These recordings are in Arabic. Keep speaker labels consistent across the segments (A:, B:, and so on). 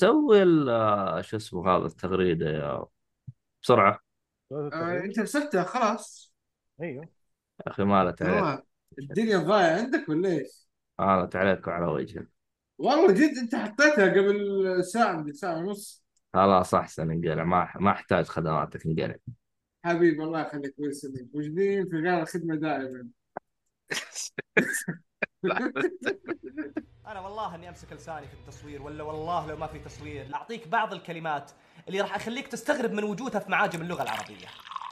A: سوي شو اسمه هذا التغريدة يا بسرعة.
B: جودة التغريدة.
C: انت رسلتها خلاص.
B: ايوه.
A: يا أخي مالت عليك.
C: والله الدنيا ضايعة عندك ولا ايش؟
A: مالت عليك وعلى وجهك.
C: والله جد انت حطيتها قبل ساعة من ساعة ونص.
A: خلاص أحسن انقلع، ما أحتاج خدماتك، انقلع.
C: حبيبي الله يخليك ويسلمك، موجودين في غير الخدمة دائما.
D: أنا والله إني أمسك لساني في التصوير، ولا والله لو ما في تصوير أعطيك بعض الكلمات اللي راح أخليك تستغرب من وجودها في معاجم اللغة العربية.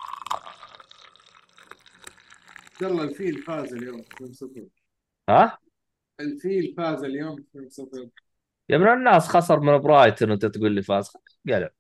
C: يلا الفيل فاز اليوم 2-0.
A: ها؟
C: الفيل فاز اليوم 2-0.
A: يا ابن الناس خسر من برايتون وأنت تقول لي فاز. قلع.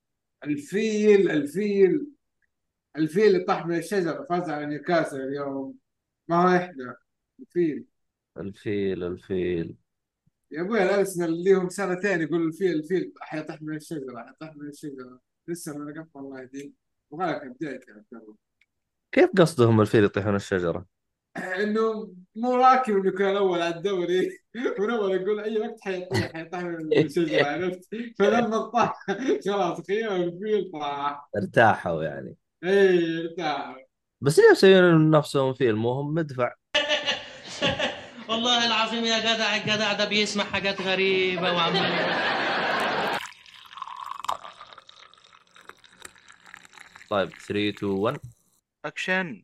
C: الفيل اللي طاح من الشجرة فاز على نيوكاسل اليوم. ما هو احنا. الفيل.
A: الفيل.
C: يا ابوي الارسنال ليهم سنتين يقول الفيل حيطيح من الشجرة، حيطيح من الشجرة. لسه ما نقف الله يهديك. وغالك بداية يا عبد الله.
A: كيف قصدهم الفيل يطيحون الشجرة؟
C: انه مو راكب انه كان الاول على الدوري. من اول يقول اي وقت حيطيح من الشجره، عرفت؟ فلما طاح خلاص خير الفيل طاح.
A: ارتاحوا يعني.
C: اي ارتاح.
A: بس ليه يسوون نفسهم فيل؟ مو هم مدفع.
E: والله العظيم يا جدع، الجدع ده بيسمع حاجات غريبة وعمال.
A: طيب 3 2 1.
F: اكشن.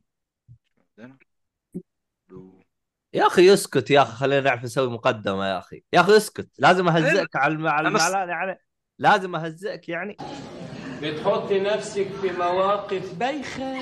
A: يا اخي اسكت يا اخي، خلينا نعرف نسوي مقدمه يا اخي. يا اخي اسكت، لازم
F: انا
A: اهزئك على
F: انا
A: المعلن يعني. لازم اهزئك يعني.
E: بتحط نفسك في مواقف بايخة.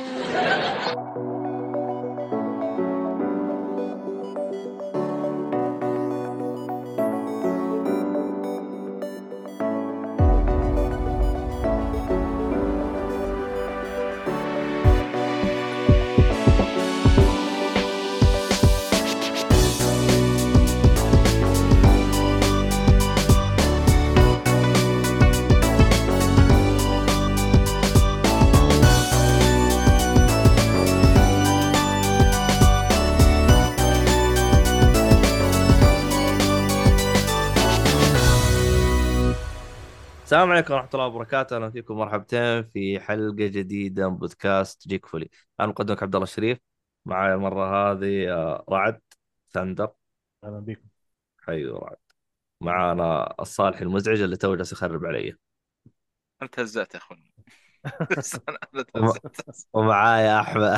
A: السلام عليكم ورحمه الله وبركاته، اهلا فيكم، مرحبتين في حلقه جديده من بودكاست جيك فولي. انا مقدمك عبد الله الشريف. معي المره هذه رعد ثندر.
B: اهلا بكم.
A: حيو رعد. معانا الصالح المزعج اللي تو جالس يخرب علي.
F: تهزأت يا اخوي. انا
A: وم-
F: تهزأت.
A: ومعايا احمد.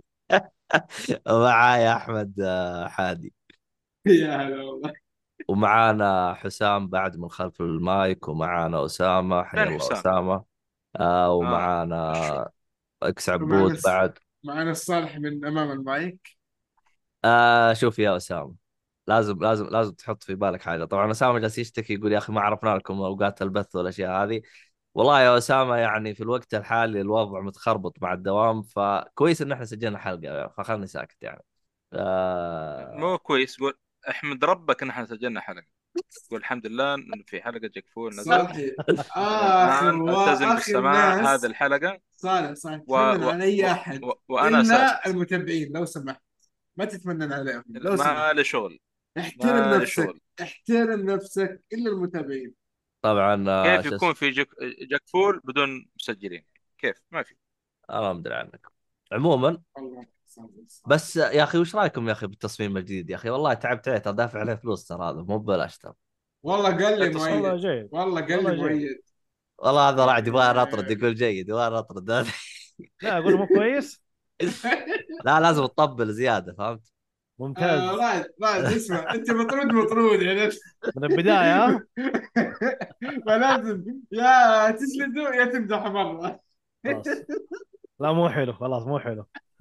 A: ومعايا احمد حادي.
C: يا هلا والله.
A: ومعانا حسام بعد من خلف المايك، ومعانا أسامة، حيا
F: فين
A: الله
F: حسام؟
A: أسامة.
F: اه
A: ومعانا إكس
C: ومعنا
A: عبود بعد.
C: معنا الصالح من امام المايك.
A: شوف يا أسامة، لازم تحط في بالك حاجة. طبعا أسامة جالس يشتكي يقول يا أخي ما عرفنا لكم أوقات البث والأشياء هذه. والله يا أسامة يعني في الوقت الحالي الوضع متخربط مع الدوام، فكويس إن احنا سجلنا حلقة فخلني ساكت يعني.
F: مو كويس، قول احمد ربك ان احنا سجلنا حلقه. قول الحمد لله ان في حلقه جيك فول نزلت.
C: صالحي.
F: انا
C: اخر
F: الان التزم
C: واخر
F: بالسماع هذه
C: ناس.
F: الحلقه.
C: صالح
F: و...
C: تفنن
F: و...
C: على اي
F: و...
C: احد
F: وانا
C: الا
F: ساكت.
C: المتابعين لو سمحت. ما تتفنن عليهم لو سمحت.
F: ما لي شغل.
C: احترم
F: ما لي
C: نفسك.
F: شغل.
C: احترم نفسك الا المتابعين.
A: طبعا
F: كيف
A: شو
F: يكون
A: اسمه.
F: في جيك فول بدون مسجلين؟ كيف؟ ما في.
A: أنا ما أدري عنك. عموما،
C: الله يسلمك.
A: بس يا اخي وش رايكم يا اخي بالتصميم الجديد؟ يا اخي والله تعبت عليه، ترى دافع عليه فلوس، ترى هذا مو ببلاش ترى.
C: والله قال لي
F: التصميم.
B: والله
C: مؤيد.
B: جيد.
C: والله قال لي
B: والله جيد.
C: مؤيد.
A: والله هذا راعي يبغى نطرد،
C: آه.
A: يقول جيد يبغى نطرد.
B: لا اقول مو كويس.
A: لا لازم تطبل زياده، فهمت؟
B: ممتاز.
C: رائد اسمع انت مطرود يعني.
B: من البدايه ها؟
C: فلازم يا تسلدوا يا تمدحوا مره.
B: خلاص. لا مو حلو، خلاص مو حلو.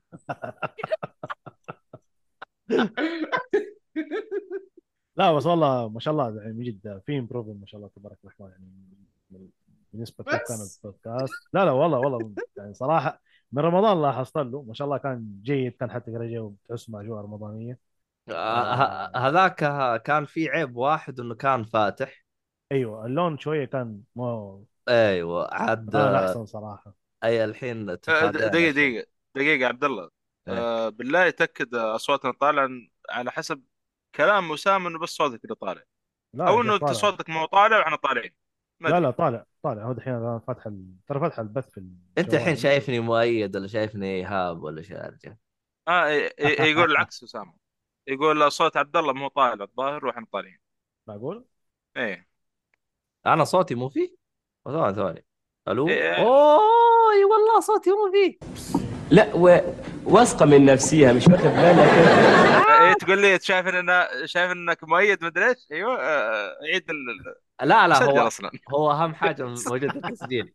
B: لا بس والله ما شاء الله يعني من جد في امبروفمنت ما شاء الله تبارك الرحمن يعني. بالنسبه كيف كان
C: بس
B: البودكاست، لا لا والله يعني صراحه من رمضان لاحظت له ما شاء الله كان جيد، كان حتى كده جو تحس مع اجواء رمضانيه.
A: هذاك كان في عيب واحد انه كان فاتح.
B: ايوه اللون شويه كان مو
A: ايوه عاد.
B: كان احسن صراحه.
A: اي الحين تفادينا
F: دقيقة
A: شيء.
F: دقيقة دقيقة يا عبد الله.
A: إيه.
F: بالله تأكد أصواتنا طالع على حسب كلام أسامة إنه بس صوتك اللي طالع،
B: لا
F: أو
B: كيف
F: إنه أنت
B: طالع؟
F: صوتك مو طالع وإحنا طالعين. ما
B: لا
F: ادري.
B: لا، طالع هو الحين. أنا فاتح ترى فاتح البث في
A: انت الحين
B: الجوال.
A: شايفني مؤيد ولا شايفني ايهاب ولا شيء يا رجال؟
F: يقول العكس اسامه، يقول صوت عبد الله مو طالع الظاهر واحنا طالعين.
B: معقول؟
F: ايه.
A: انا صوتي مو فيه؟ ثواني. الو،
F: إيه.
A: اوه اي والله صوتي مو فيه.
G: لا واثقه من نفسها، مش واخد بالك.
F: إيه تقول لي شايف انك مؤيد مدري ايش. ايوه عيد
A: لا لا،
F: مسجل
A: هو
F: اصلا.
A: هو اهم حاجه موجود التسجيل.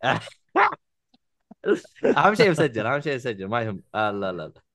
A: اهم شيء مسجل، اهم شيء مسجل، ما يهم. لا لا لا،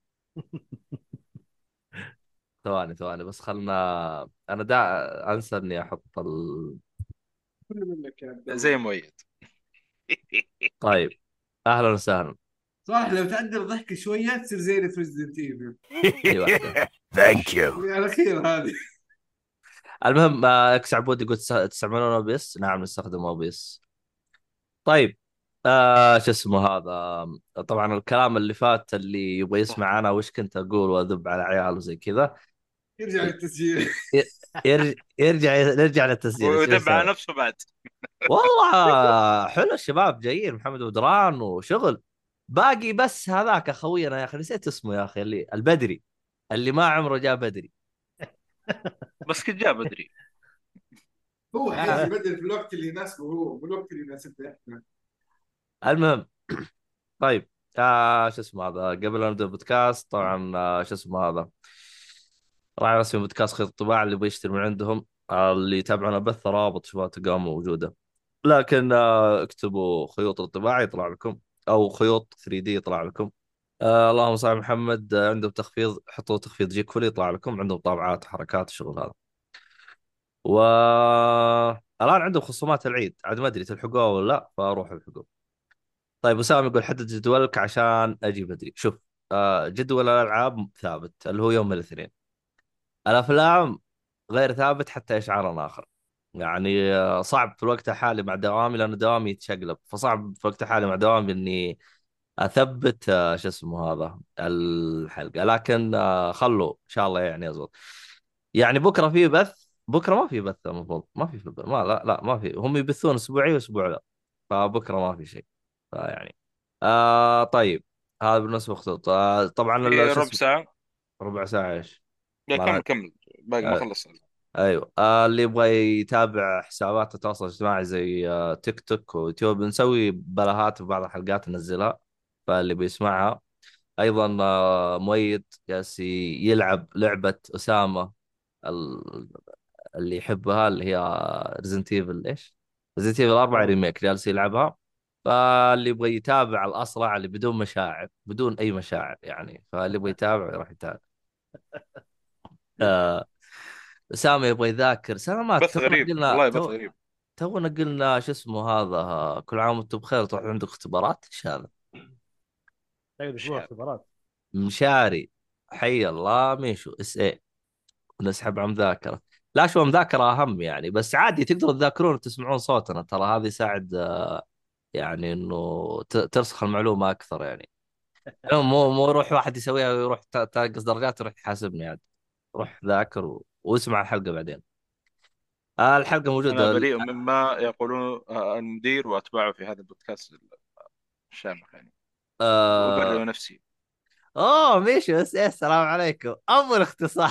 A: ثواني بس خلنا. انا انسى اني احط
C: كل منك يا عبد
F: زي
C: الله.
F: مؤيد.
A: طيب، اهلا وسهلا.
C: صح، لو تعدل ضحك شويه تصير زي ريزدنت ايفل
A: اي واحده.
C: الاخير هذه.
A: المهم، اكس عبود يقول تستعملون او بي اس؟ نعم نستخدم او بي اس. طيب، شو اسمه هذا. طبعا الكلام اللي فات اللي يبغى يسمع انا وش كنت اقول واذب على عيال وزي كذا،
C: يرجع للتسجيل.
A: نرجع للتسجيل. ايش
F: ويدب
A: بيسوي؟
F: على نفسه بعد.
A: والله حلو الشباب جايين، محمد ودران وشغل. باقي بس هذاك اخوينا يا اخي، نسيت اسمه يا اخي، اللي البدري، اللي ما عمره جاء بدري.
F: بس كنت جاء بدري.
C: هو حيجي
B: لا
C: يبدل في الوقت اللي يناسبه، هو بالوقت اللي يناسبه احنا.
A: المهم، طيب، شو اسمه هذا، قبل لا نبدا البودكاست طبعا، شو اسمه هذا، راعي رسمي بودكاست خيط الطباعة اللي يبغى يشتري من عندهم، اللي يتابعون البث، رابط شباب تلقاه موجوده. لكن اكتبوا خيوط الطباعة يطلع لكم، او خيوط 3D يطلع لكم. اللهم صل على محمد. عندهم تخفيض، حطوا تخفيض جيك فولي يطلع لكم، عندهم طابعات وحركات الشغل هذا. و الان عندهم خصومات العيد، عاد ما ادري تلحقوها ولا لا، فاروح الحقوا. طيب، وسام يقول حدد جدولك عشان اجي بدري. شوف، جدول الالعاب ثابت اللي هو يوم الاثنين. الافلام غير ثابت حتى اشعار اخر. يعني صعب في الوقت الحالي مع دوامي، لانه دوامي يتشقلب، فصعب في الوقت الحالي مع دوامي اني اثبت شو اسمه هذا الحلقه. لكن خلوا ان شاء الله يعني يزبط. يعني بكره في بث، بكره ما في بث، المفروض ما في ما لا لا ما في، هم يبثون اسبوعي واسبوع لا، فبكره ما في شيء. فيعني طيب، هذا بالنسبه للخطوط. طبعا
F: في
A: شو
F: ربع
A: اسمه.
F: ساعة.
A: ربع ساعه ايش؟
F: لا
A: ما لها.
F: كمل باقي ما
A: آه
F: خلص.
A: ايوه، اللي يبغى يتابع حسابات التواصل الاجتماعي زي تيك توك ويوتيوب، نسوي بلاهات في بعض الحلقات ننزلها، فاللي بيسمعها. ايضا مؤيد جالس يلعب لعبه اسامه ال- اللي يحبها، اللي هي ريزنت ايفل ايش، ريزنت ايفل 4 ريميك، جالس يلعبها. فاللي يبغى يتابع الاسرع اللي بدون مشاعر، بدون اي مشاعر يعني، فاللي يبغى يتابع يروح يتابع. آه، اسامه يبغى يذاكر سلامات.
F: بث غريب والله، بث غريب.
A: تونا قلنا شو اسمه هذا، كل عام وانتم بخير، تروح عندك اختبارات، ايش هذا؟
B: تقعد
F: مش
B: اسبوع
F: عارف.
B: اختبارات.
A: مشاري، حي الله ميشو اس اي، نسحب على مذاكره. لا شو مذاكره اهم يعني، بس عادي تقدروا تذاكرون وتسمعون صوتنا، ترى هذا يساعد يعني انه ترسخ المعلومه اكثر يعني. مو يروح واحد يسويها ويروح تنقص درجات ويروح يحاسبني عاد. روح ذاكر واسمع الحلقه بعدين. الحلقه
F: أنا
A: موجوده
F: بريء مما يقولون المدير وأتباعه في هذا البودكاست الشامخ يعني.
A: آه...
F: أبرئ نفسي.
A: اوه ميشو اس اي، السلام عليكم ابو الاختصار.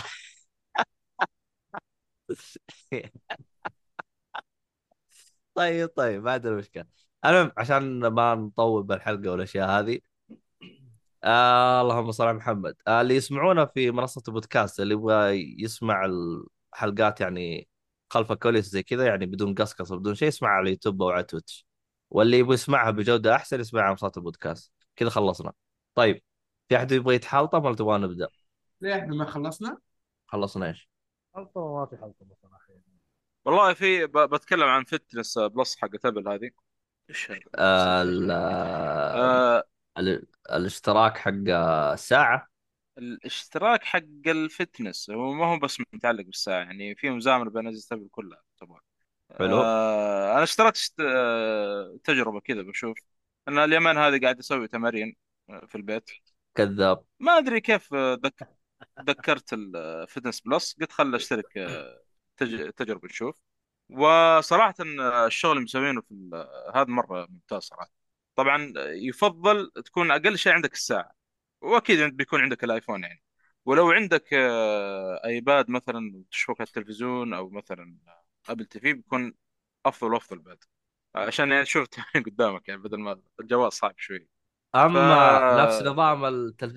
A: طيب ما عندنا مشكله. المهم عشان ما نطول بالحلقه والاشياء هذه، اللهم صل على محمد. اللي يسمعونا في منصه البودكاست، اللي يبغى يسمع الحلقات يعني خلف الكواليس زي كذا، يعني بدون قصقصه بدون شيء، يسمعها على اليوتيوب او على تويتش. واللي يبغى يسمعها بجوده احسن يسمعها على منصات البودكاست. كذا خلصنا. طيب، في احد يبغى يتحلطم ولا تبغى نبدا؟
C: ليه احنا ما خلصنا؟
A: خلصنا ايش؟
B: حلقه ما في حلقه بصراحه يعني.
F: والله في بتكلم عن فتنس بلس حق تبل هذه. ايش هذا؟
A: ال-
F: آه
A: الاشتراك حق الساعة.
F: الاشتراك حق الفتنس هو ما هو بس متعلق بالساعة، يعني في مزامنة بين أجهزة تبل كلها طبعا.
A: حلو.
F: أنا اشتريت تجربة كذا بشوف أن اليمن هذه قاعد يسوي تمارين في البيت.
A: كذاب.
F: ما أدري كيف ذكرت الفتنس بلس، قلت خل اشترك تجربة نشوف. وصراحة الشغل اللي مسوينه في هذا مرة ممتاز صراحة. طبعا يفضل تكون أقل شيء عندك الساعة، وأكيد بيكون عندك الآيفون يعني. ولو عندك ايباد مثلا تشبك على التلفزيون، او مثلا ابل تي في، بيكون افضل وافضل بعد، عشان يعني تشوف التمرين قدامك يعني، بدل ما الجوال صعب شوي. ف
A: اما نفس نظام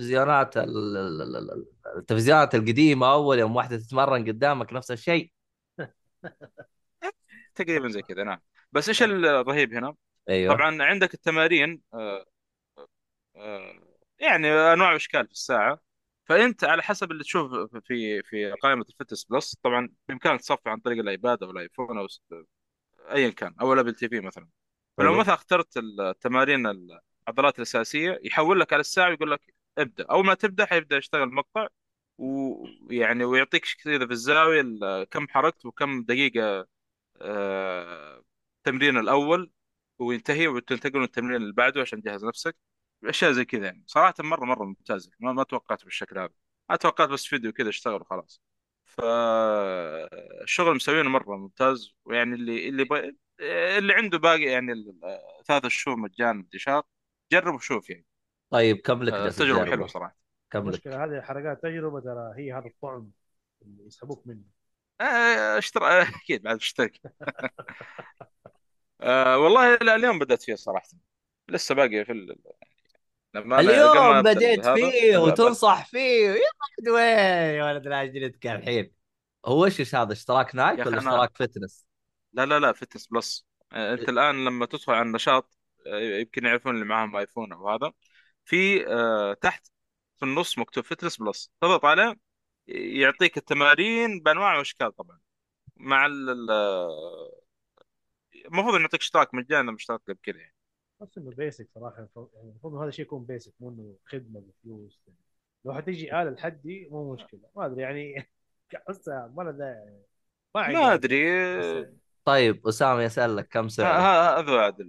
A: التلفزيونات القديمه، اول يوم واحده تتمرن قدامك نفس الشيء.
F: تقريبا زي كذا نعم. بس ايش الرهيب هنا؟
A: ايوه.
F: طبعا عندك التمارين يعني انواع واشكال في الساعه. فانت على حسب اللي تشوف في قائمه الفتس بلس، طبعا بامكانك تصفح عن طريق الايباد او الايفون او ايا كان، او الابل تي في مثلا. فلو
A: حلو.
F: مثلا اخترت التمارين العضلات الاساسيه، يحول لك على الساعه ويقول لك ابدا. اول ما تبدا حيبدا يشتغل مقطع، ويعني ويعطيك كذا في الزاويه كم حركت وكم دقيقه التمرين الاول، وينتهي وتنتقل للتمرين اللي بعده عشان تجهز نفسك. اشياء زي كذا يعني، صراحه مره مره ممتازه، ما توقعت بالشكل هذا. انا توقعت بس فيديو كذا اشتغل وخلاص. فالشغل مسوينه مره ممتاز، ويعني اللي عنده باقي يعني 3 شهور مجانا انتشار، جرب وشوف يعني.
A: طيب كم لك جالس
F: التجربه حلوه
A: تجربه؟
F: صراحه.
A: كم لك؟
B: المشكله هذه حلقات تجربه ترى، هي هذا الطعم اللي يسحبوك منه.
F: اكيد بعد اشترك. والله لا، اليوم بدأت فيها صراحه. لسه باقي في لما انا قبل ما
A: اليوم
F: ابدا
A: بديت
F: هذا
A: فيه وتنصح فيه يا ولد، وين يا ولد لاجلتك الحين؟ هو ايش هذا، اشتراك
F: يا
A: نايك
F: اخي
A: ولا
F: انا،
A: اشتراك فتنس؟
F: لا فتنس بلس. انت الان لما تدخل على النشاط، يمكن يعرفون اللي معاهم ايفون او هذا، في تحت في النص مكتوب فتنس بلس، تضغط عليه يعطيك التمارين بانواع واشكال طبعا، مع المفروض انه يعطيك اشتراك مجانا، اشتراك بكذا يعني.
B: بس انه بيسك صراحه، يعني المفروض إنه هذا الشيء يكون بيسك، مو انه خدمه بفلوس. لو حتيجي آلة لحدي مو مشكله، ما ادري يعني. احسها ولا ذا، ما عندي
F: ما
B: عقل.
F: ادري.
B: بس
A: طيب اسامه يسالك كم سعره؟
F: هذا وعد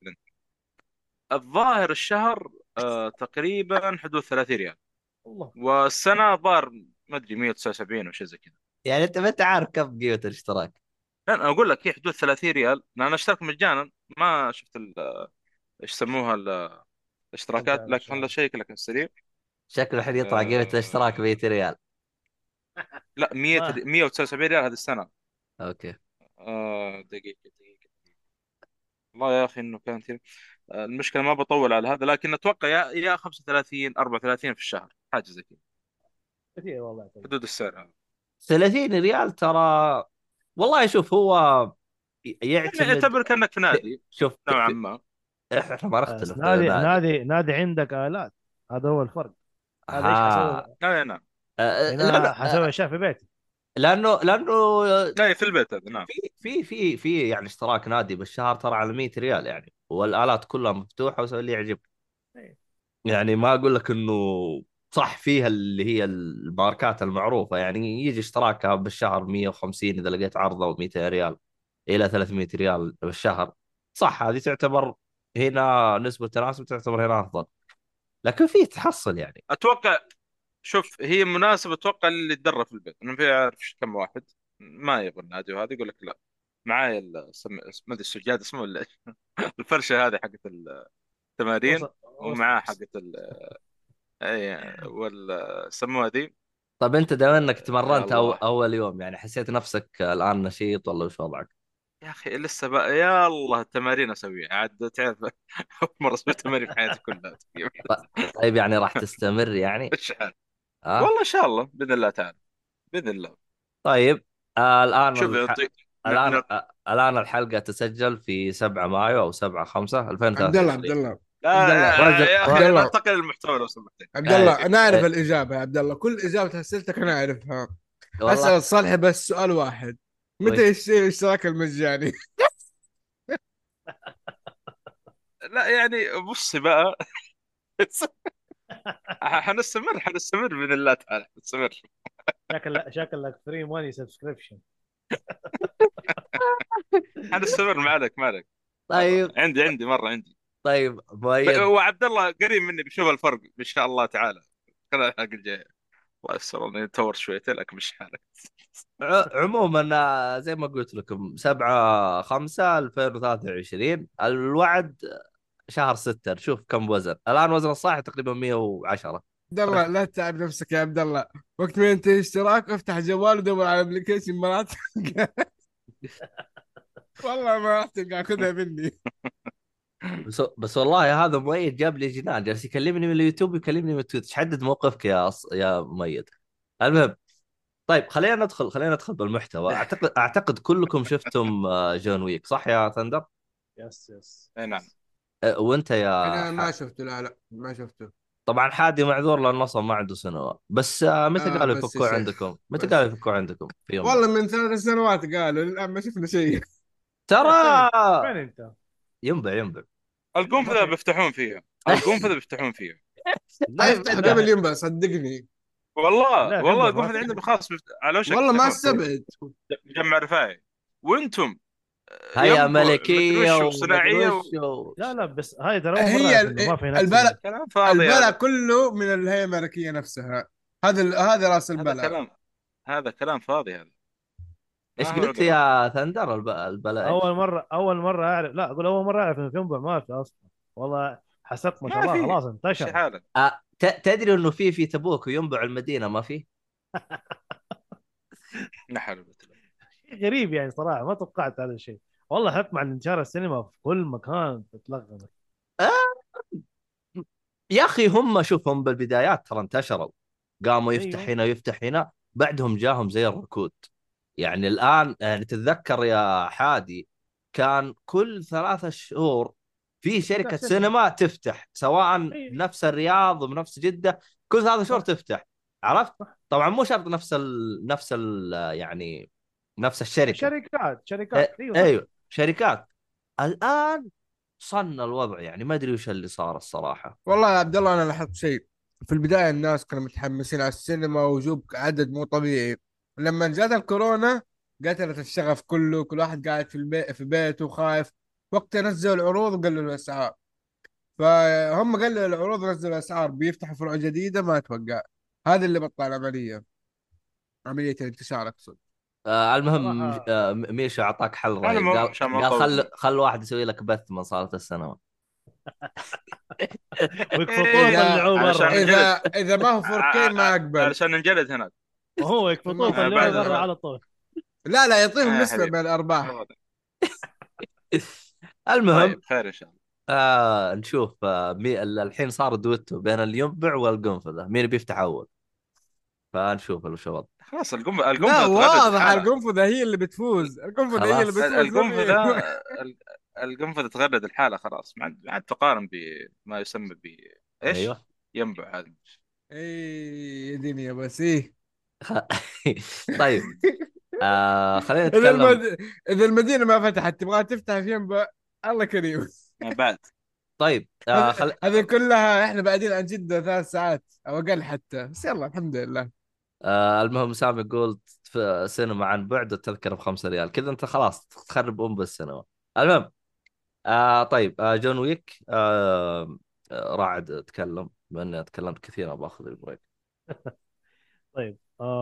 F: الظاهر الشهر تقريبا حدود 30 ريال،
B: والله
F: والسنه ظاهر ما ادري 179 او شيء زي كذا.
A: يعني انت ما انت عارف كم قيمه الاشتراك؟
F: لا انا اقول لك هي حدود 30 ريال، لان انا اشترك مجانا، ما شفت ايش يسموها
B: كم
F: الاشتراكات،
B: سعر
F: لكن خلنا
B: الشهر؟
F: اشيك لك على السريع.
A: شكله الحين يطلع قيمه الاشتراك 100
F: آه...
A: ريال.
F: لا 100
B: ما
F: 179 ريال هذه السنه.
A: اوكي.
F: دقيقه. والله يا اخي انه كانت المشكله ما بطول على هذا، لكن اتوقع يا 35 34 في الشهر، حاجه زي كذا،
B: كثير والله طيب.
F: حدود السعر هذا.
A: 30 ريال ترى. والله شوف، هو
F: يعني
A: يعتمد.
F: اعتبر كانك في نادي
A: شوف
F: نوعا ما.
A: احنا ما
B: بس
A: نختلف
B: نادي عندك آلات، هذا هو الفرق. هذا ايش حسوي؟
A: ها.
F: لا نعم.
A: لا
B: هنا حسوي اشياء في بيتي.
A: لانه
F: لا في البيت هذا نعم.
A: في يعني اشتراك نادي بالشهر ترى على 100 ريال يعني، والالات كلها مفتوحه وسوي اللي يعجبك.
B: إيه.
A: يعني ما اقول لك انه صح، فيها اللي هي الماركات المعروفه، يعني يجي اشتراكها بالشهر 150 اذا لقيت عرضه، و200 ريال الى 300 ريال بالشهر. صح، هذه تعتبر هنا نسبه تناسب، تعتبر هنا افضل، لكن في تحصل يعني.
F: اتوقع، شوف هي مناسبة اتوقع اللي يتدرب في البيت، انا في اعرف كم واحد ما يبغى النادي، وهذا يقول لك لا، معايا ما ادري السجاد اسمه ولا إيش؟ الفرشة هذه حقت التمارين،
B: وصل
F: ومعاه
B: بس.
F: حقت اي سموها ذي.
A: طب انت دام انك
F: يا
A: تمرنت
F: الله
A: اول يوم، يعني حسيت نفسك الان نشيط ولا وش وضعك؟
F: يا اخي لسه بقى، يا الله التمارين اسويها عاد تعرف. اول مرة اسوي تمارين في حياتي كلها تقريبا.
A: طيب يعني راح تستمر يعني؟
F: مش عارف.
A: اه.
F: والله ان شاء الله باذن الله تعالى، باذن الله.
A: طيب. الان
F: شوف يعطيك
A: الان الحلقه تسجل في 7 مايو او 7 5
C: عبد الله
A: 2023.
C: عبد الله
F: لا
C: عبد الله
A: رجل
F: يا
C: عبد
F: اخي
C: الله
F: ننتقل للمحتوى لو سمحت.
C: عبد
A: آه،
C: الله انا اعرف
A: آه،
C: الاجابه يا عبد الله، كل اجابه اسئلتك انا اعرفها.
A: والله.
C: اسال صالح بس سؤال واحد، متى
A: وش؟
C: يصير الاشتراك المجاني؟
F: لا يعني بص بقى. حنستمر باذن الله تعالى، حنستمر.
B: شكلك فري ماني سبسكريبشن.
F: حنستمر، ما عليك ما عليك.
A: طيب.
F: عندي مره عندي.
A: طيب مؤيد.
F: وعبد الله قريب مني بشوف الفرق ان شاء الله تعالى خلال الحلقه الجايه. الله يستر اني تور شويتين لكن مش حالك.
A: عموما زي ما قلت لكم 7/5/2023 الوعد شهر 6. نشوف كم وزن الآن. وزن الصاحي تقريبا 110.
C: عبد الله لا تتعب نفسك يا عبد الله، وقت ما ينتهي اشتراك افتح جوال ودور على ابلكيشن مرات. والله ما راح تلقى، خذها مني.
A: بس والله هذا مؤيد جاب لي جنان، جالس يكلمني من اليوتيوب يكلمني من تويتش. حدد موقفك يا مؤيد. المهم، طيب خلينا ندخل بالمحتوى. اعتقد كلكم شفتم جون ويك، صح يا ثندر؟
B: يس
F: اي نعم.
A: وانت يا
C: انا ما شفته، لا ما شفته.
A: طبعا حادي معذور لانه اصلا ما عنده سنوات. بس متى قالوا
C: بس يا
A: يفكوا
C: شيخ،
A: عندكم؟ متى
C: بس
A: قالوا
C: يا شيخ.
A: يفكوا عندكم في يوم؟
C: والله من 3 سنوات قالوا، الان ما شفنا شيء.
A: ترى
B: فين انت؟
A: ينبع.
B: ما
F: القنفذة
B: في.
F: بيفتحون فيها، القنفذة بيفتحون فيها.
B: لا
C: حيفتح
B: لا
C: قبل ينبع صدقني.
F: والله
B: لا
F: والله
B: تنبع ما
F: القنفذة
B: في.
F: عندنا خاص على وشك
C: والله ما
F: يفتحون
C: استبعد.
F: مجمع رفاعي. وانتم
A: هيا
F: ينبع مدري
A: ملكيه
F: وش
A: ومدري
F: وصناعيه
A: وش
B: لا لا بس هاي ترى اول مره
C: هي
B: اعرف انه ما في هناك
C: البلد،
B: سينما.
F: كلام فاضي
C: البلع
F: هذا.
C: كله من الهيئة الأمريكية نفسها. هذا راس
F: هذا
C: البلع.
F: كلام، هذا كلام فاضي هذا. ما
A: ايش
F: هو
A: قلت
F: عذرة.
A: يا ثندر؟ البلا ايش؟
B: اول مره اعرف، لا اقول اول مره اعرف انه تنبع ما في اصلا. والله حسبت ما شاء
F: ما
B: الله
F: في،
B: خلاص
F: مشي
B: انتشر.
F: حالك.
A: تدري انه في تبوك وينبع المدينه ما في؟
F: نحل بتلا.
B: شيء غريب يعني صراحه، ما توقعت هذا الشيء. والله حتى مع انتشار السينما في كل مكان تتلغم.
A: آه يا اخي هم شوفهم بالبدايات ترى انتشروا، قاموا يفتح
B: ايوه
A: هنا يفتح هنا، بعدهم جاهم زي الركود. يعني الان يعني تتذكر يا حادي، كان كل 3 شهور في
B: تفتح
A: شركه
B: سينما.
A: سينما تفتح، سواء
B: ايوه
A: بنفس الرياض وبنفس جده. كل 3 شهور
B: صح
A: تفتح. عرفت؟
B: صح.
A: طبعا مو شرط يعني نفس الشركه.
B: شركات ايوه صح.
A: ايوه شركات. الان صن الوضع، يعني ما ادري وش اللي صار الصراحه.
C: والله يا عبد الله أنا لاحظت شيء. في البداية الناس كانوا متحمسين على السينما وجوب عدد مو طبيعي. لما جات الكورونا قتلت الشغف كله، كل واحد قاعد في بيته وخايف. وقتها نزلوا العروض وقللوا الأسعار. فهم قللوا العروض ونزلوا الأسعار، بيفتحوا فروع جديدة ما أتوقع. هذا اللي بطل العملية، عملية الانتشار أقصد.
A: المهم
B: صراحه
A: ميشو اعطاك حل
F: على
A: رهيب.
F: العموم
A: قال
F: عشان ما
A: قال
F: نطول.
A: خل واحد يسوي لك بث من صاله السينما.
B: ويقفطوه
C: إذا
B: يطلعوه
F: علشان
B: برا.
F: ننجلد.
C: إذا ما هو 4K ما أقبل.
F: علشان ننجلد هناك.
B: وهو يقفطوه
C: ما
B: يطلعوه
F: بعد
B: برا
C: ما
B: على طول.
C: لا لا، يعطيهم
F: يا
C: نسبة من
F: حبيبي.
C: الأرباح.
A: المهم
F: طيب خير ان شاء الله.
A: نشوف الحين صار دويتو بين الينبع والقنفذه، مين بيفتح اول؟ فنشوف الشباب.
F: خلاص
C: لا
F: القنفذة تغرد
C: واضح،
F: لحالها.
C: القنفذة هي اللي بتفوز، القنفذة هي اللي
A: خلاص
C: بتفوز ما
F: القنفذة،
C: في.
F: القنفذة تغرد لحالها خلاص، ما عاد تقارن بما يسمى ب ايش؟
A: ايوه.
F: ينبع هذا.
C: اي يا دنيا بس ايه.
A: طيب خلينا
C: اذا
A: نتكلم.
C: اذا المدينة ما فتحت تبغى تفتح في ينبع، الله كريم.
F: بعد.
A: طيب
C: هذه كلها احنا بعدين عن جدة 3 ساعات او اقل حتى، بس يلا الحمد لله.
A: المهم سامي يقول في سينما عن بعد التذكرة ب5 ريال كذا، انت خلاص تخرب بالسينما. المهم طيب جون ويك راعد تكلم، بما اني تكلمت كثير باخذ البريك.
B: طيب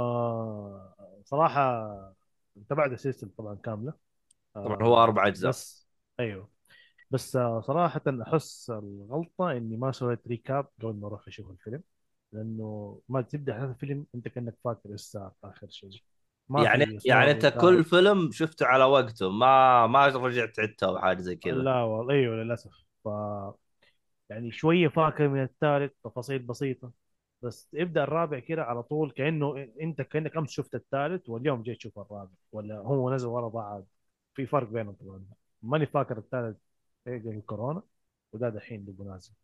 B: صراحه تبعت السلسله طبعا كامله.
A: طبعا هو 4 اجزاء.
B: بس ايوه. بس صراحه احس الغلطه اني ما سويت ريكاب قبل ما اروح اشوف الفيلم. لانه ما تبدا هذا الفيلم انت كانك فاكر ايش صار اخر شيء. ما في
A: يعني
B: ستوري
A: انت
B: دارك.
A: كل فيلم شفته على وقته، ما رجعت عدته او حاجه زي كذا؟
B: لا والله ايوه للاسف. يعني شويه فاكر من الثالث تفاصيل بسيطه. بس ابدا الرابع كده على طول كانه انت كانك امس شفت الثالث واليوم جيت تشوف الرابع، ولا هو نزل ورا بعض. في فرق بينهم طبعا. ماني فاكر الثالث ايه الكورونا، وده دحين اللي نازل.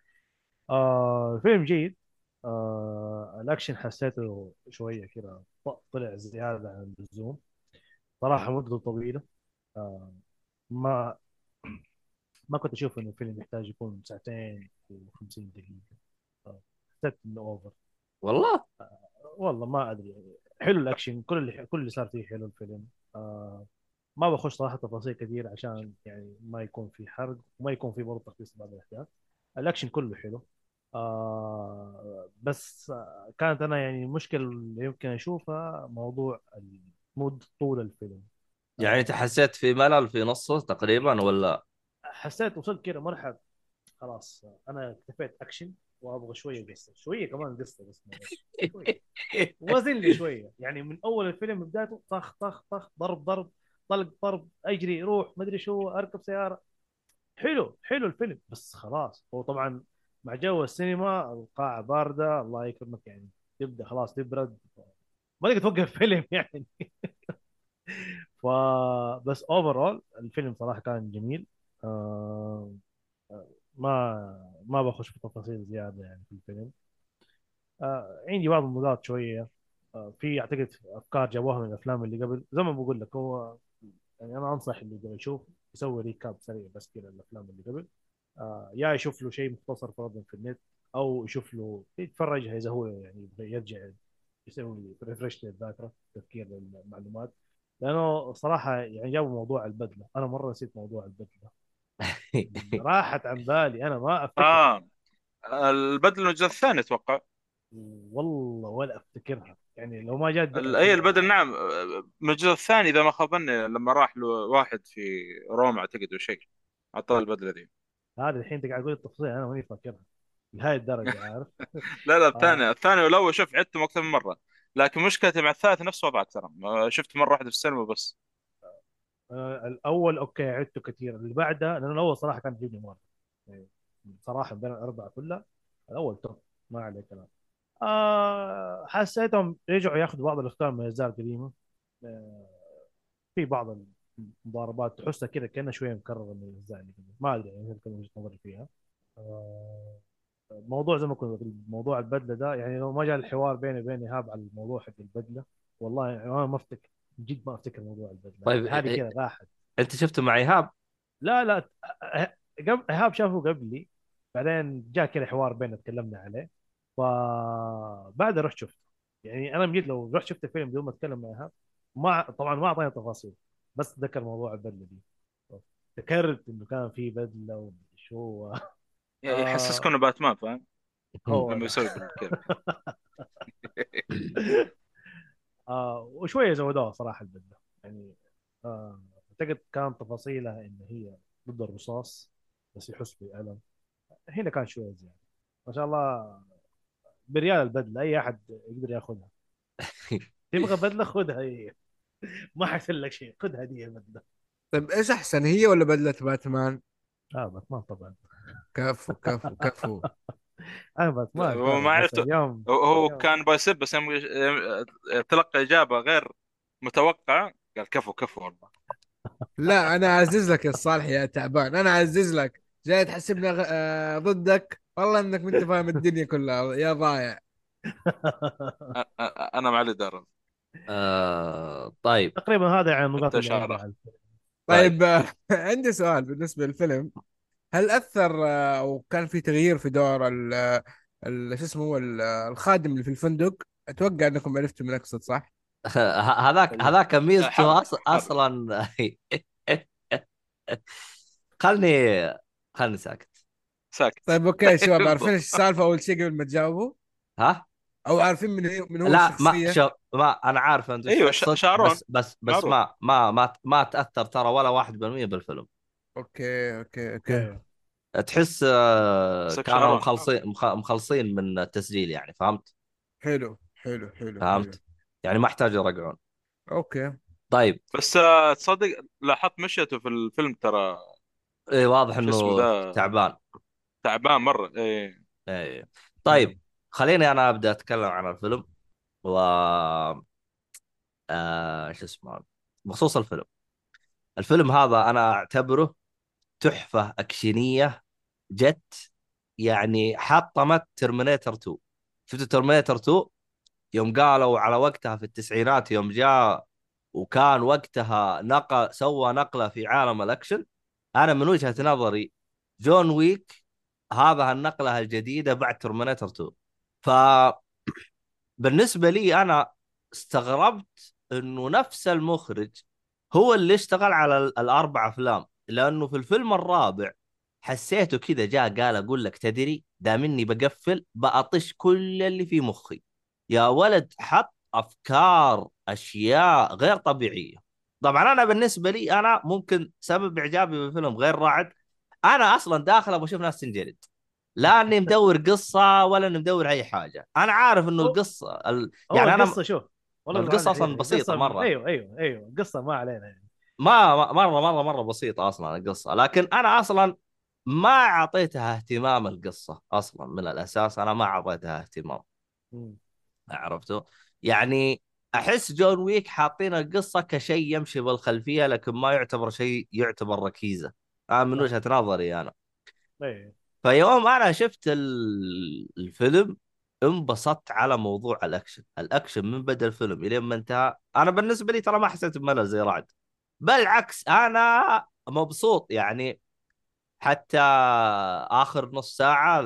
B: فيلم جيد. الاكشن حسيته شويه كده طلع زياده عن اللزوم. صراحه مدته طويله. آه ما ما كنت اشوف انه الفيلم يحتاج يكون ساعتين و50 دقيقه. حسيت انه اوفر.
A: والله
B: والله ما ادري. حلو الاكشن، كل اللي صار فيه حلو الفيلم. ما بخش صراحه تفاصيل كثير عشان يعني ما يكون في حرق وما يكون في برضه تخصيص بعض الاحداث. الاكشن كله حلو. بس كانت انا يعني المشكله اللي يمكن اشوفها موضوع مدة طول الفيلم.
A: يعني انت
B: آه،
A: حسيت في ملل في نصه تقريبا ولا؟
B: حسيت وصلت كده مرحله خلاص انا اكتفيت اكشن وابغى شويه قصه، شويه كمان قصه بس معلش شويه. وزن لي شويه يعني من اول الفيلم بدايته طخ طخ طخ ضرب ضرب طلق ضرب اجري روح ما ادري شو اركب سياره. حلو حلو الفيلم بس خلاص هو طبعا مع جو السينما القاعه بارده الله يكرمك يعني تبدا خلاص تبرد ما تقدر توقف فيلم يعني. ف بس اوفرول الفيلم صراحه كان جميل. آه، ما بخش في تفاصيل زياده يعني في الفيلم. عندي بعض النقاط شويه. في اعتقد افكار جابوها من الافلام اللي قبل زي ما بقول لك هو يعني انا انصح اللي قبل يشوف يسوي ريكاب سريع بس كذا الافلام اللي قبل. يا يشوف له شيء مختصر فرضا في النت او يشوف له يتفرجها اذا هو يعني يبغى يرجع يسوي ريفرش للذاكره تذكير للمعلومات. لانه صراحه يعني جابوا موضوع البدله انا مره نسيت موضوع البدله راحت عن بالي انا ما افتكر.
F: اه البدل الجزء الثاني اتوقع.
B: والله ولا افتكرها يعني لو ما جات
F: اي البدل نعم، من الجزء الثاني اذا ما خاب ظني لما راح له واحد في روما اعتقد او شيء، اعطاه البدله ذي.
B: هذا الحين انت قاعد تقول التفاصيل انا ماني فاكرها لهذه الدرجه عارف.
F: لا لا
B: آه
F: الثاني والاول شوف عدته اكثر من مره، لكن مشكلتي مع الثالث نفس وضعك ترى، شفت مره واحده في السينما بس.
B: الاول اوكي عدته كثير اللي بعده لان الاول صراحه كان يجيبني مره يعني صراحه بين الاربعه كلها الاول توب ما عليه كلام. حسيتهم رجعوا ياخذوا بعض الافكار من الاجزاء القديمه. آه في بعض المضاربات تحسها كذا كانها شويه مكرره من الاجزاء اللي قبل ما ادري يعني كان وجهه نظري فيها. آه موضوع زي ما كنت بقول موضوع البدله ده يعني لو ما جاء الحوار بيني وبين ايهاب على الموضوع حق البدله والله يعني انا ما افتكر جد ما افتكر موضوع البدله
A: طيب
B: يعني هذه كذا راحت.
A: انت شفته مع ايهاب؟
B: لا لا قبل ايهاب شافه قبلي بعدين جاء كذا حوار بيننا تكلمنا عليه فبعد رحت شفته. يعني انا جيت لو رحت شفت الفيلم بدون ما اتكلم مع ايهاب ما طبعا ما اعطاني تفاصيل بس ذكر موضوع البدله دي ذكرت انه كان في بدله ومدري شو.
F: يحسسك
B: آه
F: انه باتمان فاهم
B: هو
F: لما
B: ده.
F: يسوي بالكذا.
B: وشويه زودوها صراحه البدله يعني. اعتقد كان تفاصيلها ان هي ضد الرصاص بس يحس بالالم هنا كان شويه زياده ما شاء الله. بريال البدله اي احد يقدر ياخذها. تبغى بدله خذها هي ما حيصير لك شيء خذها دي بدله.
C: طيب ايش احسن، هي ولا بدلة باتمان؟
B: باتمان طبعا.
C: كفو كفو كفو.
B: انا باتمان
F: هو
B: ترى
F: ما
B: بس
F: عرفته،
B: اليوم
F: هو
B: اليوم
F: كان بيسب بس يوم تلقى اجابه غير متوقعه قال كفو كفو والله.
C: لا انا اعزز لك يا صالح يا تعبان، انا اعزز لك. جاي تحسبني ضدك، والله انك ما انت فاهم الدنيا كلها يا ضايع.
F: انا مع الاداره.
A: طيب.
B: تقريبا هذا يعني النقاط
F: انت
B: اللي عندي
F: شارع.
B: على الفيلم.
A: طيب.
C: طيب عندي سؤال بالنسبة للفيلم. هل أثر أو كان في تغيير في دور شو اسمه هو الخادم اللي في الفندق؟ أتوقع أنكم عرفتوا من أقصد صح؟
A: هذاك ميزته
F: حرق حرق
A: اصلا. خلني خلني ساكت.
F: ساكت.
C: طيب أوكي شباب، عارفين
F: بالضبط.
C: إيش السالفة أول شيء قبل ما تجاوبوا؟
A: ها؟
C: أو عارفين من هو
A: لا ما
C: الشخصية؟
A: شوف، ما انا عارف انت ايش
F: ايوه
A: تقصد،
F: شارون
A: بس
F: معروف.
A: ما تاثر ترى ولا 1% بالفيلم.
C: أوكي أوكي أوكي.
B: اوكي
A: تحس
F: قصدك
A: كانوا
F: شارون.
A: مخلصين من التسجيل يعني، فهمت؟
C: حلو حلو حلو حلو.
A: فهمت. يعني ما احتاج يرجعون.
C: أوكي.
A: طيب.
F: بس تصدق لاحظت مشيته في الفيلم ترى،
A: إيه واضح
F: شو اسمه
A: انه
F: ذا،
A: تعبان.
F: تعبان مره ايه.
A: ايه. طيب. خليني انا ابدا اتكلم عن الفيلم و شو اسمه، بخصوص الفيلم. الفيلم هذا انا اعتبره تحفة اكشنية جت، يعني حطمت ترمينيتر 2. شفت ترمينيتر 2 يوم قالوا على وقتها في التسعينات يوم جاء وكان وقتها سوى نقلة في عالم الأكشن. أنا من وجهة نظري جون ويك هذا النقلة الجديدة بعد ترمينيتر 2. فبالنسبة لي أنا استغربت إنه نفس المخرج هو اللي اشتغل على الأربع أفلام، لأنه في الفيلم الرابع حسيته كذا جاء قال أقول لك تدري دام اني بقفل بأطش كل اللي في مخي. يا ولد حط افكار اشياء غير طبيعيه. طبعا انا بالنسبه لي انا ممكن سبب اعجابي بالفيلم غير رعد، انا اصلا داخل ابغى اشوف ناس تنجلد، لا اني مدور قصه ولا اني مدور اي حاجه. انا عارف انه
B: هو
A: القصه
B: هو
A: يعني انا
B: القصه شوف، والله
A: القصه
B: معلش
A: اصلا
B: حقيقة.
A: بسيطه
B: القصه
A: مره،
B: ايوه القصه ما علينا يعني.
A: مره بسيطه اصلا القصه، لكن انا اصلا ما اعطيتها اهتمام. القصه اصلا من الاساس انا ما اعطيتها اهتمام،
B: مم.
A: عرفته؟ يعني احس جون ويك حاطين القصه كشيء يمشي بالخلفيه، لكن ما يعتبر شيء يعتبر ركيزه. من
B: صح.
A: وجهه نظري انا.
B: ايوه.
A: فيوم انا شفت الفيلم انبسطت على موضوع الاكشن. الاكشن من بدا الفيلم الى ما انتهى انا بالنسبه لي ترى ما حسيت بملل زي رعد، بالعكس انا مبسوط يعني. حتى اخر نص ساعه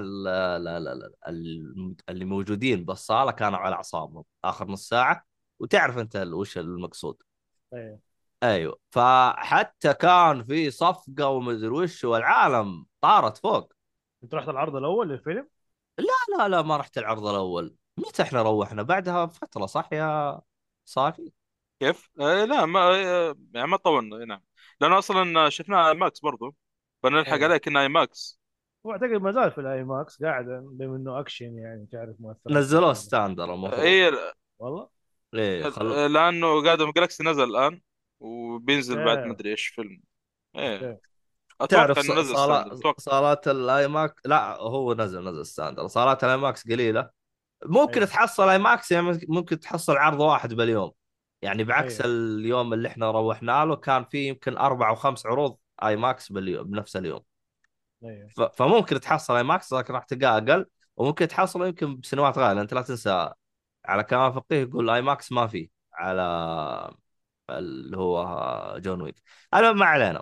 A: اللي موجودين بالصاله كانوا على اعصابهم اخر نص ساعه، وتعرف انت وش المقصود.
B: ايوه.
A: ايوه، فحتى كان في صفقه ومدري وش، والعالم طارت فوق.
B: انت رحت العرض الاول للفيلم؟
A: لا ما رحت العرض الاول. متى احنا روحنا بعدها بفتره صح يا صافي؟
F: كيف؟ لا ما يعني ما طولنا، نعم. لأنه أصلا شفناه اي ماكس برضو، فنلحق
B: ايوه.
F: عليه كنا اي ماكس.
B: واعتقد ما زال في الاي ماكس قاعد، بما انه اكشن يعني تعرف مؤثرات
A: نزلوه
B: خلفيه.
A: ستاندر المفروض.
F: اي.
B: والله.
A: ايه
F: لأنه قادم جلاكسي نزل الآن، وبينزل بعد
B: اوكي.
F: مدري ايش فيلم. ايه.
B: اوكي.
F: اتوقع
A: تعرف
F: انه نزل ستاندرد، اتوقع.
A: صالات الاي ماكس، لا هو نزل ستاندر. صالات الاي ماكس قليله، ممكن
B: ايوه.
A: تحصل اي ماكس يعني ممكن تحصل عرض واحد باليوم. يعني بعكس
B: ايوه.
A: اليوم اللي احنا روحنا له كان فيه يمكن 4 أو 5 عروض اي ماكس باليوم بنفس اليوم.
B: ايوه.
A: فممكن تحصل اي ماكس لكن راح تلقاه اقل، وممكن تحصل يمكن بسنوات غاليه. انت لا تنسى على كلام فقيه يقول اي ماكس ما فيه على اللي هو جون ويك. المهم ما علينا.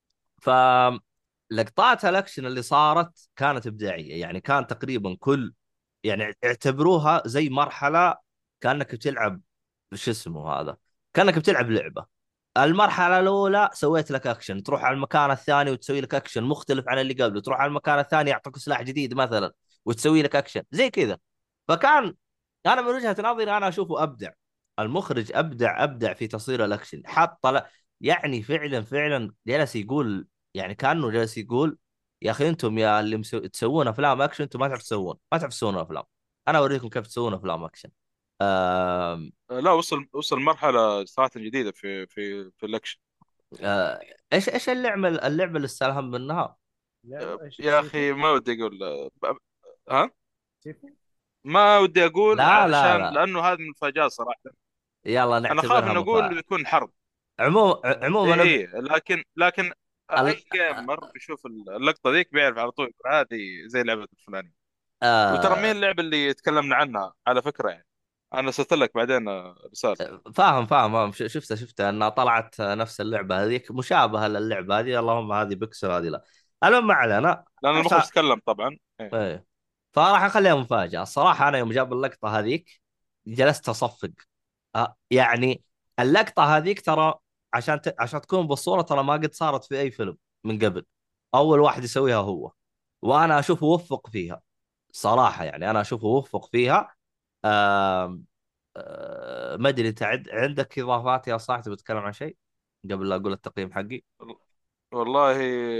A: فلقطات الاكشن اللي صارت كانت ابداعيه، يعني كان تقريبا كل، يعني اعتبروها زي مرحله كانك بتلعب شو اسمه هذا، كانك بتلعب لعبه. المرحله الاولى سويت لك اكشن، تروح على المكان الثاني وتسوي لك اكشن مختلف عن اللي قبله، تروح على المكان الثاني يعطيك سلاح جديد مثلا وتسوي لك اكشن زي كذا. فكان انا من وجهه نظري انا اشوفه ابدع. المخرج ابدع في تصوير الاكشن، يعني فعلا جلس يقول، يعني كانه جالس يقول يا اخي انتم يا اللي تسوون افلام اكشن انتم ما تعرف تسوون افلام، انا اوريكم كيف تسوون افلام اكشن. آم...
F: لا، وصل مرحله صراحه جديده في الاكشن.
A: آه... ايش اللعبه اللي استلهم منها؟
B: لعبه ايش
F: يا
B: سيفو؟
F: اخي ما ودي اقول. ها.
B: سيفو.
F: ما ودي اقول علشان
A: لا
F: لانه هذه من المفاجات صراحه.
A: يلا
F: انا خاف
A: نعتبرها
F: انه اقول يكون حرب.
A: عموما
F: اي لكن
A: ال...
F: اي جيمر بيشوف اللقطه ذيك بيعرف على طول يقول هذه زي اللعبه الفلانيه. وترى مين
A: آه...
F: اللعبه اللي تكلمنا عنها على فكره يعني. انا ارسلت لك بعدين رساله.
A: فاهم شفتها انها طلعت نفس اللعبه هذيك مشابهه للعبه هذه، اللهم هذه بيكسل هذه لا. المهم ما علينا.
F: لان المخرج تكلم طبعا. إيه.
A: ايه، فراح اخليها مفاجاه. الصراحه انا يوم جاب اللقطه هذيك جلست اصفق. يعني اللقطه هذيك ترى عشان تكون بالصوره ترى ما قد صارت في اي فيلم من قبل، اول واحد يسويها هو، وانا اشوفه وفق فيها صراحه. يعني انا اشوفه وفق فيها. آم... ما ادري انت عندك اضافات يا صاحبي بتتكلم عن شيء قبل لا اقول التقييم حقي؟
F: والله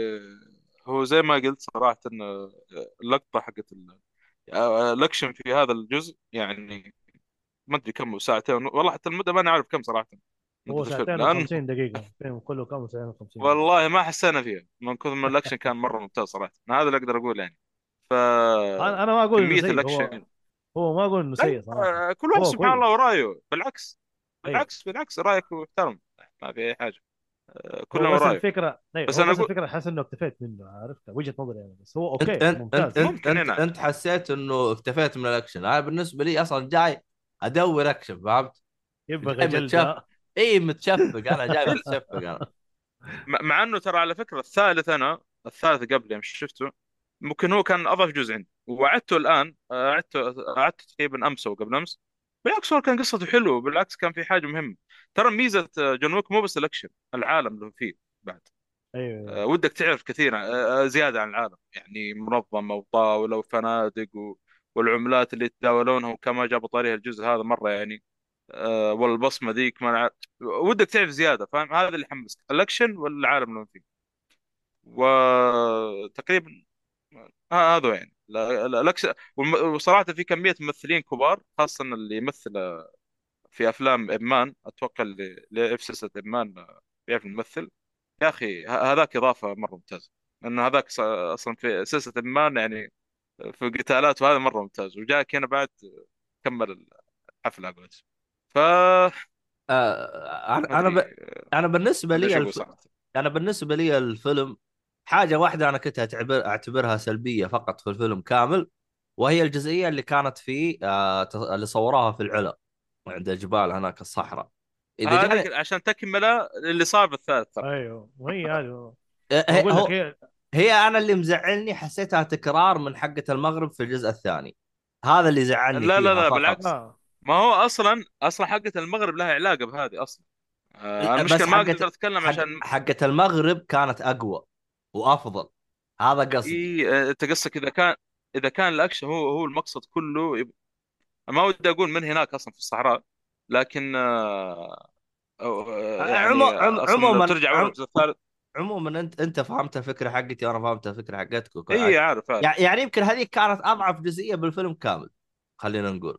F: هو زي ما قلت صراحه ان اللقطه حقت الاكشن في هذا الجزء يعني ما ادري كم ساعتين، والله حتى المده ما انا عارف كم صراحه
B: هو
F: مده الفيلم،
B: ساعتين
F: لانه
B: و50 دقيقه الفيلم كله كم؟ ساعتين و50 دقيقه.
F: والله ما حسينا فيها من كثر ما الاكشن كان مره ممتاز صراحه. أنا هذا اللي اقدر اقول يعني. ف
B: انا ما اقول انه
F: كميه
B: سيء. هو
F: الاكشن.
B: هو ما اقول انه
F: لا،
B: سيء صراحه.
F: كل واحد
B: هو
F: سبحان الله
B: كويس.
F: ورايه، بالعكس.
B: ايوه.
F: بالعكس رايك محترم، ما في اي حاجه.
B: هو
F: كلنا
B: بس
F: ورايه.
B: الفكره، ايوه
F: بس
B: هو
F: انا
B: بس
F: اقول
B: الفكره حاسس انه اكتفيت منه، عرفت وجهه نظري انا، بس هو
A: انت
B: اوكي
A: انت انت
B: ممتاز.
A: انت
F: ممكن
A: انت,
F: هنا.
A: انت حسيت انه اكتفيت من الاكشن؟ انا بالنسبه لي اصلا جاي ادور اكشن، فهمت؟
B: يبغى
A: جاي متشفق.
B: جلده.
A: اي متشفق، انا جاي متشفق انا.
F: مع انه ترى على فكره الثالث، انا الثالث قبل يوم شفته ممكن هو كان اضعف جزء عندي، وعدته الان عدته تقريبا امس او قبل امس. بالعكس هو كان قصته حلوه، بالعكس كان في حاجه مهمه. ترى ميزه جون ويك مو بس الاكشن، العالم اللي هو فيه بعد.
B: ايوه
F: ودك تعرف كثير زيادة عن العالم، يعني منظمة وطاولة وفنادق والعملات اللي يتداولونها وكما جابوا طاريها الجزء هذا مرة يعني. والبصمة ذيك ما ودك تعرف زيادة، فاهم؟ هذا اللي يحمسك، الأكشن والعالم اللي هم فيه. وتقريبا هذا يعني الأكشن. وصراحة في كمية ممثلين كبار، خاصة اللي يمثل في أفلام إبمان، أتوقع اللي في سلسلة إبمان بيعرف الممثل. يا اخي هذاك اضافه مره ممتازه، لانه هذاك اصلا في سلسله مان يعني في قتالات، وهذا مره ممتاز، وجاك هنا بعد كمل الحفله على قولتهم. ف ما
A: انا انا
F: ادري،
A: انا بالنسبه
F: ما ادري
A: لي
F: ايش اقول صراحه.
A: انا بالنسبه لي الفيلم حاجه واحده انا كنت اعتبرها سلبيه فقط في الفيلم كامل، وهي الجزئيه اللي كانت فيه اللي صوروها في العلا عند الجبال هناك الصحراء. اذا جاني
F: هذه عشان تكمله اللي صار بالثالث ترى.
B: ايوه، وهي هذه بقول لك
A: هو
B: هي.
A: هي انا اللي مزعلني حسيتها تكرار من حقة المغرب في الجزء الثاني، هذا اللي زعلني
F: لا لا
A: فيها
F: لا
A: فقط.
F: بالعكس،
B: اه
F: ما هو اصلا حقه المغرب لها علاقه بهذه اصلا. انا
A: بس
F: المشكله ما اقدر اتكلم عشان
A: حقة المغرب كانت اقوى وافضل، هذا قصدي.
F: انت قصدك اذا كان الاكشن هو المقصد كله. ما ودي اقول من هناك اصلا في الصحراء، لكن يعني اصلا لو
A: عموما
F: ترجع ورا الجزء الثالث.
A: عموما انت فهمت الفكره حقتي وانا فهمت الفكره حقتك
F: اي عارف عارف.
A: يعني يمكن هذه كانت اضعف جزئيه بالفيلم كامل، خلينا نقول.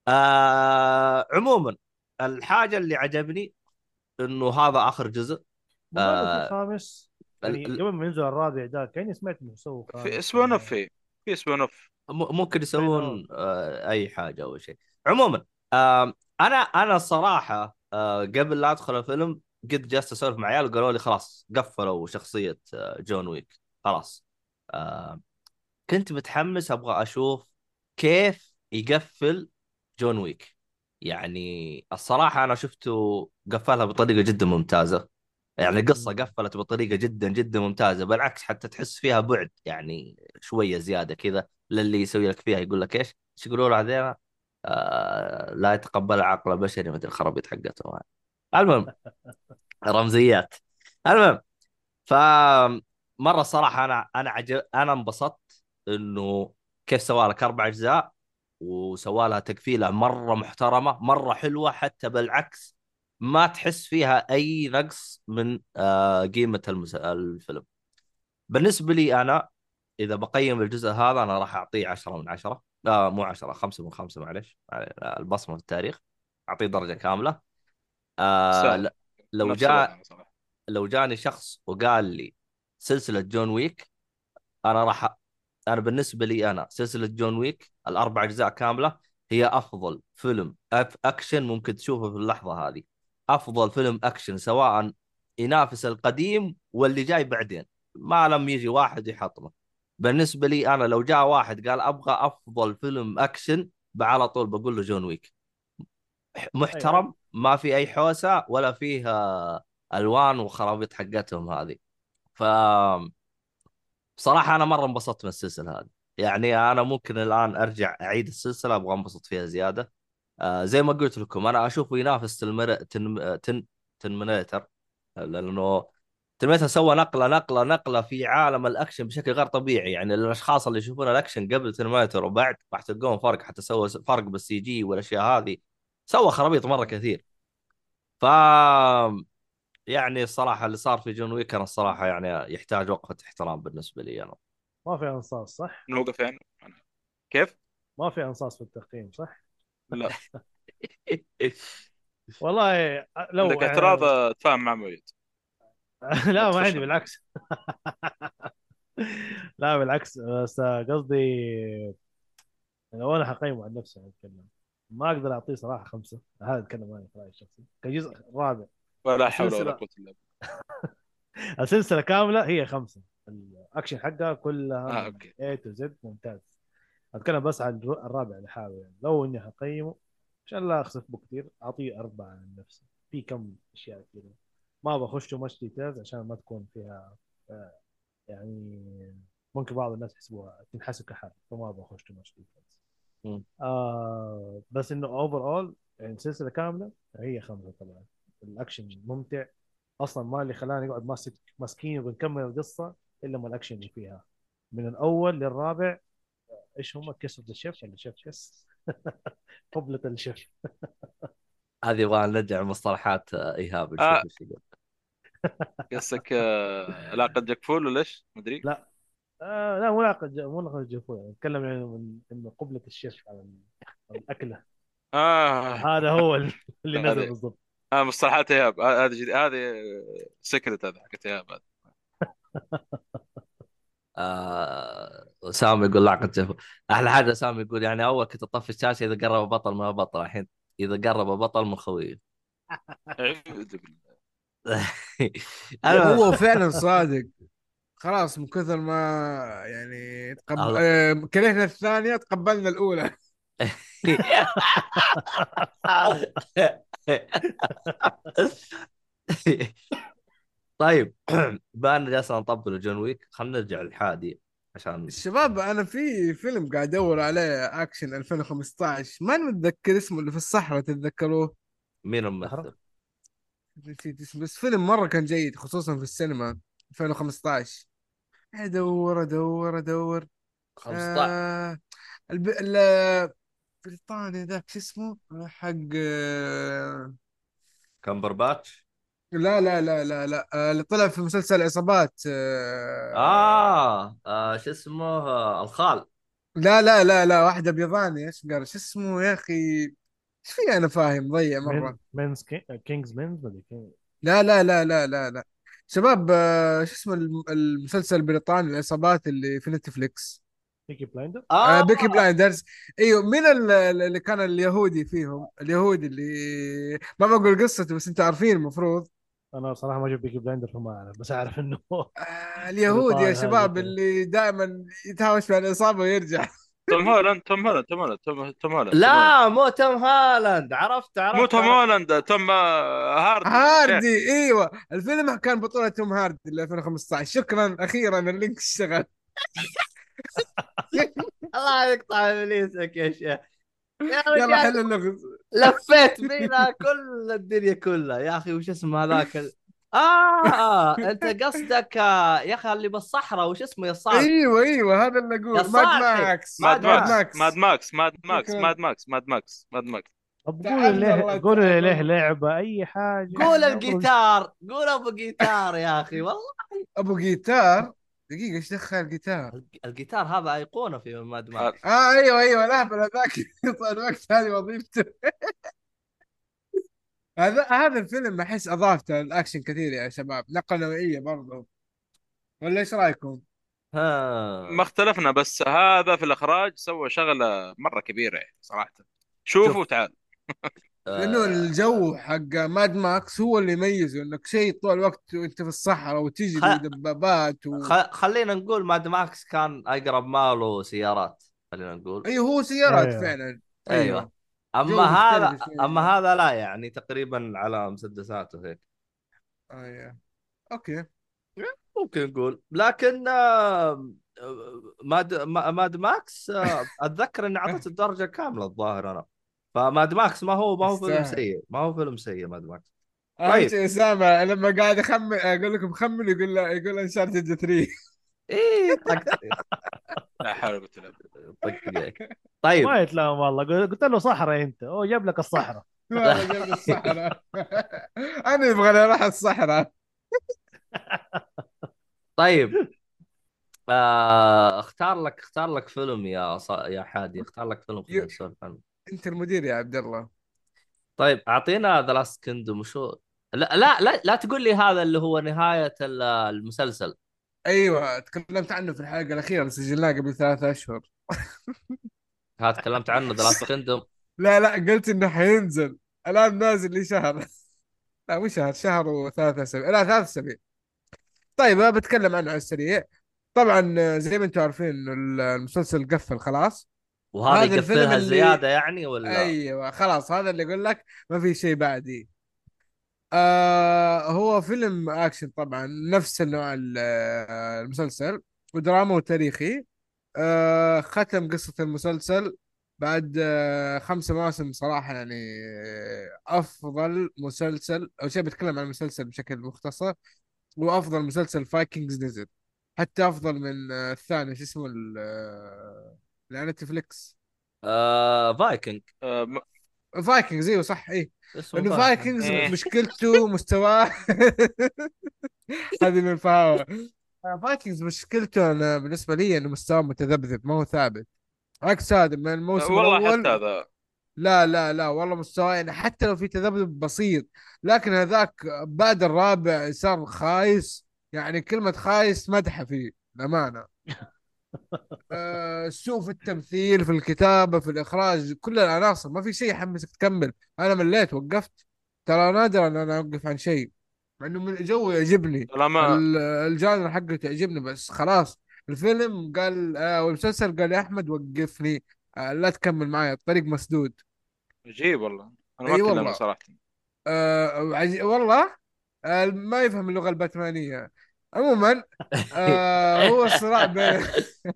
A: عموما الحاجه اللي عجبني انه هذا اخر جزء.
B: ما قالوا في
A: آه
B: خامس؟ يعني
A: ال-
B: قبل ما ينزل الرابع ده كاني سمعت انه سووا
F: في
B: خامس
F: سبون اوف،
B: ولا
F: في سبون اوف.
A: ممكن
B: سبين اوف.
A: يسوون اي حاجه او شيء. عموما انا الصراحه قبل لا ادخل الفيلم قد جلست اسولف مع عيال وقالوا لي خلاص قفلوا شخصيه جون ويك خلاص. آه كنت متحمس ابغى اشوف كيف يقفل جون ويك. يعني الصراحه انا شفته قفلها بطريقه جدا ممتازه، يعني القصه قفلت بطريقه جدا جدا ممتازه، بالعكس حتى تحس فيها بعد يعني شويه زياده كذا للي يسوي لك فيها، يقول لك ايش يقولوا له هذين؟ لا يتقبل عقل بشري مثل الخرابيط حقتهم. المهم رمزيات. المهم ف مره الصراحه انا انبسطت انه كيف سوى لك 4 اجزاء وسوى لها تقفيله مره محترمه مره حلوه، حتى بالعكس ما تحس فيها اي نقص من قيمه الفيلم. بالنسبه لي انا اذا بقيم الجزء هذا انا راح اعطيه 10 من 10. لا مو 10، 5 من 5 معلش، البصمه في التاريخ اعطيه درجه كامله.
F: سهل.
A: لا لو
F: نفس الوضع
A: جاء
F: أنا صراحه.
A: لو جاني شخص وقال لي سلسلة جون ويك، أنا راح أنا بالنسبة لي أنا سلسلة جون ويك ال4 أجزاء كاملة هي أفضل فيلم أكشن ممكن تشوفه في اللحظة هذه. أفضل فيلم أكشن سواء ينافس القديم واللي جاي بعدين، ما لم يجي واحد يحطمه. بالنسبة لي أنا لو جاء واحد قال أبغى أفضل فيلم أكشن على طول بقول له جون ويك.
B: ايوه
A: محترم ما في أي حوسة ولا فيه ألوان وخرابيط حقتهم هذه. ف بصراحة أنا مرة انبسطت من السلسلة هذه. يعني أنا ممكن الآن أرجع أعيد السلسلة، أبغى أنبسط فيها زيادة. زي ما قلت لكم أنا أشوفه ينافس تنمينيتر، لأنه تنمينيتر سوى نقلة في عالم الأكشن بشكل غير طبيعي. يعني الأشخاص اللي يشوفون الأكشن قبل تنمينيتر وبعد راح تلقون فرق، حتى سوى فرق بالسي جي والأشياء هذه، سوى خرابيط مرة كثير. ف يعني الصراحة اللي صار في جون ويك أنا الصراحة يعني يحتاج وقفة احترام بالنسبة لي أنا.
B: ما في انصاص صح؟
F: نوقف يعني كيف؟
B: ما في انصاص في التقييم صح؟
F: لا.
B: والله لو
F: عندك اعتراض اتفاهم مع مويد. لا
B: لا ما عندي
F: تفشل معي.
B: بالعكس. لا بالعكس، بس قصدي لو انا حقيمه عن نفسي اتكلم، ما اقدر اعطيه صراحه 5. هذا اتكلم انا في رايي الشخصي كجزء رابع.
F: ولا حول ولا
B: السلسله
F: قوه الا بالله.
B: السلسله كامله هي 5. الاكشن حقها كلها من
F: اوكي.
B: A to Z ممتاز. اتكلم بس عن الرابع لحاله، يعني لو اني حقيمه عشان لا اخسف بو كثير اعطيه 4 عن نفسي. في كم اشياء كذا ما بخش ماتش ديتيلز عشان ما تكون فيها يعني ممكن بعض الناس يحسبوها تنحسب كحرق، فما بخش ماتش ديتيلز.
A: مم.
B: بس انه اوفر اول يعني سلسله كامله هي 5 طبعا. الاكشن ممتع، اصلا ما اللي خلاني اقعد ماسكين وبنكمل القصه الا ما الاكشن اللي فيها من الاول للرابع. ايش هم كيس اوف ذا شيف ولا شيف كيس؟ قبلة الشيف.
A: هذه يبغى نرجع مصطلحات ايهاب نشوف
F: آه
A: ايش يقول.
F: قصدك علاقة جاك فول ولا ايش؟ مدري.
B: لا لا مو علاقة جوفو، نتكلم يعني من انه قبلة الشيف على على الاكله.
F: اه
B: هذا هو اللي نزل
F: هذه
B: بالضبط.
F: مصطلحات ايهاب. هذه هذه سكرت، هذا حقت ايهاب هذا.
A: سامي يقول لعقة جفو. احلى حاجه سامي يقول يعني اول كنت اطفي الشاشه اذا قرب بطل ما بطل، الحين اذا قرب بطل من خويه.
F: أعوذ بالله.
A: المهم
C: هو فعلا صادق. خلاص من كثر ما يعني
A: الله.
C: كرهنا الثانية تقبلنا الأولى. طيب بقى أنا جالس نطبل جون ويك، خلينا نرجع للحادي عشان الشباب أنا في فيلم قاعد أدور عليه أكشن 2015 ما متذكر اسمه، اللي في الصحراء تتذكروه؟
A: مين
B: صحراء.
A: الممثل؟
C: نسيت اسمه بس فيلم مرة كان جيد خصوصا في السينما 2015. أدور
A: 15
C: آه البريطاني ذاك شو اسمه حق
A: كمبر باتش.
C: لا اللي طلع في مسلسل عصابات
A: شو اسمه الخال.
C: لا واحدة بيضاني ايش قال شو اسمه يا اخي، ايش في انا فاهم ضيع مرة.
B: كينجز مينز ولا
C: لا شباب شو اسمه المسلسل البريطاني العصابات اللي في نتفليكس.
B: بيكي بلايندر.
A: اه
C: بيكي بلايندرز. ايوه مين اللي كان اليهودي فيهم، اليهودي اللي ما بقول قصته بس انت عارفين المفروض.
B: انا صراحه ما شفت بيكي بلايندر فما اعرف، بس اعرف انه
C: اليهودي يا
B: بريطاني حاجه زي
C: شباب
B: كذا.
C: اللي دائما يتهاوش مع العصابة ويرجع.
F: توم هولاند.
A: لا مو توم هالاند، عرفت
F: مو
A: عرفت
F: توم
A: عرفت.
F: هولاند، توم هاردي يا شيخ.
C: هاردي ايوه الفيلم كان بطولة توم هاردي اللي 2015. شكرا اخيرا اللينك اشتغل.
A: الله يقطع ابليسك يا شيخ. يا
C: يلا
A: رجال
C: حلو اللغز.
A: لفيت بينا كل الدنيا كلها يا اخي. وش اسمه هذاك انت قصدك يا اخي اللي بالصحراء، وش اسمه يا صالح؟
C: ايوه هذا اللي
A: يا
C: اقول ماد
A: صالحي
C: ماكس.
A: ماد
F: ماد
C: ماد
F: ماكس
A: ماكس.
F: ماد
C: ماكس
F: ماكس ماد ماكس
C: شكرا.
F: ماد ماكس ماد ماكس ماد ماكس.
B: طب
C: تعال الله
B: قولوا لي
C: تعال.
B: لعبه اي حاجه
A: قول
B: يعني اضرب.
A: الجيتار، قول ابو جيتار يا اخي والله.
C: ابو جيتار. دقيقة ايش دخل الجيتار؟
A: الجيتار هذا ايقونه في ماد
F: آه،
A: ماكس.
C: ايوه الاهبل هذاك. الوقت هذه وظيفته. هذا الفيلم احس اضافته الاكشن كثير يا شباب، نقله نوعيه برضه، ولا ايش رايكم؟
F: ما
A: ها
F: اختلفنا، بس هذا في الاخراج سوى شغله مره كبيره يعني صراحه. شوفوا
A: شوف
F: تعال.
C: لانه
A: آه
C: الجو حق ماد ماكس هو اللي يميزه، انك شيء طول الوقت وانت في الصحراء
A: خ...
C: وتجري ودبابات
A: خلينا نقول ماد ماكس كان اقرب ماله سيارات، خلينا نقول.
C: ايوه هو سيارات
B: ايوه
C: فعلا.
A: ايوه.
C: ايوه جو
A: اما
C: مختلف
A: اما
C: شويه.
A: هذا لا يعني تقريبا على مسدسات وهيك.
C: ايوه اوكي.
A: ممكن نقول لكن ماد ماكس اتذكر اني اعطيت الدرجه كامله الظاهر انا. فماد ماكس ما هو فيلم
C: يستاهل.
A: سيء، ما هو فيلم سيء ماد ماكس.
C: اهم
A: طيب
C: شيء اسامه لما قاعد اخمن اقول لكم خمن يقول انشارتد 3.
A: ايه
F: لا حول ولا قوه الا بالله.
A: طق عليك. طيب
B: ما يتلام والله، قلت له صحراء انت، هو جاب لك الصحراء.
C: والله جاب الصحراء. انا يبغى اروح الصحراء.
A: طيب اختار لك فيلم يا حادي، اختار لك فيلم خلينا نسولف عنه.
C: انت المدير يا عبد الله.
A: طيب اعطينا ذا لاست كيندوم وشو. لا تقول لي هذا اللي هو نهاية المسلسل.
C: ايوه تكلمت عنه في الحلقه الاخيره سجلناه قبل 3 اشهر.
A: ها تكلمت عنه ذا لاست كيندوم.
C: لا قلت انه حينزل. الان نازل لي شهر. لا مو شهر، شهر و3 اسابيع، لا 3 اسابيع. طيب أنا بتكلم عنه على السريع. طبعا زي ما انتم عارفين إنه المسلسل قفل خلاص.
A: وهذا
C: هذا الفيلم
A: يقفلها
C: اللي
A: زيادة يعني ولا؟
C: ايوه خلاص هذا اللي يقول لك ما في شيء بعدي. هو فيلم اكشن طبعا نفس النوع المسلسل، ودراما وتاريخي. ختم قصة المسلسل بعد 5 مواسم صراحة يعني أفضل مسلسل أو شيء بتكلم عن المسلسل بشكل مختصر. وأفضل مسلسل فايكنجز نزل، حتى أفضل من الثاني شو اسمه اللي على نتفليكس.
A: فايكنج.
F: آه،
C: فايكنجز، ايوه صح، ايه.
A: اسمه
C: لانه
A: فايكنج.
C: فايكنجز
F: ايه
C: مشكلته مستواه. هذه من الفهاوة. فايكنجز مشكلته انا بالنسبه لي انه مستواه متذبذب، ما هو ثابت. عكس هذا من الموسم
F: والله حتى
C: الاول.
F: هذا.
C: لا لا لا والله مستواه يعني حتى لو في تذبذب بسيط، لكن هذاك بعد الرابع صار خايس. يعني كلمة خايس مدحة فيه الأمانة. سوء في التمثيل، في الكتابة، في الإخراج، كل العناصر ما في شيء يحمسك تكمل. أنا مليت وقفت. ترى نادرا أن أنا أوقف عن شيء، مع إنه من الجو يعجبني.
F: لا ما
C: الجانر حقه تعجبني، بس خلاص. الفيلم قال والمسلسل قال يا أحمد وقفني. لا تكمل معي، الطريق مسدود.
F: عجيب والله. انا ما
C: اي
F: اتكلم
C: والله.
F: صراحة.
C: والله. ما يفهم اللغة الباتمانية. عموما. هو الصراع بين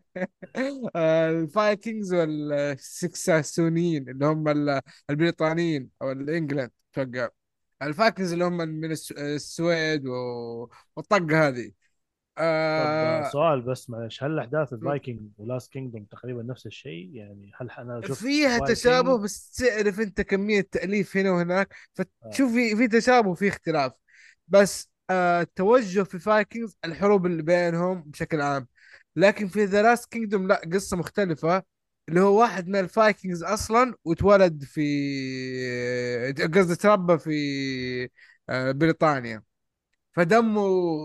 C: الفايكنجز والسكساسونيين اللي هم البريطانيين او الانجلند اتوقع. الفايكنجز اللي هم من السويد والطقة هذه.
B: طب
C: آه،
B: سؤال بس معلش، هل احداث الفايكنج ولاست كينجدوم تقريبا نفس الشيء؟ يعني هل انا شفت
C: فيها تشابه،
B: فايكنج؟
C: بس تعرف انت كمية تأليف هنا وهناك، فتشوف في تشابه، في اختلاف. بس التوجه في فايكنجز الحروب اللي بينهم بشكل عام. لكن في ذا لاست كينجدوم لا، قصة مختلفة. اللي هو واحد من الفايكنجز اصلا واتولد في قصدي تربى في بريطانيا. فدمه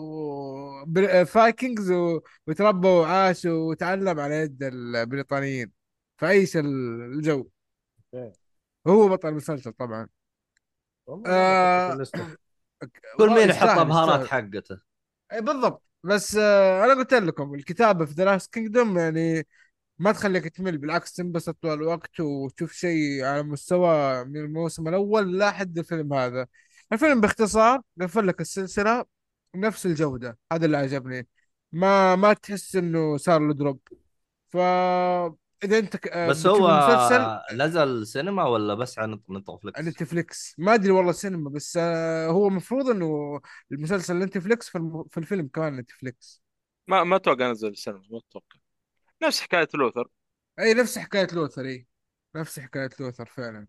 C: فايكنجز وتربى وعاش وتعلم على يد البريطانيين، فعيش الجو.
B: اوكي.
C: هو بطل المسلسل طبعا.
B: والله يلا حطه في
C: آه
B: الليسته.
A: كل
C: والله
A: مين يحط
C: يستاهل
A: بهارات
C: يستاهل.
A: حقته.
C: أي بالضبط، بس انا قلت لكم الكتابة في ذا لاست كينجدوم يعني ما تخليك تمل، بالعكس تنبسط طول الوقت وتشوف شيء على مستوى من الموسم الاول لحد الفيلم هذا. الفيلم باختصار قفل لك السلسلة نفس الجودة، هذا اللي عجبني. ما تحس انه صار له دروب. ف اذا انت
A: بس هو
C: بتشوف المسلسل.
A: نزل سينما ولا بس على نتفليكس؟
C: نتفليكس ما ادري والله سينما، بس هو المفروض انه المسلسل نتفليكس في الفيلم كمان نتفليكس.
F: ما اتوقع نزل السينما، ما اتوقع. نفس حكاية لوثر.
C: اي نفس حكاية لوثر، اي نفس حكاية لوثر فعلا.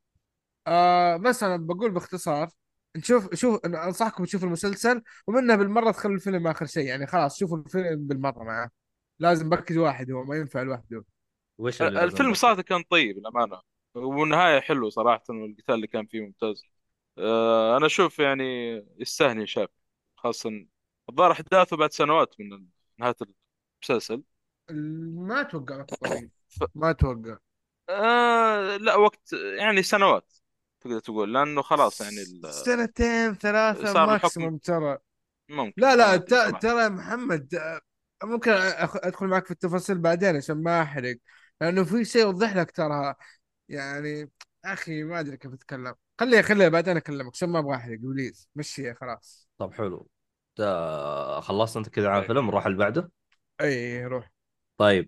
C: بس انا بقول باختصار، نشوف أنا انصحكم تشوفوا المسلسل، ومنها بالمرة تخلوا الفيلم اخر شيء، يعني خلاص شوفوا الفيلم بالمرة معاه. لازم بركز واحد، هو ما ينفع لوحده.
A: وش اللي لازم
F: الفيلم
A: بركز؟
F: صراحة كان طيب الأمانة، والنهاية حلوة صراحة، والقتال اللي كان فيه ممتاز. أنا أشوف يعني يستاهل ينشاف، خاصة الظاهر أحداثه بعد سنوات من نهاية المسلسل.
C: ما اتوقع وقت طويل.
F: ف...
C: ما اتوقع.
F: لا، وقت يعني سنوات تقدر تقول، لأنه خلاص يعني
C: سنتين ثلاثة
F: صار الحكم.
C: ماكسيموم ترى.
F: ممكن
C: لا لا
F: ما أدري صراحة.
C: ترى يا محمد، ممكن ادخل معك في التفاصيل بعدين عشان ما احرق. لانه في شيء يوضح لك ترى. يعني اخي ما ادري كيف اتكلم. خليها بعدين اكلمك عشان ما ابغى احرق، بليز مشي خلاص.
A: طب حلو. خلصت انت كذا عن
F: طيب.
A: الفيلم، نروح اللي بعده.
C: اي روح.
A: طيب.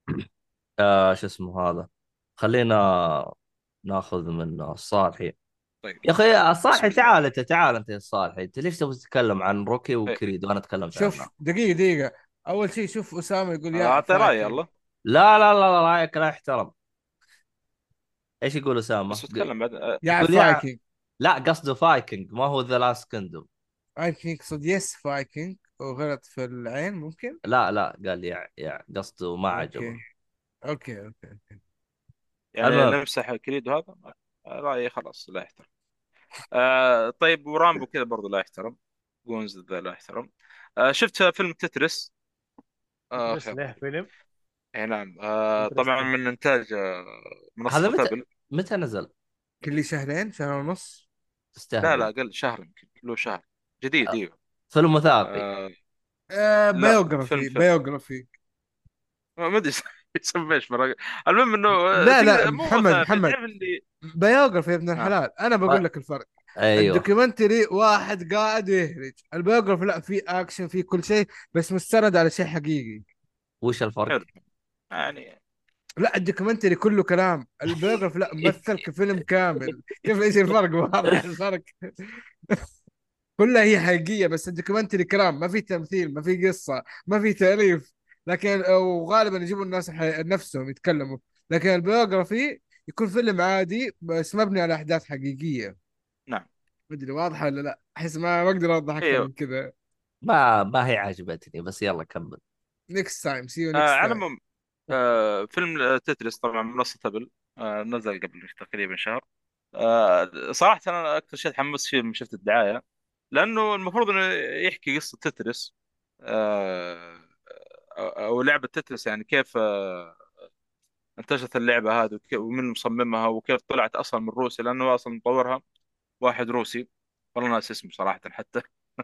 A: شو اسمه هذا؟ خلينا ناخذ من الصالحي.
F: طيب.
A: يا اخي
F: بسم
A: الصالحي،
F: الله.
A: تعال انت يا الصالحي، انت ليش تبغى تتكلم عن روكي
F: طيب.
A: وكريد وانا تكلمت عنها؟
C: شوف دقيقة دقيقة. اول شيء شوف اسامة يقول يا
F: أعطي رأيي
C: فايكنج.
F: يلا.
A: لا لا لا لا، رايك لا يحترم. ايش يقول اسامه؟
F: بس بتكلم بعد
C: يا
A: يقول يا،
C: فايكنج.
A: لا قصده فايكنج ما هو ذا لاست كندوم.
C: فايكنج يقصد يس فايكنج، وغلط في العين ممكن.
A: لا لا، قال يا قصده ما عجبه.
C: اوكي اوكي.
F: يعني
A: المهم،
F: نمسح كريد وهذا. رأيي خلاص لا يحترم. طيب، ورامبو كذا برضو لا يحترم. جونز ذا لا يحترم. شفت فيلم تترس؟
B: تدرس
F: أخي
B: ليه
F: أخوي.
B: فيلم؟
F: اي نعم، طبعا
B: انترستنج.
F: من إنتاج
A: هذا
F: منصة
A: متى
F: أبل.
A: نزل؟
C: كل شهرين شهر ونص.
F: لا لا،
A: تستهبل.
F: أقل شهر، يمكن له شهر. جديد، ايوه.
A: فيلم وثائقي.
F: آه لا،
C: بايوغرافي
F: فيلم.
C: بايوغرافي.
F: ما ادري يسمى ايش المهم انه
C: لا
F: تقدر مو وثائقي،
C: محمد،
F: تعرف اللي.
C: بايوغرافي يا ابن
F: ها.
C: الحلال، انا بقول لك الفرق.
A: ايوه.
C: الدوكيومنتري واحد قاعد يهرج، البايوغرافي لا، في اكشن في كل شيء، بس مستند على شيء حقيقي.
A: وش الفرق؟
F: حلو يعني.
C: لا الدوكيومنتري كله كلام، البيوغرافي لا ممثل كفيلم كامل. كيف ايش الفرق؟ واضح الفرق. كلها هي حقيقية، بس الدوكيومنتري كلام، ما في تمثيل، ما في قصة، ما في تأليف. لكن وغالبا يجيبوا الناس نفسهم يتكلموا. لكن البيوغرافي يكون فيلم عادي بس مبني على أحداث حقيقية.
F: نعم.
C: ما أدري واضحة ولا لا، أحس ما أقدر أوضح أكثر
F: ايوه.
C: من كذا.
A: ما هي عجبتني، بس يلا كمل.
C: next time see you next
F: على
C: time.
F: العموم، فيلم تترس طبعا منصة ابل، نزل قبل تقريبا شهر. صراحة أنا أكثر شيء تحمست فيه لما شفت الدعاية، لأنه المفروض إنه يحكي قصة تترس، أو لعبة تترس، يعني كيف انتجت اللعبة هذه، ومن مصممها، وكيف طلعت أصلا من روسيا، لأنه أصلا مطورها واحد روسي، والله ناس اسمه صراحة حتى.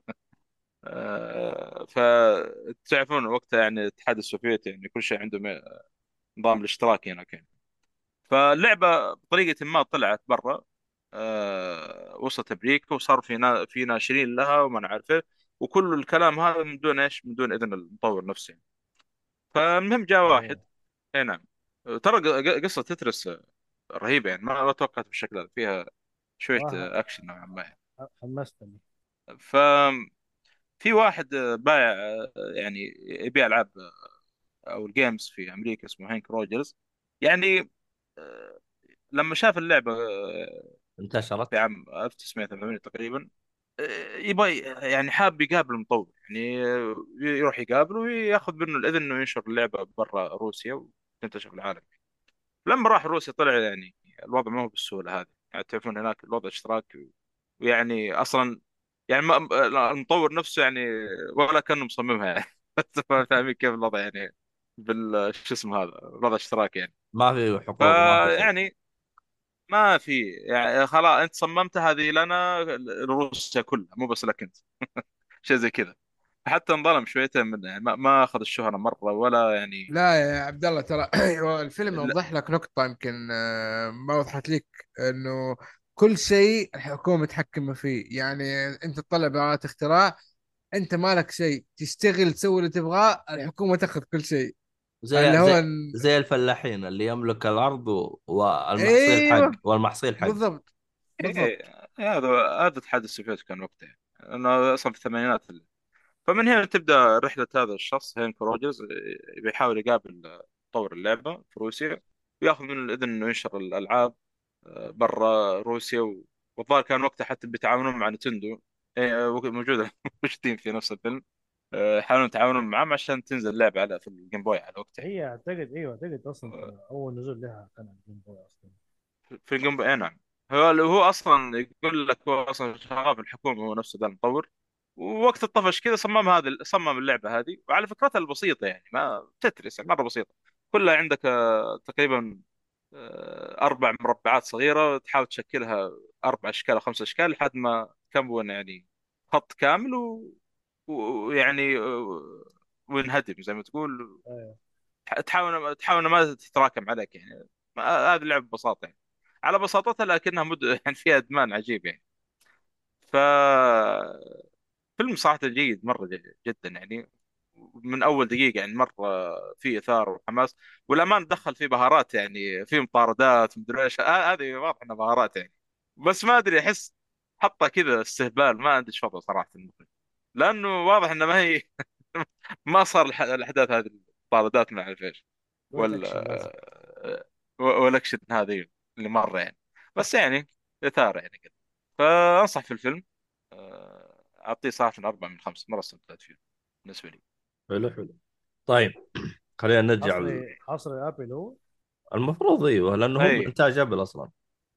F: فتعرفون وقتها يعني الاتحاد السوفيتي يعني كل شيء عندهم نظام الاشتراكي هناك يعني. فاللعبة بطريقة ما طلعت برا، وصلت أمريكا، وصار في ناشرين لها وما نعرف إيه، وكل الكلام هذا من دون إيش، من دون إذن المطور نفسه يعني. فالمهم جاء واحد.
B: إيه.
F: اي نعم. ترى قصة تترس رهيبة يعني، ما توقعت بالشكل هذا، فيها شوية
B: صراحة
F: أكشن نوعا ما يعني.
B: حمستني.
F: ففي واحد بايع، يعني يبيع ألعاب أو الجيمز في أمريكا، اسمه هانك روجرز. يعني لما شاف اللعبة في
A: انتشرت.
F: عام 1980 تقريبا، يبغى يعني حاب يقابل المطور يعني، يروح يقابله وياخذ منه الإذن إنه ينشر اللعبة برا روسيا وتنتشر في العالم. لما راح روسيا طلع يعني الوضع ما هو بالسهولة هذه، يعني تعرفون هناك الوضع اشتراكي، ويعني أصلا يعني المطور نفسه يعني ولا كانه مصممها يعني. فاهمين كيف الوضع يعني، شو اسمه هذا، الوضع اشتراكي يعني.
A: ما في حقوق، ما في شيء.
F: فيعني ما في، يعني خلاص انت صممت هذه لنا، لروسيا كلها مو بس لك انت. شيء زي كذا. حتى انظلم شويتين منه يعني، ما اخذ الشهرة مرة ولا يعني.
C: لا يا عبد الله ترى الفيلم
F: لا.
C: يوضح لك نقطة يمكن ما وضحت لك، انه كل شيء الحكومة متحكمة فيه. يعني انت تطلع براءة اختراع، انت مالك شيء، تشتغل تسوي اللي تبغاه، الحكومة تاخذ كل شيء.
A: زي
C: اللي هو
A: زي زي الفلاحين اللي يملك الارض والمحصيل حق،
C: ايوه
A: والمحصيل حق.
C: بالضبط
F: إيه،
C: بالضبط.
F: هذا الاتحاد السوفيتي كان وقتها، انه اصلا في الثمانينات. فمن هنا تبدا رحلة هذا الشخص هينك روجرز، بيحاول يقابل مطور اللعبة في روسيا، وياخذ منه الاذن انه ينشر الالعاب برا روسيا. والظاهر كان وقتها حتى بيتعاونون مع نتندو، موجودة موجودين في نفس الفيلم. يحاولون يتعاونون معهم عشان تنزل اللعبة على في الجيم بوي على وقتها.
B: هي اعتقد، ايوه اعتقد اصلا
F: آه،
B: اول نزول لها كان على الجيم بوي اصلا.
F: في الجيم بوي، نعم. هو اصلا يقول لك هو اصلا شغال في الحكومة، هو نفسه ذا المطور. ووقت الطفش كذا صمم اللعبة هذه، وعلى فكرتها البسيطة يعني، ما تترس يعني مرة بسيطة. كلها عندك تقريبا 4 مربعات صغيرة، تحاول تشكلها 4 أشكال أو 5 أشكال لحد ما تكون يعني خط كامل، ويعني وينهدم زي ما تقول.
B: ايه.
F: تحاول ما تتراكم عليك يعني. هذه اللعبة ببساطة يعني، على بساطتها لكنها يعني فيها إدمان عجيب يعني. ف فيلم صراحة جيد مرة، جدا يعني. من أول دقيقة يعني مرة في إثارة وحماس، والأمان دخل فيه بهارات يعني، في مطاردات مدري إيش، هذه واضح إنها بهارات يعني. بس ما أدري، أحس حطها كذا استهبال، ما عندي فضل صراحة المخرج، لأنه واضح إنه ما هي ما صار الأحداث هذه، المطاردات ما أعرف إيش،
B: شوية
F: وال
B: اكشن لازم.
F: والأكشن هذه اللي مرة يعني. بس يعني إثارة يعني كذا. فأنصح في الفيلم، أعطيه صراحة 4 من 5، مرة استمتعت فيه بالنسبة لي.
A: حلو حلو. طيب خلينا نرجع
B: حصري ابل هو.
A: المفروض ايوه، لانه هو
F: أي.
A: انتاج ابل اصلا.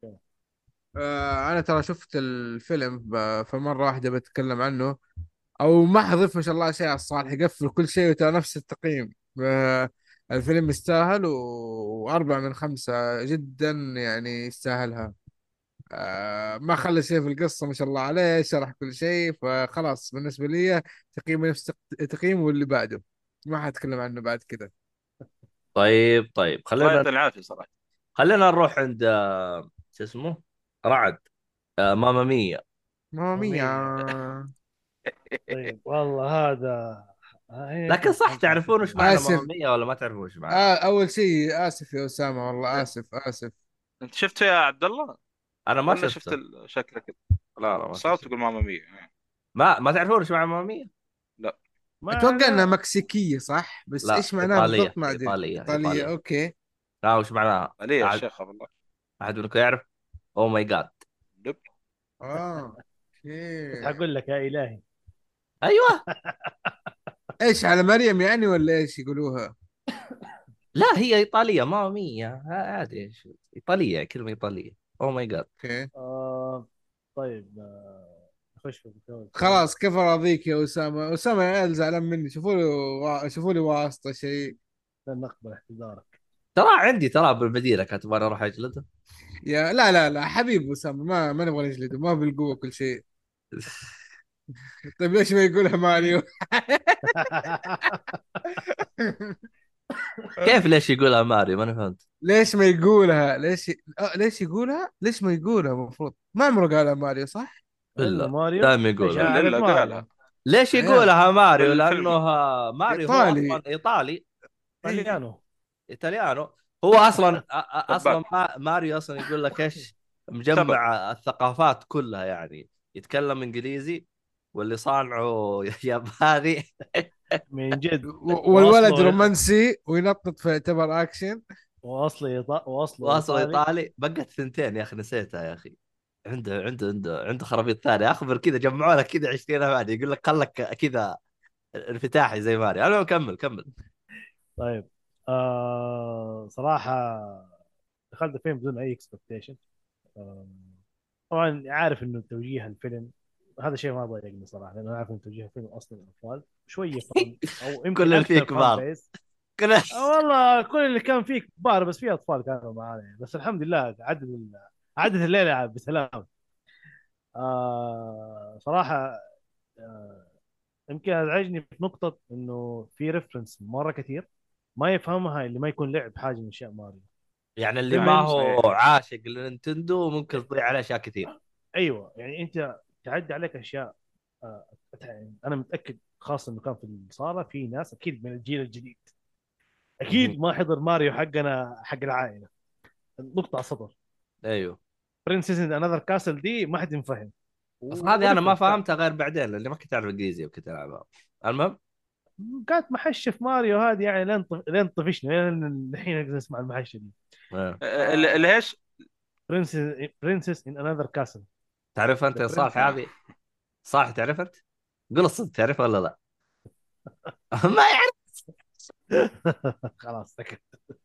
C: انا ترى شفت الفيلم فمرة واحدة بتكلم عنه، او ما حضيف ما شاء الله شيء على الصالح، يقفل كل شيء وترى نفس التقييم. الفيلم يستاهل، و4 من 5 جدا يعني يستاهلها. ما خلى شيء في القصة ما شاء الله عليه، شرح كل شيء، فخلاص بالنسبة لي تقييمه نفس تقييمه واللي بعده، ما حتكلم عنه بعد كذا.
A: طيب
F: الله
A: خلينا
F: يعطي العافية صراحة.
A: نروح عند شو اسمه، رعد. ماما مية.
C: ماما ميا.
B: مية. طيب والله هذا
A: لكن صح تعرفون وش معنى
C: آسف.
A: مامية ولا ما تعرفون وش معنى؟
C: اول شيء اسف يا اسامه، والله اسف.
F: انت شفته يا عبد الله
A: انا ما
F: ولا شفت
A: شفته.
F: شكله كذا؟
A: لا ما
F: صارت
A: شفته.
F: تقول ماما مية.
A: ما تعرفون وش معنى مامية؟
F: لا
B: ما
C: اتوقع انها
B: أنا...
C: مكسيكيه صح، بس
A: لا
C: ايش معناها
A: ايطالية
C: بالضبط ما ادري.
A: ايطالية
C: ايطاليه،
A: ايطالية.
C: اوكي.
A: لا وش معناها؟
F: علي يا
A: احد
F: شيخ والله.
A: أحد منكم يعرف؟ او ماي جاد.
F: دب.
C: اه
B: كنت
C: اوكي.
B: حقول لك يا الهي.
A: ايوه.
C: ايش على مريم يعني ولا ايش يقولوها؟
A: لا هي ايطالية مامية عادي ايطالية كلمة ايطالية. او ماي جاد.
C: اوكي
B: طيب نخش في الكورة.
C: خلاص، كيف اراضيك يا اسامه؟ اسامه يا عيال زعلان مني، شوفوا لي واسطه شيء.
B: لن نقبل اعتذارك.
A: ترى عندي ترى بالمدينة كاتب انا اروح اجلده.
C: يا لا حبيبي اسامه، ما نبغى نجلده، ما بالقوه كل شيء. طيب ليش ما يقولها ماريو؟
A: كيف ليش يقولها ماريو؟ ما انا فهمت.
C: ليش ما يقولها؟ ليش يقولها؟ ليش ما يقولها؟ المفروض ما عمره قالها ماريو صح؟
B: الا
A: الا
B: ماريو.
A: دائما
B: ليش
A: يقولها.
F: الا
B: اعرف
F: الا
B: ماريو
F: قالها
A: ليش
C: عيال
A: يقولها ماريو؟
F: بالفيلم.
A: لانه ماريو هو
C: ايطالي.
A: اصلا ايطالي.
C: إيه.
B: طليانو.
A: ايطاليانو. هو اصلا
F: دباك.
A: اصلا ماريو اصلا يقول لك ايش؟
F: سبق.
A: مجمع الثقافات كلها يعني. يتكلم انجليزي واللي صانعه ياباني.
B: من جد.
C: والولد
B: واصله
C: رومانسي وينطط في يعتبر اكشن.
B: واصله
A: واصلا
B: ايطالي.
A: ايطالي. بقت ثنتين يا اخي نسيتها يا اخي. عنده خرابيط ثانيه اخبر كذا جمعوا لك كذا 20 بعد يقول لك خلك كذا انفتاحي زي ماريو. انا كمل.
B: طيب صراحه دخلت الفيلم بدون اي اكسبكتيشن. طبعا عارف انه توجيه الفيلم هذا شيء ما ضايقني صراحه، لانه عارف انه توجيه الفيلم اصلا اطفال شويه فن او
A: كل
B: يمكن
A: اللي فيه
B: اكثر فان
A: كبار.
B: بيس.
A: كل
B: والله كل اللي كان فيه كبار بس في اطفال كانوا معانا يعني. بس الحمد لله عدت الليله بسلام. صراحه آه يمكن ازعجني في نقطه انه في ريفرنس مره كثير ما يفهمها اللي ما يكون لعب حاجه من اشياء ماريو.
A: يعني اللي ما
B: فيلم
A: هو عاشق للنينتندو ممكن تضيع عليه اشياء كثير.
B: ايوه يعني انت تعدي عليك اشياء. آه يعني انا متاكد خاصه انه كان في الصاله في ناس اكيد من الجيل الجديد
A: مهم.
B: اكيد ما حضر ماريو حقنا حق العائله. نقطه على السطر.
A: ايوه.
B: برنسس ان انذر كاسل دي ما حد ينفهم.
A: اصلا هذه انا ما
B: وريفرنس كان
A: فهمتها غير بعدين لاني ما كنت اعرف انجليزي وكنت العبها. المهم
B: كانت محشه في ماريو هذه يعني لين طفشنا لين الحين نقدر نسمع المحشه دي.
A: إيه.
F: اللي ايش؟
B: برنسس ان انذر كاسل.
A: تعرف انت
B: ذا
A: يا صالح
B: برنس.
A: هذه؟ صالح تعرف انت؟ قول الصدق تعرفها ولا لا؟ ما يعرف.
B: خلاص سكت.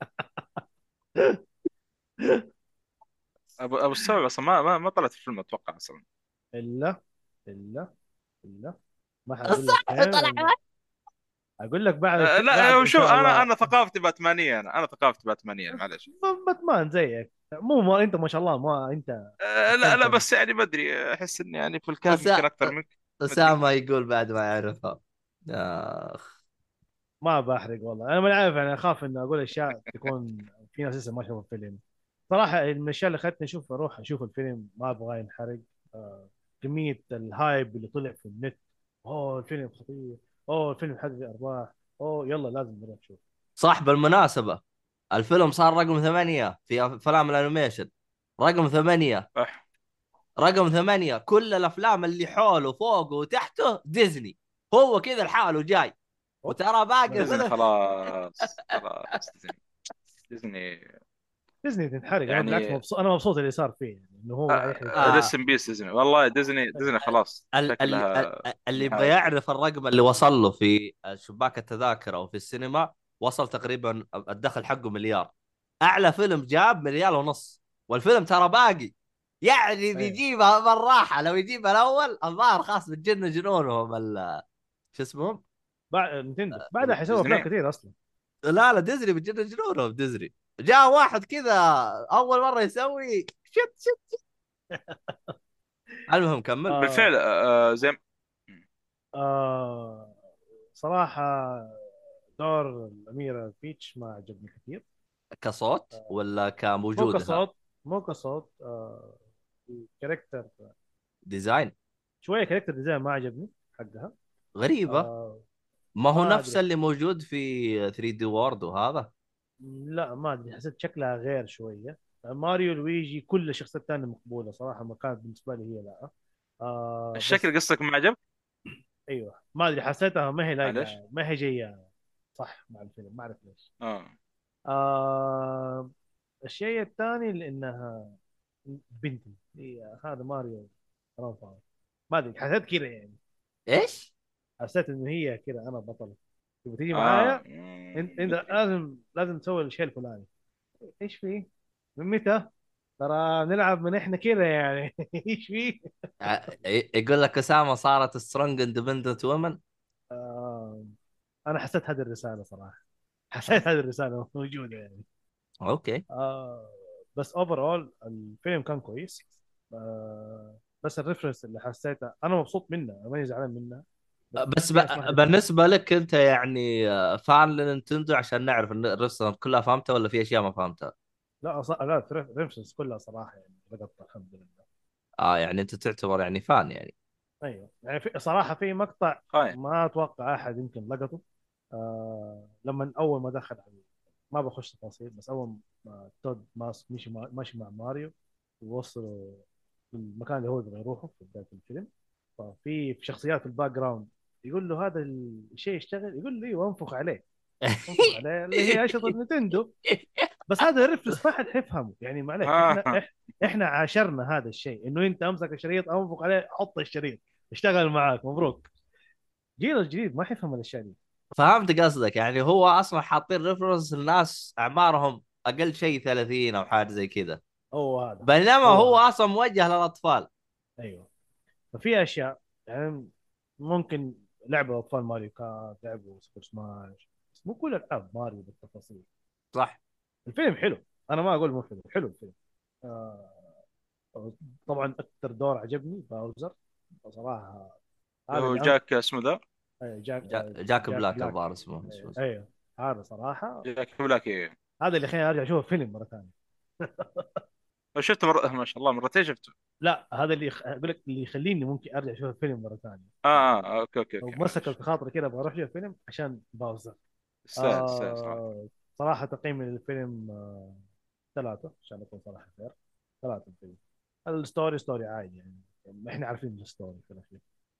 F: ابو السبع اصلا ما طلعت في الفيلم اتوقع اصلا.
B: الا الا الا ما حقول لك
A: الصح
B: فين
A: طلع.
B: اقول لك بعد
F: لا
B: بعد ان
F: شوف،
B: شاء
F: انا
B: الله.
F: انا ثقافتي باتمانيه، انا ثقافتي باتمانيه معلش.
B: باتمان زيك مو ما انت ما شاء الله ما انت
F: لا
B: تنتمي.
F: بس يعني ما ادري، احس اني يعني في الكهف
A: أسا...
F: يمكن اكثر منك. ما ادري.
A: اسامه يقول بعد ما يعرفها. اخ.
B: ما بحرق والله انا ما عارف يعني اخاف اني اقول اشياء تكون في ناس لسه ما شافوا الفيلم. صراحه من الاشياء اللي خلتني اروح اشوف الفيلم ما ابغى ينحرق. كميه الهايب اللي طلع في النت. اوه الفيلم خطير. اوه الفيلم حقق ارباح. اوه يلا لازم نروح نشوف.
A: صح بالمناسبه الفيلم صار رقم 8 في افلام الانيميشن. رقم 8.
F: أح.
A: رقم 8 كل الافلام اللي حوله فوقه وتحته ديزني. هو كذا لحاله جاي.
B: أوف.
A: وترى باقي
F: ديزني
A: الفيلم.
F: خلاص ديزني
B: ديزني تنحرق انا بالعكس
F: يعني.
B: مبسوط. انا مبسوط اللي صار فيه يعني انه هو قاعد يحرق فيه.
A: آه
F: ريست ان بيس ديزني والله. ديزني خلاص شكلها
A: اللي يبغى
F: نهاية.
A: يعرف الرقم اللي وصل له في شباك التذاكر او في السينما وصل تقريبا الدخل حقه مليار. اعلى فيلم جاب مليار ونص. والفيلم ترى باقي. يعني
B: أيوة.
A: بيجيبها بالراحه لو يجيبها الاول الظاهر خاص بتجن جنونهم شو اسمهم.
B: بعد نتندو بعدها حيسوي افلام
F: ديزني.
B: كثير اصلا.
A: لا ديزني بتجن جنونهم ديزني. جاء واحد كذا اول مره يسوي شت. المهم كمل.
B: آه
F: بالفعل زي
B: آه صراحه دور الاميره بيتش ما عجبني كثير.
A: كصوت ولا
B: مو
A: كوجودها؟
B: كصوت مو كصوت كاركتر.
A: ديزاين
B: شويه كاركتر ديزاين ما عجبني حقها.
A: غريبه.
B: آه
A: ما هو
B: ما
A: نفس
B: ادري،
A: اللي موجود في 3 دي وورد وهذا.
B: لا ما ادري، حسيت شكلها غير شويه. ماريو لويجي كل الشخصيات الثانيه مقبوله صراحه، ما كانت بالنسبه لي هي لا. بس
F: الشكل قصدك ما عجب؟
B: ايوه ما ادري، حسيتها ما هي
F: معلش.
B: لايقه، ما هي جايه صح مع الفيلم، ما اعرف ليش.
F: اه
B: آه الشيء الثاني لانها بنتي، هي هذا ماريو حرام فاهم. ما ادري حسيت كذا يعني،
A: ايش؟
B: حسيت انه هي كذا انا بطل، تبغى تيجي
F: اه
B: معايا، انت لازم تسوي الشيء الفلاني. ايش فيه؟ من متى؟ ترى نلعب من احنا كذا يعني. ايش فيه؟
A: يقول لك اسامه صارت سترونج اندبندنت وومن.
B: آه انا حسيت هذه الرساله صراحه، حسيت هذه الرساله موجوده يعني.
A: اوكي.
B: آه بس اوفر اول الفيلم كان كويس. بس الريفرنس اللي حسيته انا مبسوط منه، انا ماني زعلان منه، بس
A: بس
B: في ناس ما حد.
A: بالنسبه لك انت يعني فان لنينتندو عشان نعرف ان الرسم كلها فهمتها ولا في اشياء ما فهمتها؟
B: لا الريفرنس كلها صراحه يعني لقطه الحمد لله.
A: اه يعني انت تعتبر يعني فان يعني.
B: ايوه يعني صراحه في مقطع
F: خاين.
B: ما اتوقع احد يمكن لقطه. لما اول ما دخل ما بخش تفاصيل، بس اول ما تود ماسك ماشي مع ماريو، ووصلوا المكان اللي هو يبغى يروحه في بدايه الفيلم، ففي شخصيات في الباك جراوند يقول له هذا الشيء يشتغل، يقول له ايوه انفخ عليه، انفخ عليه اللي هي اشرطه نتندو. بس هذا الريفرنس ما حد حيفهمه يعني، معلش
F: ها ها.
B: احنا عاشرنا هذا الشيء، انه انت امسك الشريط انفخ عليه حط الشريط اشتغل معاك مبروك. جيل الجديد ما حيفهم الاشياء دي.
A: فهمت قصدك، يعني هو اصلا حاطين ريفرنس للناس اعمارهم اقل شيء 30 او حاجه زي كذا،
B: هو هذا
A: بينما
B: هو
A: هو
B: هذا
A: اصلا موجه للاطفال.
B: ايوه. ففي اشياء يعني ممكن لعبوا اطفال ماريو كارت، لعبوا سوبر سماش، بس مو كل العاب ماريو بالتفاصيل.
A: صح.
B: الفيلم حلو، انا ما اقول مو حلو، حلو الفيلم. آه طبعا اكثر دور عجبني باوزر صراحه،
F: اللي
B: هذا
F: هو
B: اللي
F: جاك اسمه ذا.
B: جاك
A: جاك
B: جاك
A: بلاك
B: بلاك.
A: الظاهر اسمه.
B: ايوه هذا صراحه،
F: جاك بلاك إيه.
B: هذا اللي خليني ارجع اشوف الفيلم مره ثانيه.
F: شفته ما شاء الله مرتين شفته.
B: لا هذا اللي اقول لك اللي يخليني ممكن ارجع اشوف الفيلم مره ثانيه.
F: اوكي اوكي
B: لو
F: اوكي
B: مسكت
F: معلش.
B: بخاطري كذا ابغى اروح اشوف الفيلم عشان باوزر.
F: يستاهل يستاهل صراحة.
B: صراحه تقييمي للفيلم 3 عشان اكون صراحه خير. 3 الفيلم. ستوري عادي يعني، احنا عارفين الستوري في الاخير.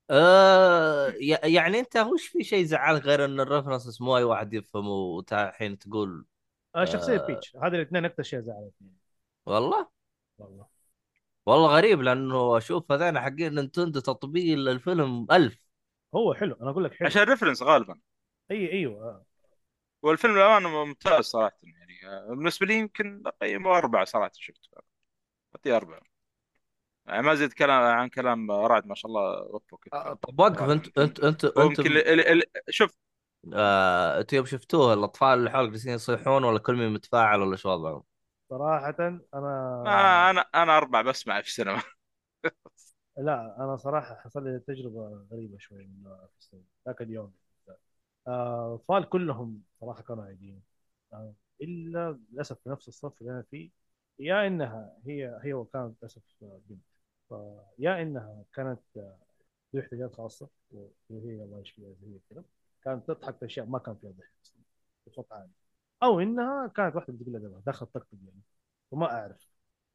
A: يعني انت وش في شيء زعل غير ان الرفرنس مو اي واحد يفهمه الحين تقول؟
B: شخصيه
A: آه
B: بيتش هذه الاثنين اكثر شيء زعلتني
A: والله.
B: والله.
A: والله غريب لانه اشوف هذين حقين نينتندو تطبيل للفيلم 1000.
B: هو حلو، انا اقول لك حلو.
F: عشان ريفرنس غالبا.
B: ايوه
F: والفيلم للأمانة ممتاز صراحة يعني. بالنسبة لي يمكن أقيمه 4 صراحة شفته. أعطيه 4. يعني ما زيد كلام عن كلام رعد ما شاء الله وفقك
A: طب وقف،
F: صراحة. هو يمكن
A: انتم
F: شوف.
A: انتم يوم شفتوه الاطفال اللي حولك جالسين يصيحون ولا كل مين متفاعل ولا شو وضعهم؟
B: صراحه انا
F: أنا 4 بسمع في السينما.
B: لا انا صراحه حصل لي تجربه غريبه شوي من في السينما ذاك اليوم. الاطفال كلهم صراحه كانوا عاديين، الا للاسف في نفس الصف اللي انا فيه، يا انها هي كانت للاسف بنت، فيا انها كانت ذو احتياجات خاصه، وهي الله يشفيها زي كذا، كانت تضحك في اشياء ما كان فيها ضحك أصلاً بصوت عالي، او انها كانت واحده بتقول لها دخلت طقطق يعني، وما اعرف،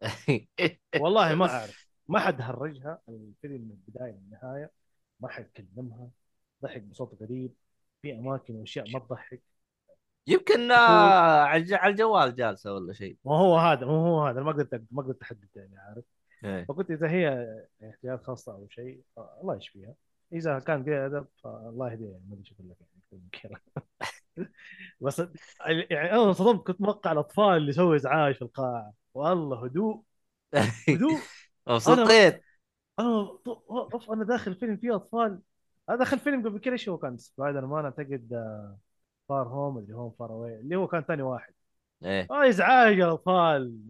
B: والله ما اعرف. ما حد هرجها الفيلم من البدايه للنهايه، ما حد كلمها، ضحك بصوت غريب في اماكن واشياء ما تضحك.
A: يمكن
B: تقول
A: على الجوال جالسه ولا شيء.
B: ما هو هذا ما قدرت احدد يعني عارف.
A: إيه.
B: فقلت اذا هي احتياجات خاصه او شيء الله يشفيها، اذا كان قليل ادب فالله يهديها يعني، ما ادري شو اقول لك يعني أكثر من كذا. بس يعني انا انصدمت، كنت متوقع الاطفال اللي يسوي ازعاج في القاعه، والله هدوء هدوء. انا
A: مبسوطين.
B: انا داخل فيلم فيه اطفال. انا داخل فيلم قبل كذا، ايش هو كان سبايدر مان اعتقد، فار هوم اللي هو فار اواي اللي هو كان ثاني واحد.
A: ايه.
B: ازعاج يا اطفال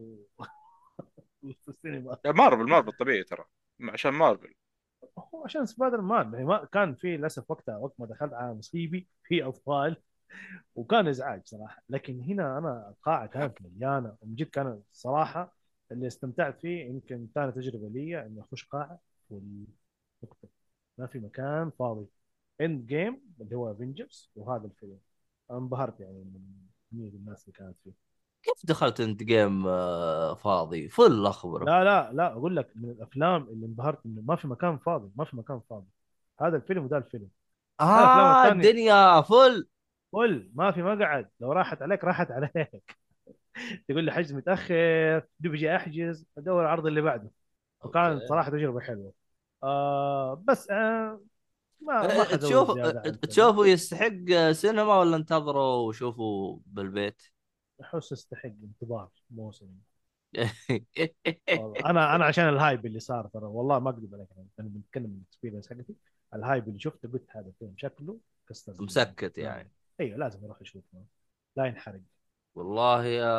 B: في السينما.
F: مارفل طبيعي ترى. عشان مارفل.
B: هو عشان سبايدر مان يعني، ما كان في للاسف وقتها وقت ما دخلت على مصيبي في اطفال، وكان ازعاج صراحه. لكن هنا انا القاعه كانت مليانه ومن جد، كانت صراحه اللي استمتعت فيه يمكن ثاني تجربه لي اني اخش قاعه والنقطه، ما في مكان فاضي، اند جيم اللي هو افنجرز وهذا الفيلم. انبهرت يعني من كمية الناس اللي كانت فيه.
A: كيف دخلت انت جيم فاضي فل اخبره؟
B: لا اقول لك من الافلام اللي انبهرت انه ما في مكان فاضي، ما في مكان فاضي. هذا الفيلم وده الفيلم. الافلام الثانيه
A: الدنيا فل.
B: قول ما في مقعد، لو راحت عليك راحت عليك. تقول لي حجز متاخر، دوب بيجي احجز ادور العرض اللي بعده. وكانت
A: اوكي.
B: صراحه تجربه حلوه. بس ما حزود
A: تشوف
B: زياده عن كذا.
A: تشوفه يستحق سينما ولا انتظره وشوفه بالبيت؟
B: احس يستحق انتظار موسم. والله انا عشان الهايب اللي صار ترى، والله ما اكذب عليك، انا بنتكلم من الاكسبيرينس حقتي. الهايب اللي شفته قلت هذا الفيلم شكله كسر الدنيا.
A: مسكت يعني.
B: ايوه لازم اروح اشوفه، لا ينحرق.
A: والله يا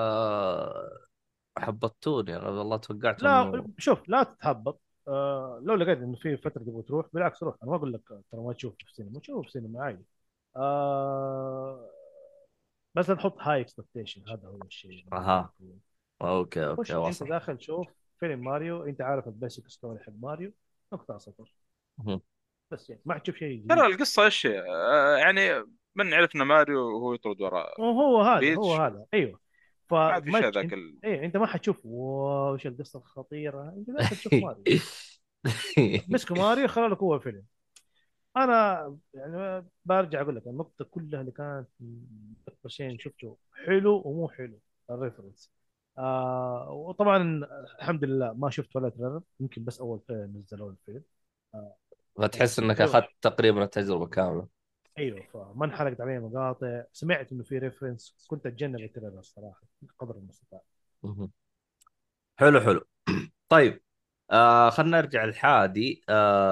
A: حبطتوني انا، والله توقعت
B: لا
A: انه
B: شوف لا تتهبط. لو لقيت انه في فتره تبغى تروح بالعكس روح، انا ما اقول لك ترى ما تشوف في السينما، تشوف في السينما عادي. آه بس لا تحط هاي اكسبكتيشن، هذا هو الشيء اللي بقول لك
A: اها.
B: هو.
A: اوكي اوكي
B: خش انت
A: وصل.
B: داخل شوف فيلم ماريو، انت عارف البيسك ستوري حق ماريو، نقطه سطر.
A: مهم.
B: بس يعني ما حتشوف شيء
F: ترى
B: جديد.
F: القصه ايش هي؟ يعني من عرفنا ماريو وهو يطرد وراء
B: وهو هذا هو
F: بيتش،
B: هذا ايوه.
F: ما في شيء
B: فما
F: ذاك
B: انت ايه انت ما حتشوف واو وش القصه الخطيره، انت داخل تشوف ماريو. مسكوا ماريو خلوا لك هو فيلم. انا يعني برجع اقول لك النقطه كلها اللي كانت اكبر شيء شفته حلو ومو حلو الريفرنس. وطبعا الحمد لله ما شفت ولا تريلر، يمكن بس اول تريلر نزلوا الفيلم. آه
A: فتحس انك
B: حلو.
A: اخذت تقريبا التجربه كامله.
B: ايوه فما انحرقت علي مقاطع، سمعت انه في ريفرنس، كنت اتجنب التريلر الصراحه قدر المستطاع.
A: مهم. حلو حلو. طيب خلينا نرجع لحادي.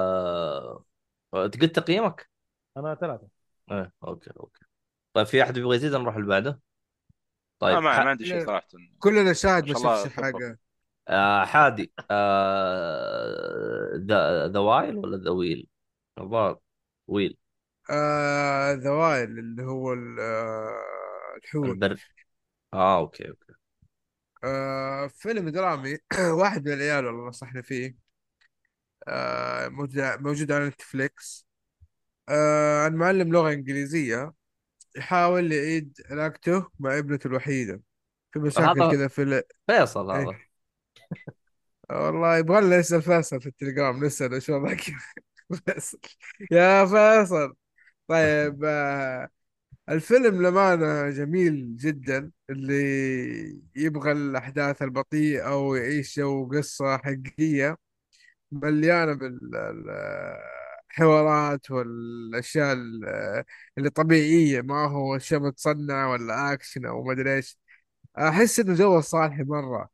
A: قلت تقييمك؟
B: انا ثلاثه.
A: ايه اوكي اوكي. طيب في احد يبغى يزيد نروح اللي بعده؟ طيب
F: ما عندي شيء صراحه.
C: كلنا
F: ما
C: شاهد ما
F: شاء
C: شافش
F: الله توفق.
C: حاجه.
A: حادي ذا وايل ولا ذا ويل؟ الظاهر ويل.
C: ذوائل اللي هو الحوت.
A: البر. اوكي اوكي.
C: فيلم درامي. واحد من العيال والله نصحني فيه. موجود على نتفليكس. عن معلم لغة إنجليزية يحاول يعيد علاقته مع ابنته الوحيدة في مشاكل
A: هذا
C: كذا
A: فيصل
C: إيه.
A: هذا.
C: والله يبغى لنا نسأل فيصل في التليجرام، نسأل شو ذاك. فيصل يا فيصل. طيب الفيلم لمانة جميل جدا، اللي يبغى الأحداث البطيئة أو يعيش جو قصة حقيقية مليانة بالحوارات والأشياء اللي طبيعية، ما هو شيء متصنع ولا أكشن أو ما أدري إيش. أحس إنه جو صالح مرة.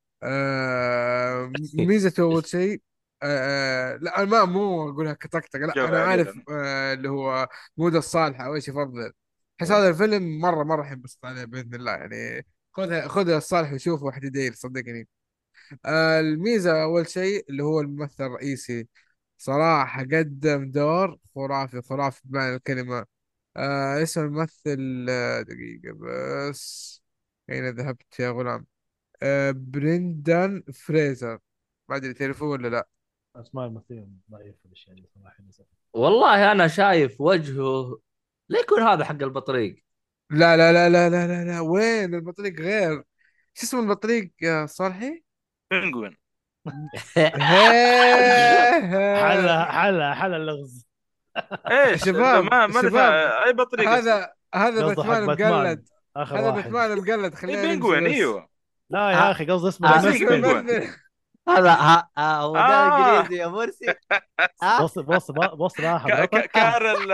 C: ميزته أول شيء. لا أنا ما مو أقولها كطقطقة، لا
F: جو
C: أنا
F: عائلي
C: عارف
F: لنا.
C: اللي هو مود الصالح أو إيش يفضل. أحس هذا الفيلم مرة حينبسط عليه بإذن الله يعني. خذها الصالح وشوفه واحد يدير صدقني. الميزة أول شيء اللي هو الممثل الرئيسي، صراحة قدم دور خرافي خرافي بمعنى الكلمة. اسم الممثل دقيقة بس، أين ذهبت يا غلام؟ بريندان فريزر. ما أدري تعرفوه ولا لا.
B: اسماء الممثلين ضعيف في الاشياء دي صراحه للاسف.
A: والله انا شايف وجهه، لا يكون هذا حق البطريق.
C: لا وين البطريق غير. شو اسمه البطريق يا صالحي؟
F: بنجوين.
B: حلا اللغز.
F: ايش
C: شباب
F: ما
C: شباب،
F: نفع اي بطريقه اسمه.
C: هذا
B: قصده حق
C: باتمان
B: باتمان
C: مقلد.
B: اخر
C: هذا
B: واحد.
C: باتمان مقلد،
F: اي
C: خلينا نمشي
F: بنجوين
C: بس.
F: ايوه.
B: لا يا
A: آه،
B: اخي قصد اسم
A: آه،
F: بطريق
C: اسم
B: الممثل.
F: بنجوين.
C: الممثل.
A: هذا هو ده
F: اه
A: انجليزي يا مرسي. ها.
B: بص بقى حضرتك.
F: كارل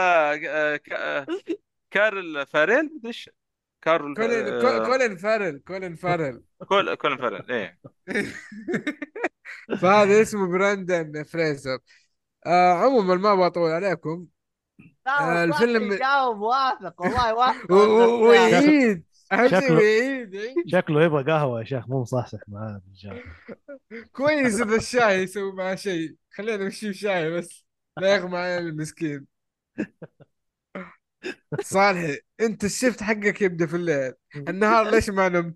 F: كارل فاريل مدري ايش. كارل
C: كولين فارل.
F: كولين فاريل ايه.
C: فهذا اسمه براندن فريزر. عموما ما بطول عليكم.
A: لا صح
C: الفيلم
A: يجاوب، واثق والله واثق من نفسه.
B: شكل
C: ويعيد اهم شيء
B: شكله
C: ويعيد.
B: شكله يبغى قهوه يا شيخ، مو مصحصح معاه الرجال.
C: كويس ان الشاي يسوي معه شيء، خلينا نمشي شاي بس لا يغمى علينا المسكين. صالحي انت الشفت حقك يبدا في الليل، النهار ليش ما نمت؟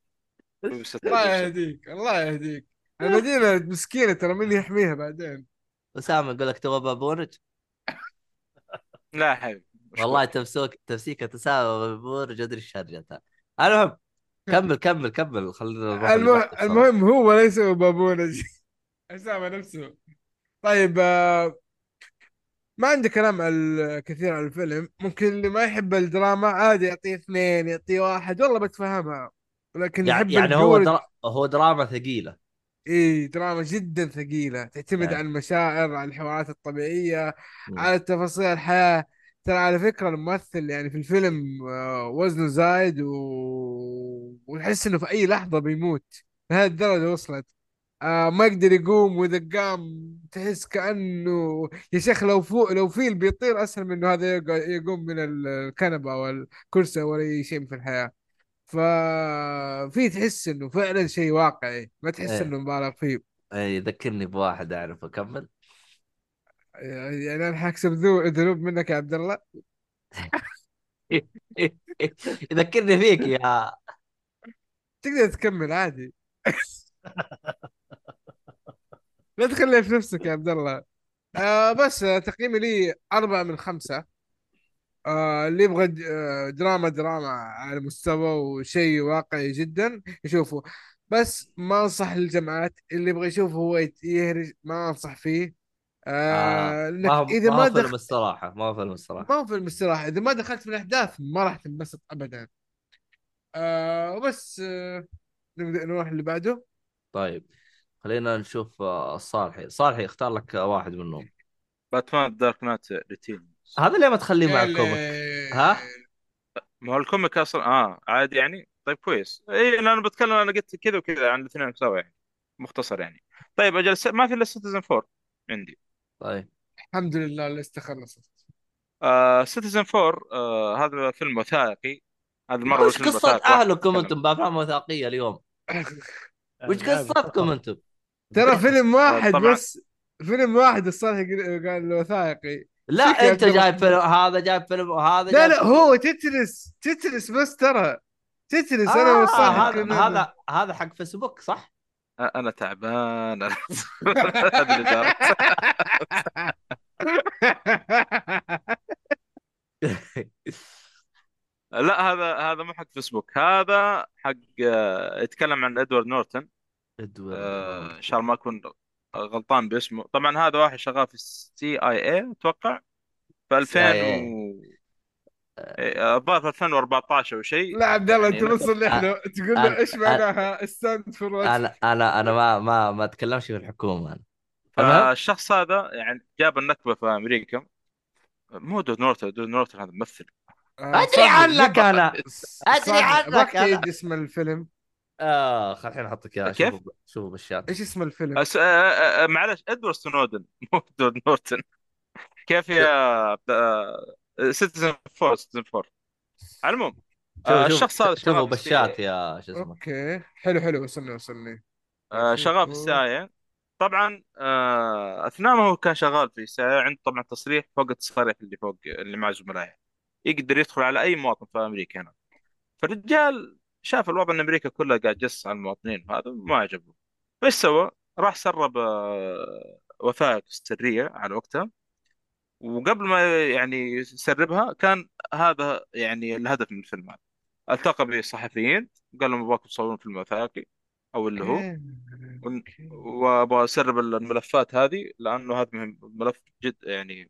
F: بستر
C: الله
F: جبسة.
C: يهديك الله يهديك. المدينة مسكينة ترى، مين يحميها بعدين؟
A: اسامه يقول لك تبغى بابونج.
F: لا يا حبيبي
A: والله
F: مشكور.
A: تمسيكه اسامه بابونج، ادري ايش شرجتها. المهم، كمل خلينا نروح اللي بعده بسرعه.
C: المهم هو ليس بابونج. أسامة نفسه. طيب ما عندي كلام الكثير عن الفيلم. ممكن اللي ما يحب الدراما عادي يعطيه اثنين، يعطيه واحد، والله بتفهمها. لكن يحب
A: يعني
C: البيور.
A: هو دراما ثقيله.
C: ايه دراما جدا ثقيلة، تعتمد
A: إيه.
C: على المشاعر، على الحوارات الطبيعية،
A: مم.
C: على تفاصيل الحياة. ترى على فكرة الممثل يعني في الفيلم وزنه زايد وتحس انه في اي لحظة بيموت. لهذه الدرجة وصلت. ما يقدر يقوم، واذا قام تحس كأنه يا شيخ لو فوق لو فيل بيطير اسهل من انه هذا يقوم من الكنبة او الكرسي او اي شيء في الحياة. ففي تحس انه فعلا شيء واقعي، ما تحس
A: ايه.
C: انه مبالغ فيه.
A: ايه يذكرني بواحد اعرف، اكمل.
C: يعني انا حاكسب ذنوب منك يا عبد الله.
A: يذكرني فيك يا.
C: تقدر تكمل عادي. لا تخليها في نفسك يا عبد الله. بس تقييمي لي 4 من 5. اللي يبغى دراما على مستوى وشيء واقعي جدا يشوفه. بس ما انصح للجماعات. اللي يبغى يشوفه هو يهرج، ما انصح فيه.
A: ما
C: انك
A: هو
C: اذا
A: ما هو
C: ما
A: فيلم الصراحه، ما هو فيلم الصراحه.
C: ما هو فيلم استراحة، اذا ما دخلت في الاحداث ما راح تنبسط ابدا. وبس نبدأ نروح اللي بعده.
A: طيب خلينا نشوف صالحي اختار لك واحد منهم.
F: باتمان دارك نايت ريتين.
A: هذا اللي ما تخليه مع
C: يا
A: الكوميك. ها.
C: ليل.
F: ما هو الكوميك اصلا عادي يعني. طيب كويس، اي انا بتكلم، انا قلت كذا وكذا عن الاثنين سوا يعني، مختصر يعني. طيب اجل ما في الا سيتيزن فور عندي.
A: طيب.
C: الحمد لله اللي استخلصت.
F: سيتيزن فور هذا فيلم وثائقي. هذه المره
A: وش
F: فيلم
A: قصة
F: وثائقي واحد
A: اهلكم
F: يتكلم.
A: انتم بافلام وثائقية اليوم؟ وش
B: يعني عادي
A: قصتكم
B: فقط.
A: انتم؟
C: ترى فيلم واحد
F: طبعا.
C: بس. فيلم واحد الصالح قال وثائقي.
A: لا
C: فيك يا
A: انت
C: عبد الله.
A: جايب فيلم، هذا جايب فيلم، وهذا
C: لا
A: جايب
C: لا
A: فيلم.
C: هو تترس بس ترى. تترس انا والصالح
A: هذا
C: كنا.
A: هذا حق فيسبوك صح؟
F: انا تعبان. هذا اللي دارت. لا هذا مو حق فيسبوك، هذا حق يتكلم عن ادوارد نورتن.
A: ادوارد
F: ان شاء
A: نورتون.
F: الله ما اكون غلطان باسمه. طبعا هذا واحد شغال في السي اي اي اتوقع في
A: سي
F: 2000
A: اي اي.
F: الظاهر في 2014 او شيء
C: لا عبد الله انت
F: يعني
C: بتصلح له تقول له ايش معناها ستاند فور وات.
A: انا ما اتكلمش في الحكومة انا. المهم.
F: فالشخص هذا يعني جاب النكبه في امريكا. مو دود نورتن هذا ممثل.
A: ادري
C: صالح
A: عنك
C: جد.
A: انا. ادري
C: صالح ابغاك
A: عنك انا.
C: تعيد اسم الفيلم.
A: الحين احطك اياه،
F: كيف؟
A: شوفوا بالشات.
C: ايش اسم الفيلم؟
F: معلش ادوارد سنودن مو دود نورتن. كيف يا سيتيزن فور، سيتيزن فور. على العموم الشخص هذا شغال
A: شوفوا
F: في السي.
A: بالشات يا شو اسمه.
C: اوكي حلو وصلني.
F: شغال في السي
C: اشوفه.
F: اي. طبعا اثناء ما هو كان شغال في السي اي عنده طبعا تصريح فوق التصاريح اللي فوق اللي مع زملائه، يقدر يدخل على اي مواطن في امريكا هنا. فالرجال شاف الوضع ان امريكا كلها قاعد تجص على المواطنين، هذا ما عجبه. فايش سوى؟ راح سرب وثائق سريه على وقتها. وقبل ما يعني يسربها كان هذا يعني الهدف من الفيلم هذا. التقى بالصحفيين وقال لهم ابغاكم تصورون فيلم وثائقي او اللي هو،
C: اوكي
F: وابغى اسرب الملفات هذه لانه هذا مهم، ملف جد يعني.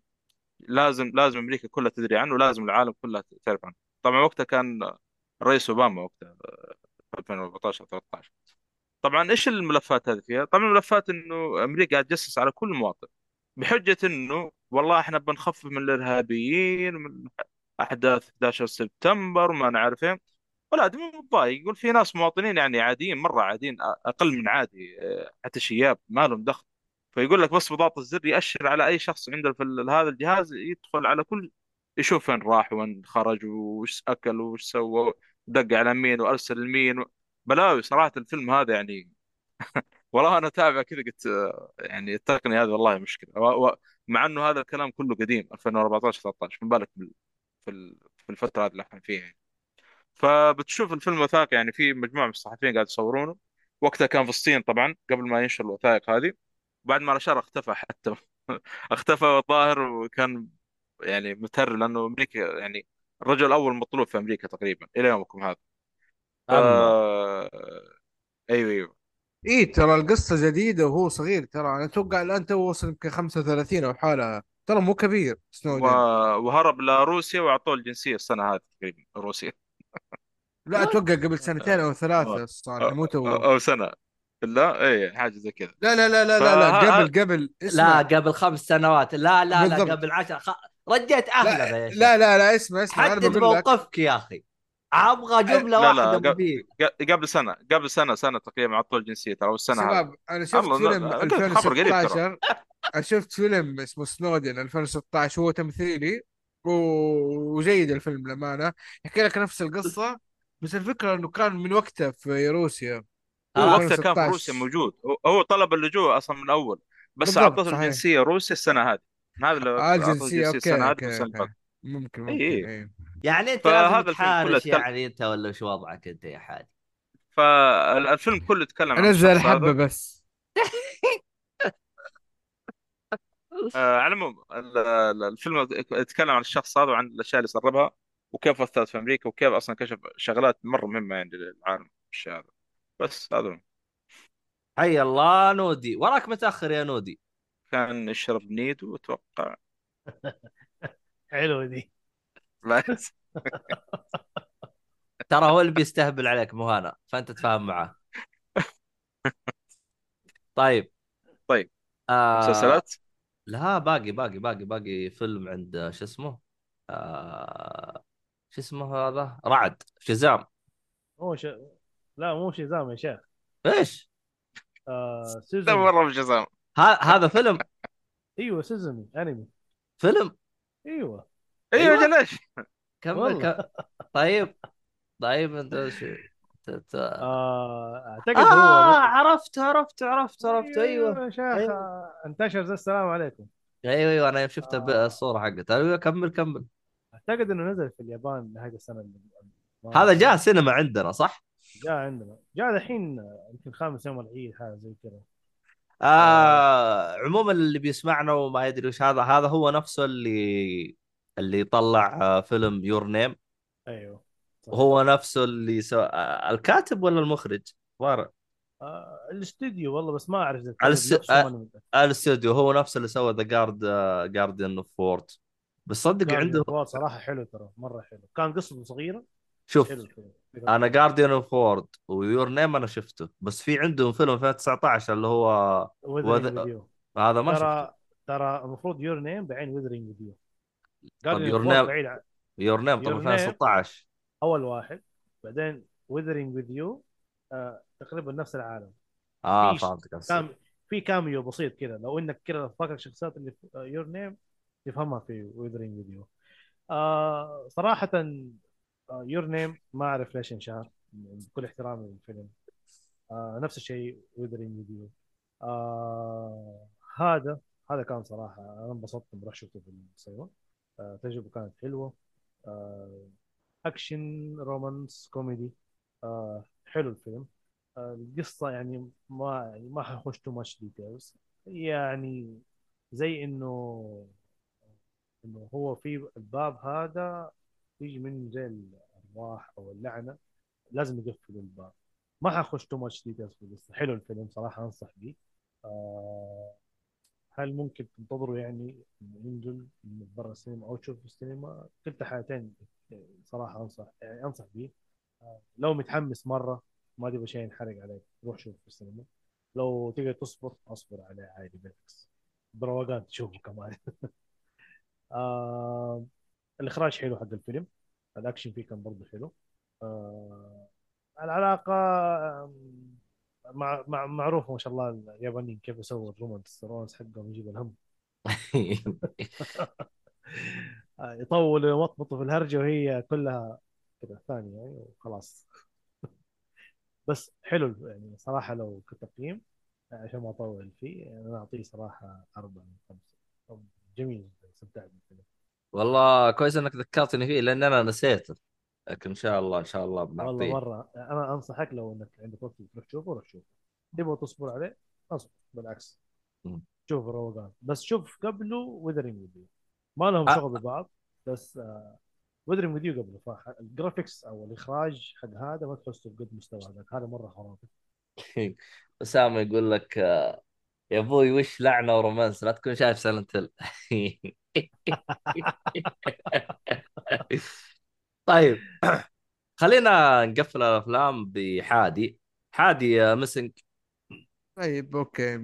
F: لازم امريكا كلها تدري عنه، ولازم العالم كلها تعرف عنه. طبعا وقتها كان الرئيس اوباما وقتها في 2014 13. طبعا ايش الملفات هذه فيها؟ طبعا الملفات انه امريكا قاعد تجسس على كل مواطن بحجة انه والله احنا بنخفف من الارهابيين ومن احداث 11 سبتمبر وما نعرف ايه. ولا دي مو متضايق، يقول في ناس مواطنين يعني عاديين مره عاديين اقل من عادي حتى شياب ما لهم دخل. فيقول لك بس بضغط الزر يأشر على اي شخص عنده في هذا الجهاز، يدخل على كل، يشوف وين راح وين خرج وش اكل وش سوى، دق على مين وارسل لمين بلاوي صراحه الفيلم هذا يعني. والله انا تابع كذا قلت يعني التقنيه هذه والله مشكله مع انه هذا الكلام كله قديم 2014 13، ما بالك في الفتره هذه اللي احنا فيها يعني. فبتشوف الفيلم وثائقي يعني في مجموعه من الصحفيين قاعد يصورونه. وقتها كان في الصين طبعا قبل ما ينشر الوثائق هذه. بعد ما نشر اختفى حتى اختفى الظاهر، وكان يعني متهرب لانه امريكا يعني الرجل الاول مطلوب في امريكا تقريبا الى يومكم هذا. ف
A: الله.
F: ايوه ايوه.
C: ايه ترى القصة جديدة وهو صغير، ترى انا اتوقع الان تو وصل يمكن 35 او حالة، ترى مو كبير
F: و...
C: سنودن.
F: وهرب لروسيا واعطوه الجنسيه السنه هذه تقريبا روسيا.
C: لا اتوقع قبل سنتين او
F: أو...
C: ثلاثة صالح، مو تو.
F: أو سنه. لا اي حاجه زي كذا.
C: لا
F: فها
C: قبل
A: لا
C: اسمع.
A: قبل 5 سنوات، لا
C: بالضبط.
A: قبل 10 رديت اهلنا يا شيخ.
C: لا اسمع انا
A: حدد
C: بقول لك.
A: موقفك يا اخي، ابغى جملة
F: لا لا
A: واحدة مفيدة.
F: قبل سنه تقريبا اعطوه الجنسيه ترى، او السنه هذه.
C: شباب انا شفت
F: الله
C: فيلم
F: قلت خبر قريب ترى.
C: 2016. أنا شفت فيلم اسمه سنودن 2016، هو تمثيلي وجيد الفيلم للأمانة. يحكي لك نفس القصة، بس الفكرة انه كان من وقته في روسيا
F: هو وقتها كان في روسيا
C: 2016.
F: موجود، هو طلب اللجوء اصلا من اول، بس
C: بالضبط
F: اعطته
C: صحيح.
F: الجنسيه روسيا السنه هذه. هذا اللي اعطته
C: الجنسية
F: الجنسيه السنه
C: اوكي
F: هذه
C: اوكي
F: والسنه اللي
C: اوكي.
F: فاتت.
C: ممكن
F: اي اي.
C: اي.
A: يعني انت لازم
F: فهذا الفيلم كله
A: تحارش يعني انت، ولا وش وضعك انت يا حاج؟
F: فالفيلم كله يتكلم عن
C: انزل
F: الشخص
C: الحبة
F: هذا.
C: بس.
F: على العموم الفيلم يتكلم عن الشخص هذا وعن الاشياء اللي سربها، وكيف اثرت في امريكا، وكيف اصلا كشف شغلات مره مهمه يعني للعالم الشيء هذا. بس هذا هو.
A: حي الله نودي، وراك متاخر يا نودي.
F: كان يشرب نيدو اتوقع.
B: حلوه دي.
F: بس
A: ترى هو اللي بيستهبل عليك مو انا، فانت تفاهم معاه. طيب.
F: طيب.
A: آه
F: مسلسلات.
A: لا باقي فيلم عند شو اسمه، آه شو اسمه هذا، رعد شزام.
B: مو ش... لا مو شيزام يا شيخ.
A: ايش
F: ده
B: سيزون.
F: مره بجزام.
A: هذا فيلم؟
B: ايوه سيزون انمي.
A: فيلم.
B: ايوه
F: ايوه
A: ايوه،
F: اجل ليش.
A: كمل
B: والله.
A: طيب. طيب انت
B: اعتقد هو
A: عرفت ايوه.
B: ايوه يا شيخ،
A: ايوه
B: انتشر زي السلام عليكم.
A: ايوه انا شفت
B: آه
A: الصورة حقته. ايوه كمل.
B: اعتقد انه نزل في اليابان نهاية السنة
A: هذا جاء
B: الماضية.
A: سينما عندنا صح؟
B: جاء عندنا، جاء الحين يمكن خامس يوم العيد حاجة زي كذا. آه
A: عموما اللي بيسمعنا وما يدري وش هذا هو نفسه اللي طلع فيلم يور نيم.
B: ايوه صحيح.
A: وهو نفسه اللي الكاتب ولا المخرج ظهر
B: الاستوديو والله، بس ما اعرف اذا
A: على
B: الكاتب نفسه ماني متأكد.
A: الاستوديو. هو نفسه اللي سوى ذا جارديان اوف وورد. بس صدق
B: جارديان
A: عنده.
B: فوات صراحة حلو ترى، مرة حلو، كان قصته صغيرة بس
A: شوف
B: حلو الفيلم، فكرته
A: انا
B: حلوة.
A: جارديان اوف وورد ويور نيم انا شفته، بس في عندهم فيلم 2019 اللي هو
B: وذرينج وذ
A: وذ...
B: يو.
A: هذا ما شفته.
B: ترى المفروض يور نيم بعدين وذرينج وذ يو.
A: طب
B: جارديان
A: يور
B: فوات
A: نيم،
B: بعيد عن
A: طب
B: يور نيم.
A: 2016.
B: اول واحد، بعدين وذرينج وذ يو. تقريبا نفس العالم. في
A: فهمتك قصدك.
B: كام في كاميو بسيط كذا، لو انك كذا فاكر الشخصيات اللي في يور نيم تفهمها في وذرينج وذ يو. صراحة يور نيم ما اعرف ليش انشهر، بكل احترامي للفيلم. نفس الشيء وذرينج وذ يو. هذا كان صراحة انا انبسطت لما رحت شفته في السينما. تجربة كانت حلوة. آه اكشن رومانس كوميدي. حلو الفيلم. القصة يعني ما حخش تو ماتش ديتيلز. يعني زي انه هو في الباب هذا يجي منه زي الارواح او اللعنة، لازم يقفلوا الباب. ما حخش تو ماتش ديتيلز في القصة. حلو الفيلم صراحة، انصح به. آه هل ممكن تنتظروا يعني إنه ينزل من برا السينما او تشوف في السينما؟ كلتا حالتين صراحة انصح به. لو متحمس مرة ما تبغى شيء ينحرق عليك، روح شوف في السينما. لو تقدر اصبر عليه عادي بالعكس، بروقان تشوفه كمان. آه الإخراج حلو حق الفيلم. الأكشن فيه كان برضه حلو. العلاقة معروف ما شاء الله اليابانيين كيف يسووا الرومانس حقهم يجيب الهم. يطولوا يمطمطوا في الهرجة وهي كلها كذا ثانية يعني وخلاص. بس حلو يعني صراحة، لو كتقييم عشان ما أطول فيه أنا أعطيه صراحة 4 من 5. جميل جدا، استمتعت بالفيلم.
A: والله كويس انك ذكرتني فيه لان انا نسيته، لكن ان شاء الله
B: والله
A: بنعطيه.
B: مرة أنا أنصحك، لو إنك عندك وقت تروح تشوفه روح شوفه. تبغى تصبر عليه، أصبر بالعكس. شوف روقان، بس شوف قبله وذرينج وذ، ما لهم
A: أ-
B: شغل ببعض، بس وذرينج وذ قبله، فالجرافيكس او الاخراج حق هذا ما تحسه بقد مستوى هذاك، هذا مره خرافي.
A: اسامه يقول لك يا ابوي وش لعنه ورومانس، لا تكون شايف سايلنت هيل. طيب خلينا نقفل الافلام بحادي. حادي مسنج.
C: طيب اوكي،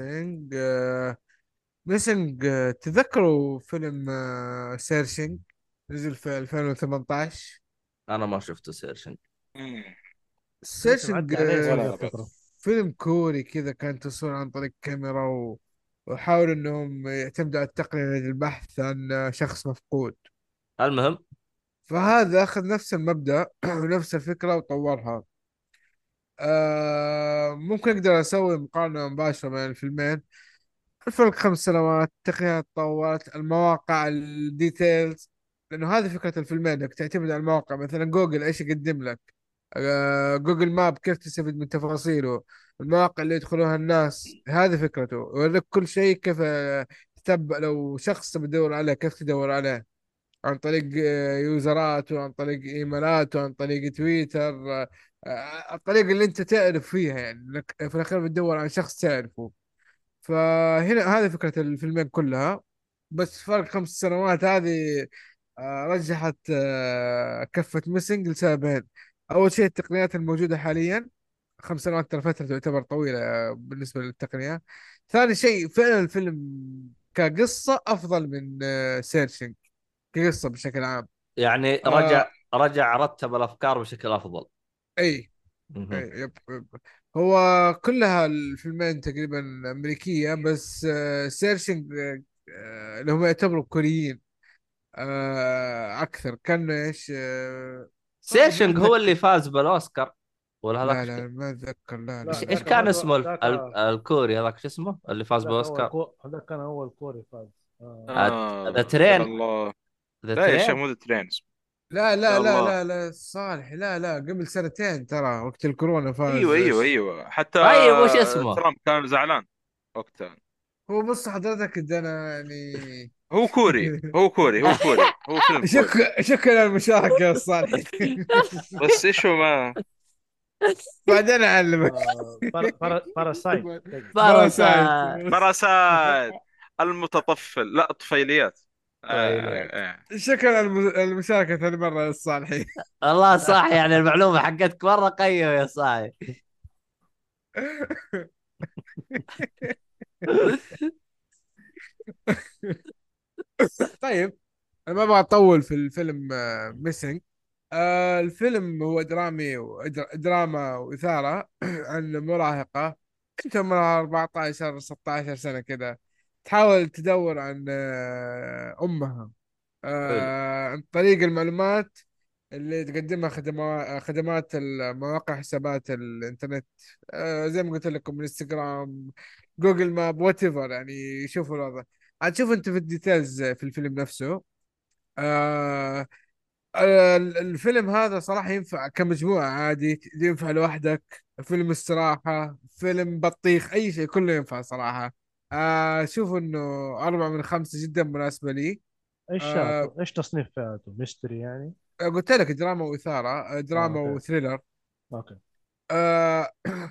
C: ميسنج تذكروا فيلم سيرشنج، نزل في 2018.
A: انا ما شفته سيرشن.
F: مم.
B: انا
C: سيرشنج
B: سمعت عليه بس ما
F: ولا
B: جاء فتره.
C: فيلم كوري كذا، كان تصوير عن طريق كاميرا وحاولوا انهم يعتمدوا على التقنية للبحث عن شخص مفقود.
A: المهم
C: فهذا اخذ نفس المبدأ ونفس الفكرة وطورها. ممكن اقدر اسوي مقارنة مباشرة بين الفيلمين. الفرق 5 سنوات، التقنية تطورت، المواقع، الديتيلز. لأنه هذه فكرة الفيلمين، إنك تعتمد على المواقع. مثلا جوجل إيش يقدم لك؟ جوجل ماب كيف تستفيد من تفاصيله؟ المواقع اللي يدخلوها الناس، هذه فكرته. يوريك كل شيء كيف تتبع. لو شخص تبي تدور عليه كيف تدور عليه؟ عن طريق يوزراته، عن طريق ايميلاته، عن طريق تويتر، الطريقة اللي انت تعرف فيها، يعني انك في الاخير بتدور عن شخص تعرفه. فهنا هذه فكرة الفيلمين كلها. بس فرق 5 سنوات هذه رجحت كفة ميسنج لسببين. أول شيء التقنيات الموجودة حاليا. 5 سنوات ترى فترة تعتبر طويلة بالنسبة للتقنية. ثاني شيء فعلا الفيلم كقصة أفضل من سيرشنج، كقصة بشكل عام.
A: يعني
C: آه
A: رجع رتب الافكار بشكل افضل.
C: أي
A: مهم.
C: أي يب. هو كلها الفيلمين تقريبا أمريكية، بس سيرشنج اللي هم يعتبروا كوريين اكثر. كان ايش صراحه ما
A: سيرشنج هو اللي
C: اتذكر.
A: فاز بالاوسكار ولا هذاك
C: لا لا ما اتذكر، لا لا
B: لا
A: ايش
C: لا.
B: ذاك
A: كان
B: هذاك
A: اسمه
B: ذاك
A: الكوري هذاك شو اسمه اللي فاز بالاوسكار؟
B: هذاك كان اول كوري فاز.
A: ذا
F: يا
A: ترين.
F: الله.
A: ذا
F: لا يا شيخ،
A: ترين.
F: مو ذا ترين اسمه.
C: لا
F: يا
C: لا لا
F: الله.
C: لا لا صالح، لا لا، قبل سنتين ترى، وقت الكورونا
F: ايوه
C: فاز
F: ايوه ايوه، حتى
A: طيب وش اسمه؟
F: ترامب كان زعلان وقتها.
C: هو بص حضرتك ده انا يعني.
F: هو كوري هو كوري هو كوري هو فيلم كوري.
C: شكرا على المشاركة يا صالح.
F: بس ايش هو ما.
C: بعدين اعلمك.
B: باراسايت.
C: باراسايت.
A: باراسايت.
F: براسات. المتطفل، لا طفيليات.
A: طيب.
C: شكرا على المشاركة ثاني مرة يا صالحي.
A: الله صح، يعني المعلومة حقتك مرة قيمة يا صاحي.
C: طيب انا ما ابغى اطول في الفيلم ميسنج. الفيلم هو درامي دراما وإثارة عن مراهقة كنت عمرها 14 16 سنة كذا، تحاول تدور عن أمها
A: حلو.
C: عن طريق المعلومات اللي تقدمها خدمات المواقع، حسابات الإنترنت، زي ما قلت لكم، انستغرام، جوجل ماب، وات ايفر. يعني شوفوا الوضع، عاد شوف انت في الديتيلز في الفيلم نفسه. آه الفيلم هذا صراحة ينفع كمجموعة عادي، ينفع لوحدك، فيلم استراحة، فيلم بطيخ، أي شيء كله ينفع صراحة. شوف إنه 4 من 5 جدا مناسبة لي.
B: ايش
C: آه
B: شاته؟ ايش تصنيف فئته؟ ميستري يعني؟
C: قلت لك دراما وإثارة، دراما
B: اوكي.
C: وثريلر.
B: اوكي.
C: آه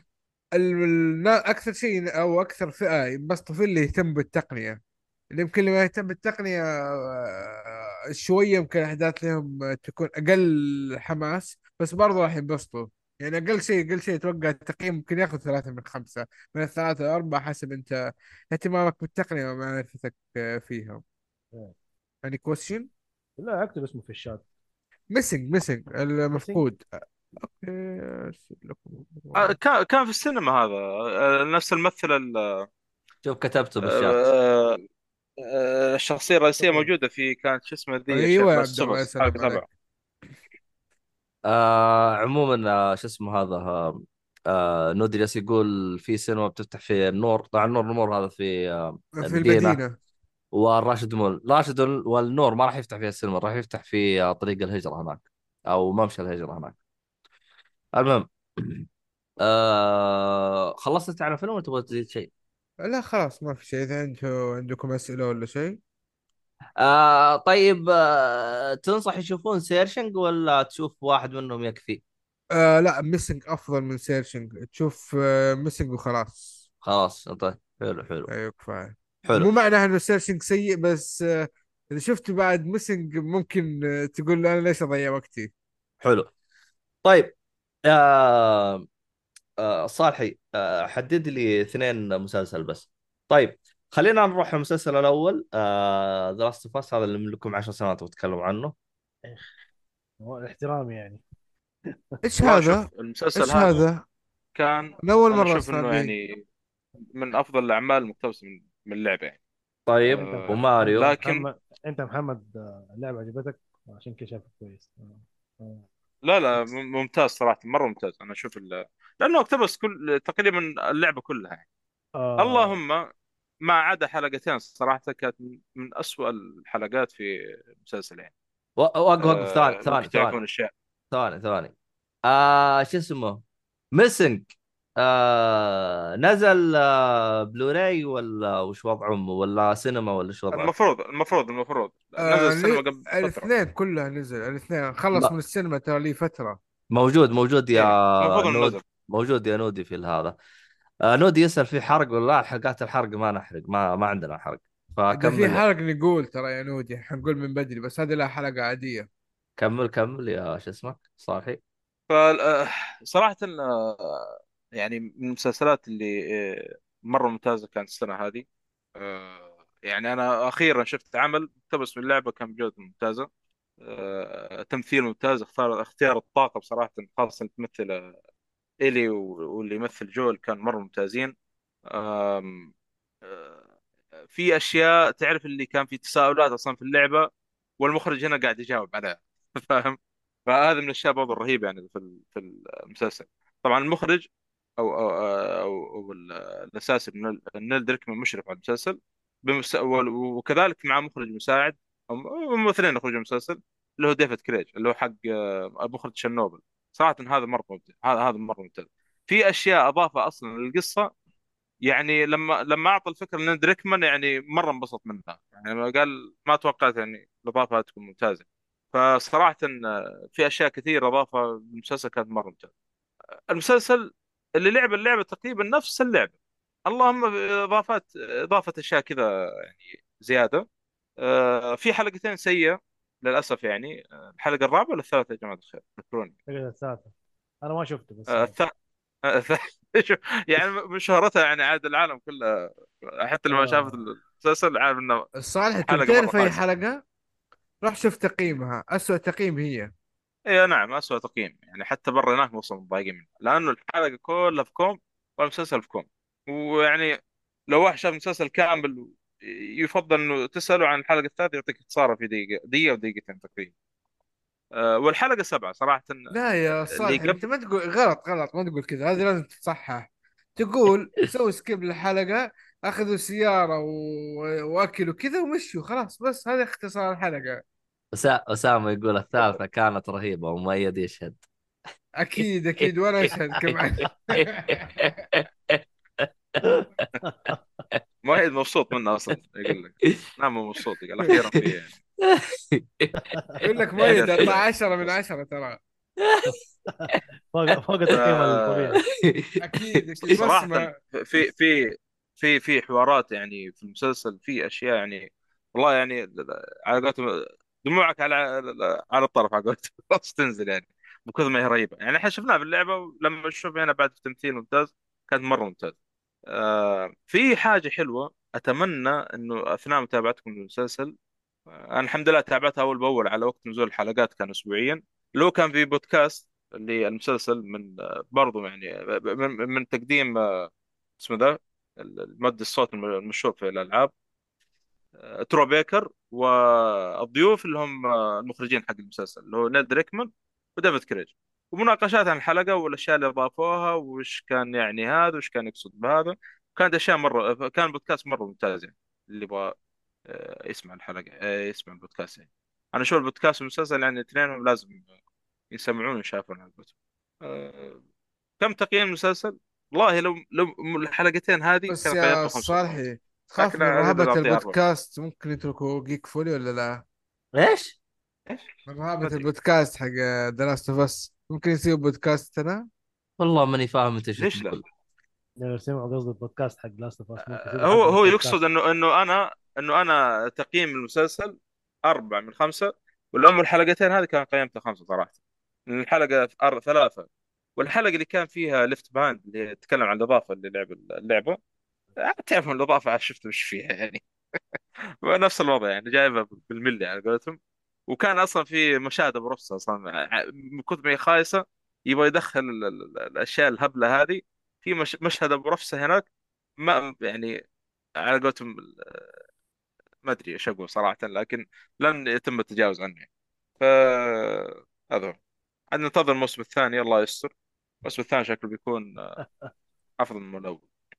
C: أكثر شيء أو أكثر فئة ينبسطوا فيه اللي يهتم بالتقنية. اللي يمكن اللي ما يهتم بالتقنية شوية يمكن الأحداث لهم تكون أقل حماس، بس برضو راح ينبسطوا. يعني أقل شيء أتوقع التقييم ممكن ياخذ 3 من 5، من ال3 ل4 حسب أنت اهتمامك بالتقنية ومعرفتك فيها.
B: إيه.
C: يعني كويستشن.
B: لا اكتب اسمه في الشات.
C: ميسنج
B: ميسنج.
C: المفقود. أوكي، أرسل لكم.
F: كان في السينما هذا. نفس الممثل
A: شوف كتبته بالشات.
F: آه، الشخصية الرئيسية
B: شكرا.
F: موجودة في، كانت شو اسمه ذي يا شيخ،
C: أيوة يا
F: لاست
C: عبد الله، يا
F: سوبرز حلقة
C: سلام
F: 7.
C: عليك.
A: عموما شو اسمه هذا نود جالس يقول في سينما بتفتح في النور. طبعا النور هذا في
C: في
A: المدينة.
C: المدينة.
A: والراشد مول، راشد والنور ما راح يفتح فيها السينما، راح يفتح في طريق الهجرة هناك أو ممشى الهجرة هناك. المهم خلصت على فيلم ولا تبغى تزيد شيء؟
C: لا خلاص ما في شيء. إذا عندكم أسئلة ولا شيء.
A: طيب، تنصح يشوفون سيرشنج ولا تشوف واحد منهم يكفي؟
C: لا، ميسنج أفضل من سيرشنج. تشوف ميسنج وخلاص.
A: خلاص طيب، حلو حلو.
C: أيوة كفاية.
A: حلو
C: مو معناه إنه سيرشنج سيء، بس إذا شفته بعد ميسنج ممكن تقول أنا ليش أضيع وقتي.
A: حلو. طيب، آه صالحي، حدد لي اثنين مسلسل بس. طيب، خلينا نروح المسلسل الاول، ذا لاست اوف اس، هذا اللي من لكم 10 سنوات وتكلموا عنه.
B: هو احترامي يعني.
C: إيش
F: والله
C: هذا؟
F: شوف المسلسل
C: إيش
F: هذا
C: هذا؟
F: كان،
C: أنا أول
F: انا
C: مرة
F: اشوف
C: أسمع
F: انه
C: به.
F: يعني من افضل الاعمال المقتبسه من اللعبه يعني.
A: طيب،
B: انت انت
A: وماريو؟
F: لكن
B: محمد انت محمد اللعبه عجبتك عشان كده شايفك كويس. آه.
F: لا لا، ممتاز صراحه، مره ممتاز. انا اشوف لانه اقتبس كل تقريبا اللعبه كلها يعني.
B: آه.
F: اللهم ما عدا حلقتين صراحه كانت من أسوأ الحلقات في المسلسل يعني.
A: وقف وقف، ثاني ثاني
F: ممكن
A: ثاني
F: تعرفون اشياء.
A: ثاني. شو اسمه؟ ميسنج. نزل بلوراي ولا وش وضعه، ولا سينما ولا شو وضعه؟
F: المفروض نزل السينما قبل فتره.
C: الاثنين كلها نزل. الاثنين خلص من السينما ترى لي فترة.
A: موجود يا
F: ايه المفروض انه
A: نود.
F: نزل.
A: موجود يا نودي في هذا. نودي يسأل في حرق ولا لا؟ حلقات الحرق ما نحرق، ما عندنا حرق.
C: إذا في
A: فكمل.
C: حلقة نقول ترى يا نودي، حنقول من بدري، بس هذه لا حلقة عادية.
A: كمل يا شو اسمك صالحي.
F: فصراحة يعني من المسلسلات اللي مرة ممتازة كانت السنة هذه. يعني أنا أخيرا شفت عمل مقتبس من اللعبة كان بجودة ممتازة. تمثيل ممتاز، اختيار الطاقة بصراحة، خاصة اللي تمثل إيلي واللي يمثل جول كان مرة ممتازين. آم، آه، في أشياء تعرف اللي كان في تساؤلات أصلا في اللعبة، والمخرج هنا قاعد يجاوب عليها. فاهم؟ فهذا من الاشياء برضه الرهيبه يعني في المسلسل. طبعا المخرج او الاساسي نيل دريكمان مشرف على المسلسل، وكذلك مع مخرج مساعد، هم ممثلين يخرجوا المسلسل، اللي هو ديفيد كريج اللي هو حق مخرج شنوبل. صراحه هذا مره ممتاز، هذا مره ممتاز. في اشياء اضافها اصلا للقصه، يعني لما اعطى الفكره لنيل دريكمان يعني مره انبسط منها، يعني لما قال ما توقعت يعني الاضافه تكون ممتازه. فصراحة في أشياء كثير أضافها المسلسل كانت مرة ممتازة. المسلسل اللي لعب اللعبة تقريبا نفس اللعبة، اللهم إضافة أشياء كذا يعني زيادة. في حلقتين سيئة للأسف يعني. الحلقة الرابعة ولا الثالثة يا جماعة الخير ذكروني؟
B: الحلقه السادسه انا ما شفته بس
F: آه، الث... شو- يعني من شهرتها يعني عاد العالم كله، حتى اللي ما شافت
B: آه.
F: المسلسل عارف انه
C: الصالح تبي
F: حلقة مرة
C: تعرف أي
F: خايسة.
C: حلقة؟ روح شوف تقييمها، أسوأ تقييم هي.
F: اي نعم، اسوء تقييم يعني، حتى برا هناك وصلوا متضايقين منه لانه الحلقه كلها في كوم والمسلسل في كوم. ويعني لو واحد شاف مسلسل كامل يفضل انه تساله عن الحلقه الثالثه يعطيك اختصارها في دقيقه ودقيقتين تقريبا. والحلقه 7 صراحه.
C: لا يا
F: اللي
C: صالح، أنت
F: قبل
C: ما تقول غلط غلط، ما تقول كذا، هذه لازم تتصحح. تقول سوي سكيب للحلقة، أخذوا سيارة وأكلوا كذا ومشوا خلاص، بس هذا اختصار الحلقة.
A: أسامة يقول الثالثة كانت رهيبة ومؤيد يشهد.
C: أكيد أكيد، وأنا أشهد كمان.
F: مؤيد مبسوط منه اصلا يقول لك. نعم هو مبسوط، قال اخيرا في يعني.
C: يقول لك ميت، أعطاه 10 من 10 ترى.
B: فوق التقييم الطبيعي.
C: أكيد أكيد،
F: صراحة
C: بسمع.
F: في في في حوارات يعني في المسلسل، في اشياء يعني والله يعني على قولتهم دموعك على الطرف على قولتهم خلاص تنزل يعني، بكثر ما هي رهيبة يعني. احنا شفناها في اللعبة، ولما نشوف هنا بعد التمثيل ممتاز، كانت مرة ممتاز. في حاجة حلوة أتمنى إنه أثناء متابعتكم للمسلسل، أنا الحمد لله تابعتها أول بأول على وقت نزول الحلقات كان أسبوعيا. لو كان في بودكاست اللي المسلسل من برضو يعني من تقديم اسمه ذا المؤدي الصوت المشهور في الألعاب، ترو بيكر، والضيوف اللي هم المخرجين حق المسلسل اللي هو نيل دريكمان وديفيد كريج، ومناقشات عن الحلقة والأشياء اللي أضافوها وش كان يعني هذا وش كان يقصد بهذا. كانت أشياء مرة، كان بودكاست مرة ممتاز يعني. اللي يبغى يسمع الحلقة يسمع البودكاست يعني. أنا أشوف البودكاست والمسلسل يعني اثنينهم لازم يسمعون ويشافون على الكتب. كم تقييم المسلسل؟ والله لو الحلقتين هذه
C: بس
F: كان
C: يا
F: قيمته 5 نقاط.
C: صالحي، تخاف
F: لكن
C: من
F: اقدر
C: رهبة
F: اعطيه 4.
C: البودكاست ممكن يتركوا جيك فولي ولا لا؟
A: ايش؟
F: ايش؟
C: من
F: ما
C: رهبة
F: ادري
C: البودكاست حق ذا لاست اوف اس ممكن يسيبوا بودكاست ترى.
A: والله ماني فاهم انت ايش
F: ليش لا.
A: تقول.
B: لو سمعوا قصد البودكاست حق لاست اوف اس ممكن يسيبوا
F: هو
B: حق
F: هو
B: البودكاست.
F: يقصد انه انا تقييم المسلسل 4 من 5. ولأم الحلقتين هذه كان قيمته 5 صراحة. من الحلقة 3. والحلقة اللي كان فيها ليفت باند اللي تتكلم عن الإضافة اللي لعب اللعبة. تعرف من الإضافة عاد شفت وش فيها يعني. نفس الوضع يعني جايبها بالملي على قولتهم. وكان أصلا في مشاهد برفسة أصلا من كثر ما هي خايسة. يبغى يدخل الأشياء الهبلة هذه في مشهد أبو رفسة هناك. ما يعني على قولتهم ما ادري ايش اقول صراحه لكن لن يتم التجاوز عنه يعني. ف هذا هو. عاد ننتظر الموسم الثاني الله يستر. الموسم الثاني شكله بيكون افضل من الاول.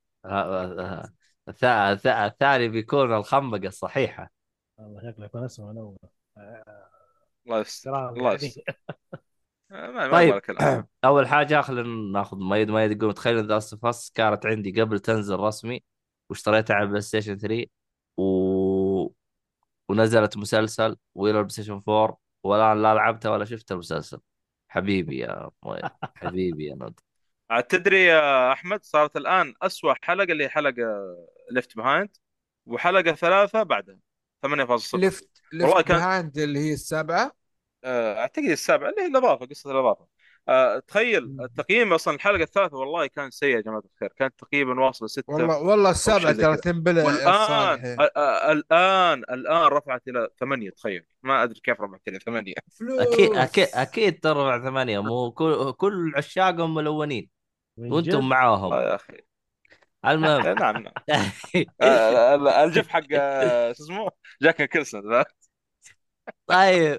A: الثاني بيكون الخنبقة الصحيحة.
B: والله شكله يكون اسمه انا
F: الله يستر
B: كلام
F: الله
B: يعني.
F: يستر. ما يبغى
A: طيب.
F: كلام.
A: اول حاجه خلينا ناخذ ميد يقول تخيل ذا فاس كانت عندي قبل تنزل رسمي، واشتريتها على بلاي ستيشن 3 و... ونزلت مسلسل والى البلاي ستيشن 4، والان لا لعبتها ولا شفت المسلسل. حبيبي يا ميد، حبيبي يا نود.
F: عاد تدري يا احمد صارت الان اسوأ حلقه اللي هي حلقه ليفت بيهايند. وحلقه 3 بعدها 8.0.
C: ليفت
F: والله كان
C: بيهايند اللي هي السابعة.
F: اعتقد السابعه اللي هي الاضافه قصه الاضافه. تخيل التقييم اصلا الحلقه الثالثه والله كان سيء يا جماعه الخير. كانت تقريبا واصله 6
C: والله
F: او
C: السابعة
F: شيء زي
C: ترى
F: كذا.
C: تنبلع يا
F: والان
C: صالحي.
F: الان رفعت الى 8. تخيل ما ادري كيف رفعت الى 8.
C: فلوس.
A: اكيد ترى 8، مو كل عشاقهم ملونين
B: من
A: وانتم
B: جد.
A: معاهم.
F: والله يا اخي.
A: المهم.
F: نعم نعم. الجف حق شو اسمه جاك نيكلسون.
A: طيب.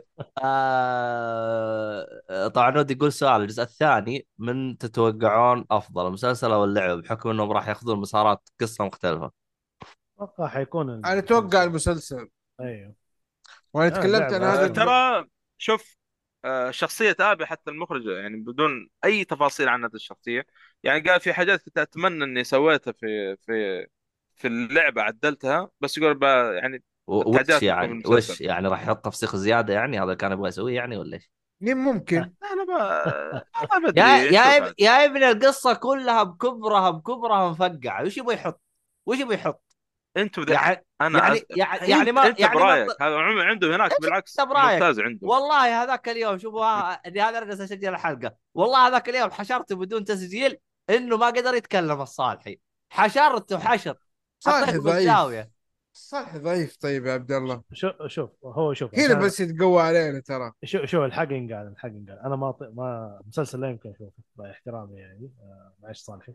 A: طبعا نود يقول سؤال، الجزء الثاني من تتوقعون افضل المسلسل او اللعبه، بحكم انهم راح ياخذون مسارات قصه مختلفه؟
B: اتوقع حيكون
C: انا اتوقع
B: المسلسل.
C: المسلسل،
B: ايوه.
C: وانا تكلمت عن
B: اللعبه
C: هذا
B: اصلا.
F: ترى شوف شخصية آبي حتى المخرج يعني بدون أي تفاصيل عن هذه الشخصية. يعني قال في حاجات كنت أتمنى إني سويتها في اللعبة عدلتها بس يقول يعني
A: وش
F: التعديلات بتكون في
A: يعني،
F: المسلسل.
A: راح يحط تفسيخ زياده يعني؟ هذا كان يبغى يسويه يعني ولا ايش؟
C: ممكن.
F: أنا ما أدري نشوف عاد.
A: يا ابن القصه كلها بكبرها مفقعه، وش يبغى يحط؟ وش يبغى يحط؟
F: أنتوا
A: يعني
F: أنا
A: ما
F: أنت
A: ما
F: برأيك هذا عنده هناك بالعكس
A: انت برايك.
F: ممتاز عنده.
A: والله هذاك اليوم شوفوا اني هذا ارجع اسجل الحلقه، والله هذاك اليوم حشرته بدون تسجيل انه ما قدر يتكلم الصالحي، حشرته حشر،
C: صالحي
A: حطيته
C: ضعيف،
A: بالزاويه.
C: صالحي ضعيف. طيب يا عبد الله،
B: شوف
C: هنا
B: عشان
C: بس يتقوى علينا ترى.
B: شو الحق ينقال انا ما مسلسل لا يمكن اشوفه باحترامي يعني معلش صالحي.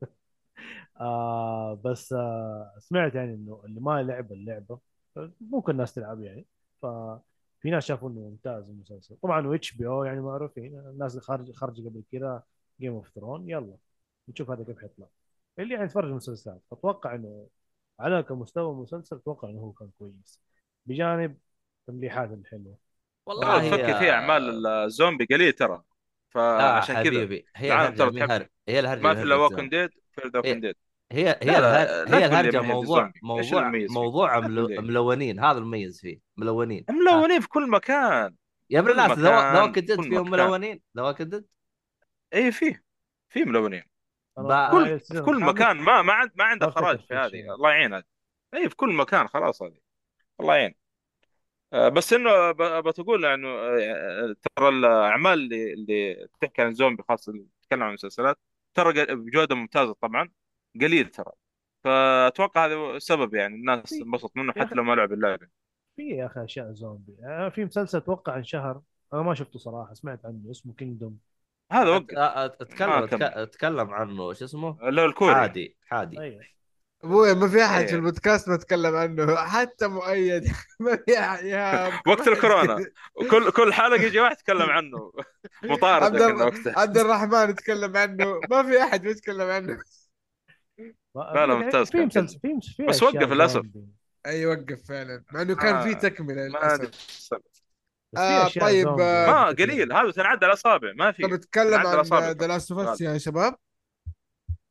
B: بس سمعت يعني انه اللي ما لعب اللعبه ممكن الناس تلعب يعني. ففي ناس شافوا انه ممتاز المسلسل طبعا، واتش بي او يعني معروفين الناس اللي خارج قبل كذا جيم اوف ثرون. يلا نشوف هذا كيف حيطلع اللي يعني يتفرج المسلسلات. اتوقع انه على كمستوى المسلسل اتوقع انه هو كان كويس بجانب تمليحات الحلوه.
F: ترى
A: والله
F: تفكر في أعمال الزومبي قليل ترى.
A: لا
F: فعشان كذا
A: حبيبي، هي
F: العالم
A: الهرجه
F: ترى
A: مي
F: تحب.
A: هي الهرجه
F: ما
A: مي
F: في الا
A: هرجه
F: ووكن
A: زوم.
F: ديد فير ووكن
A: هي
F: ديد. لا
A: هي
F: تقول لي
A: الهرجه
F: ما هي
A: موضوع
F: الزومبي ايش اللي
A: موضوع
F: مميز فيه.
A: موضوع
F: لا تقول لي
A: ملونين، هذا المميز فيه ملونين.
F: ملونين في كل مكان.
A: يا ابن
F: كل
A: الناس،
F: مكان
A: ذوك الدد
F: كل
A: فيهم
F: مكان.
A: ملونين، ذوك الدد.
F: اي في ملونين.
B: انا
F: كل في
B: السيزون
F: كل
B: الخامس
F: مكان ما عنده
B: ما افتكر
F: خراج في
B: في
F: هذه
B: اشياء.
F: الله يعين هذه. اي في كل مكان خلاص هذه. الله يعين. بس انه بتقول انه ترى الاعمال اللي بتحكي عن زومبي خاصه اللي بتتكلم عن المسلسلات ترى بجوده ممتازه طبعا. قليل ترى. فاتوقع هذا السبب يعني الناس
B: في
F: انبسط منه
B: يا
F: حتى
B: اخي
F: لو ما لعب اللعبه.
B: يا اخي اشياء زومبي في مسلسل اتوقع عن شهر انا ما شفته صراحه، سمعت عنه اسمه كينجدوم.
F: هذا وقف ما
A: اتكلم
F: كمل.
A: اتكلم عنه، شو اسمه؟
F: اللي هو الكوري.
A: حادي.
B: ايوه.
C: ابوي ما في احد في
F: ايه
C: البودكاست ما تكلم عنه حتى مؤيد. ما في أحد يا
F: وقت
C: واحد
F: الكورونا
C: كده.
F: كل حلقه يجي واحد يتكلم عنه. مطارده كنا وقتها.
C: عبد الرحمن يتكلم عنه، ما في احد بيتكلم عنه.
F: لا لا
B: يعني
F: ممتاز
B: في
F: كان جدا.
B: مسلسل في
F: بس
B: اشياء
F: وقف للاسف.
B: زومبي.
C: اي وقف فعلا، مع انه كان في تكمله
F: ما ادري
C: للاسف.
F: إيش السبب.
B: بس في اشياء
C: طيب
B: زومبي
F: ما
B: كثيره.
F: قليل هذا تنعدى الاصابع ما
C: طب
F: في.
C: نتكلم
F: تنعدى
C: عن
F: الاصابع
C: ذا لاست اوف اس
F: غالب.
C: يا شباب.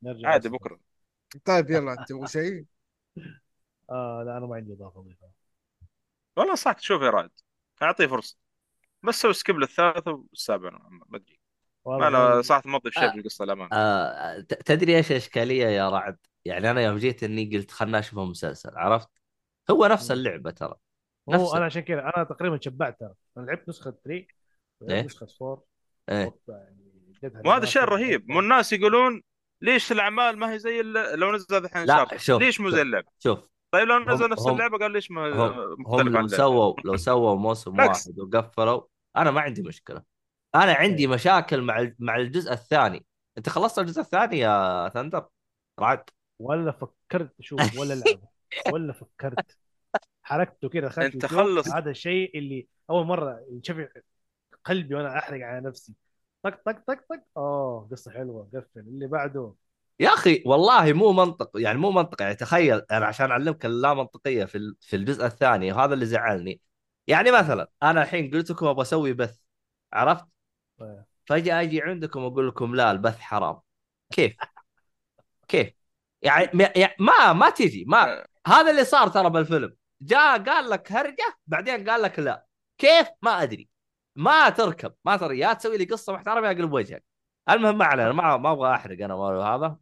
B: نرجع
F: عادي
B: للسؤال.
F: بكره.
C: طيب يلا تبغوا شيء؟
B: لا انا ما عندي اضافه اضيفها.
F: والله صح، شوف يا رائد، اعطيه فرصه، بس سوي سكيب للثالث والسابع، ما ادري. ما
B: والله
F: انا
B: هذا
F: صراحه ما اضيف شيء
A: آه
F: في القصه الامان.
A: تدري ايش الاشكاليه يا رعد؟ يعني انا يوم جيت اني قلت خلنا اشوف مسلسل، عرفت؟ هو نفس
B: مم.
A: اللعبه ترى،
B: هو
A: نفس
B: انا عشان كذا انا تقريبا شبعت ترى. انا لعبت نسخه 3 ولعبت
A: ايه
B: نسخه 4
A: ايه.
B: وقتها يعني جدها
F: وهذا الشيء
B: ريماستر
F: الرهيب، مو
B: وغلطان.
F: الناس يقولون ليش الاعمال ما هي زي لو نزل الحين
A: لا
F: شارتر
A: شوف
F: ليش مو زي
A: شوف
F: اللعبه؟
A: شوف،
F: طيب لو
A: هم
F: نزل نفس
A: هم
F: اللعبه قال ليش ما
A: هم
F: مختلف عن
A: لو
F: اللعبه؟
A: سووا موسم
F: بالعكس.
A: واحد وقفلوا، انا ما عندي مشكله. انا عندي
B: إيه.
A: مشاكل مع الجزء الثاني. انت خلصت الجزء الثاني يا ثندر؟ رعد؟
B: ولا فكرت اشوف ولا لعبه ولا فكرت. حركته كده دخلت
F: انت
B: يوتيوب،
F: خلص.
B: هذا الشيء اللي اول مره ينشفع قلبي وانا احرق على نفسي. طق طق طق طق، قصه حلوه، قفل اللي بعده.
A: يا اخي والله مو منطق، يعني مو منطق. يعني تخيل انا عشان اعلمك اللا منطقيه في الجزء الثاني، وهذا اللي زعلني. يعني مثلا انا الحين قلت لكم ابغى اسوي بث، عرفت؟
B: طيب.
A: فجاه اجي عندكم اقول لكم لا البث حرام. كيف؟ كيف؟ يعني ما تجي ما.
F: آه،
A: هذا اللي صار ترى بالفيلم. جاء قال لك هرجه، بعدين قال لك لا. كيف؟ ما ادري. ما تركب، ما ترى، يا تسوي لي قصه محترمه يا اقلب وجهك. المهم ما علينا، ما ابغى احرق انا هذا.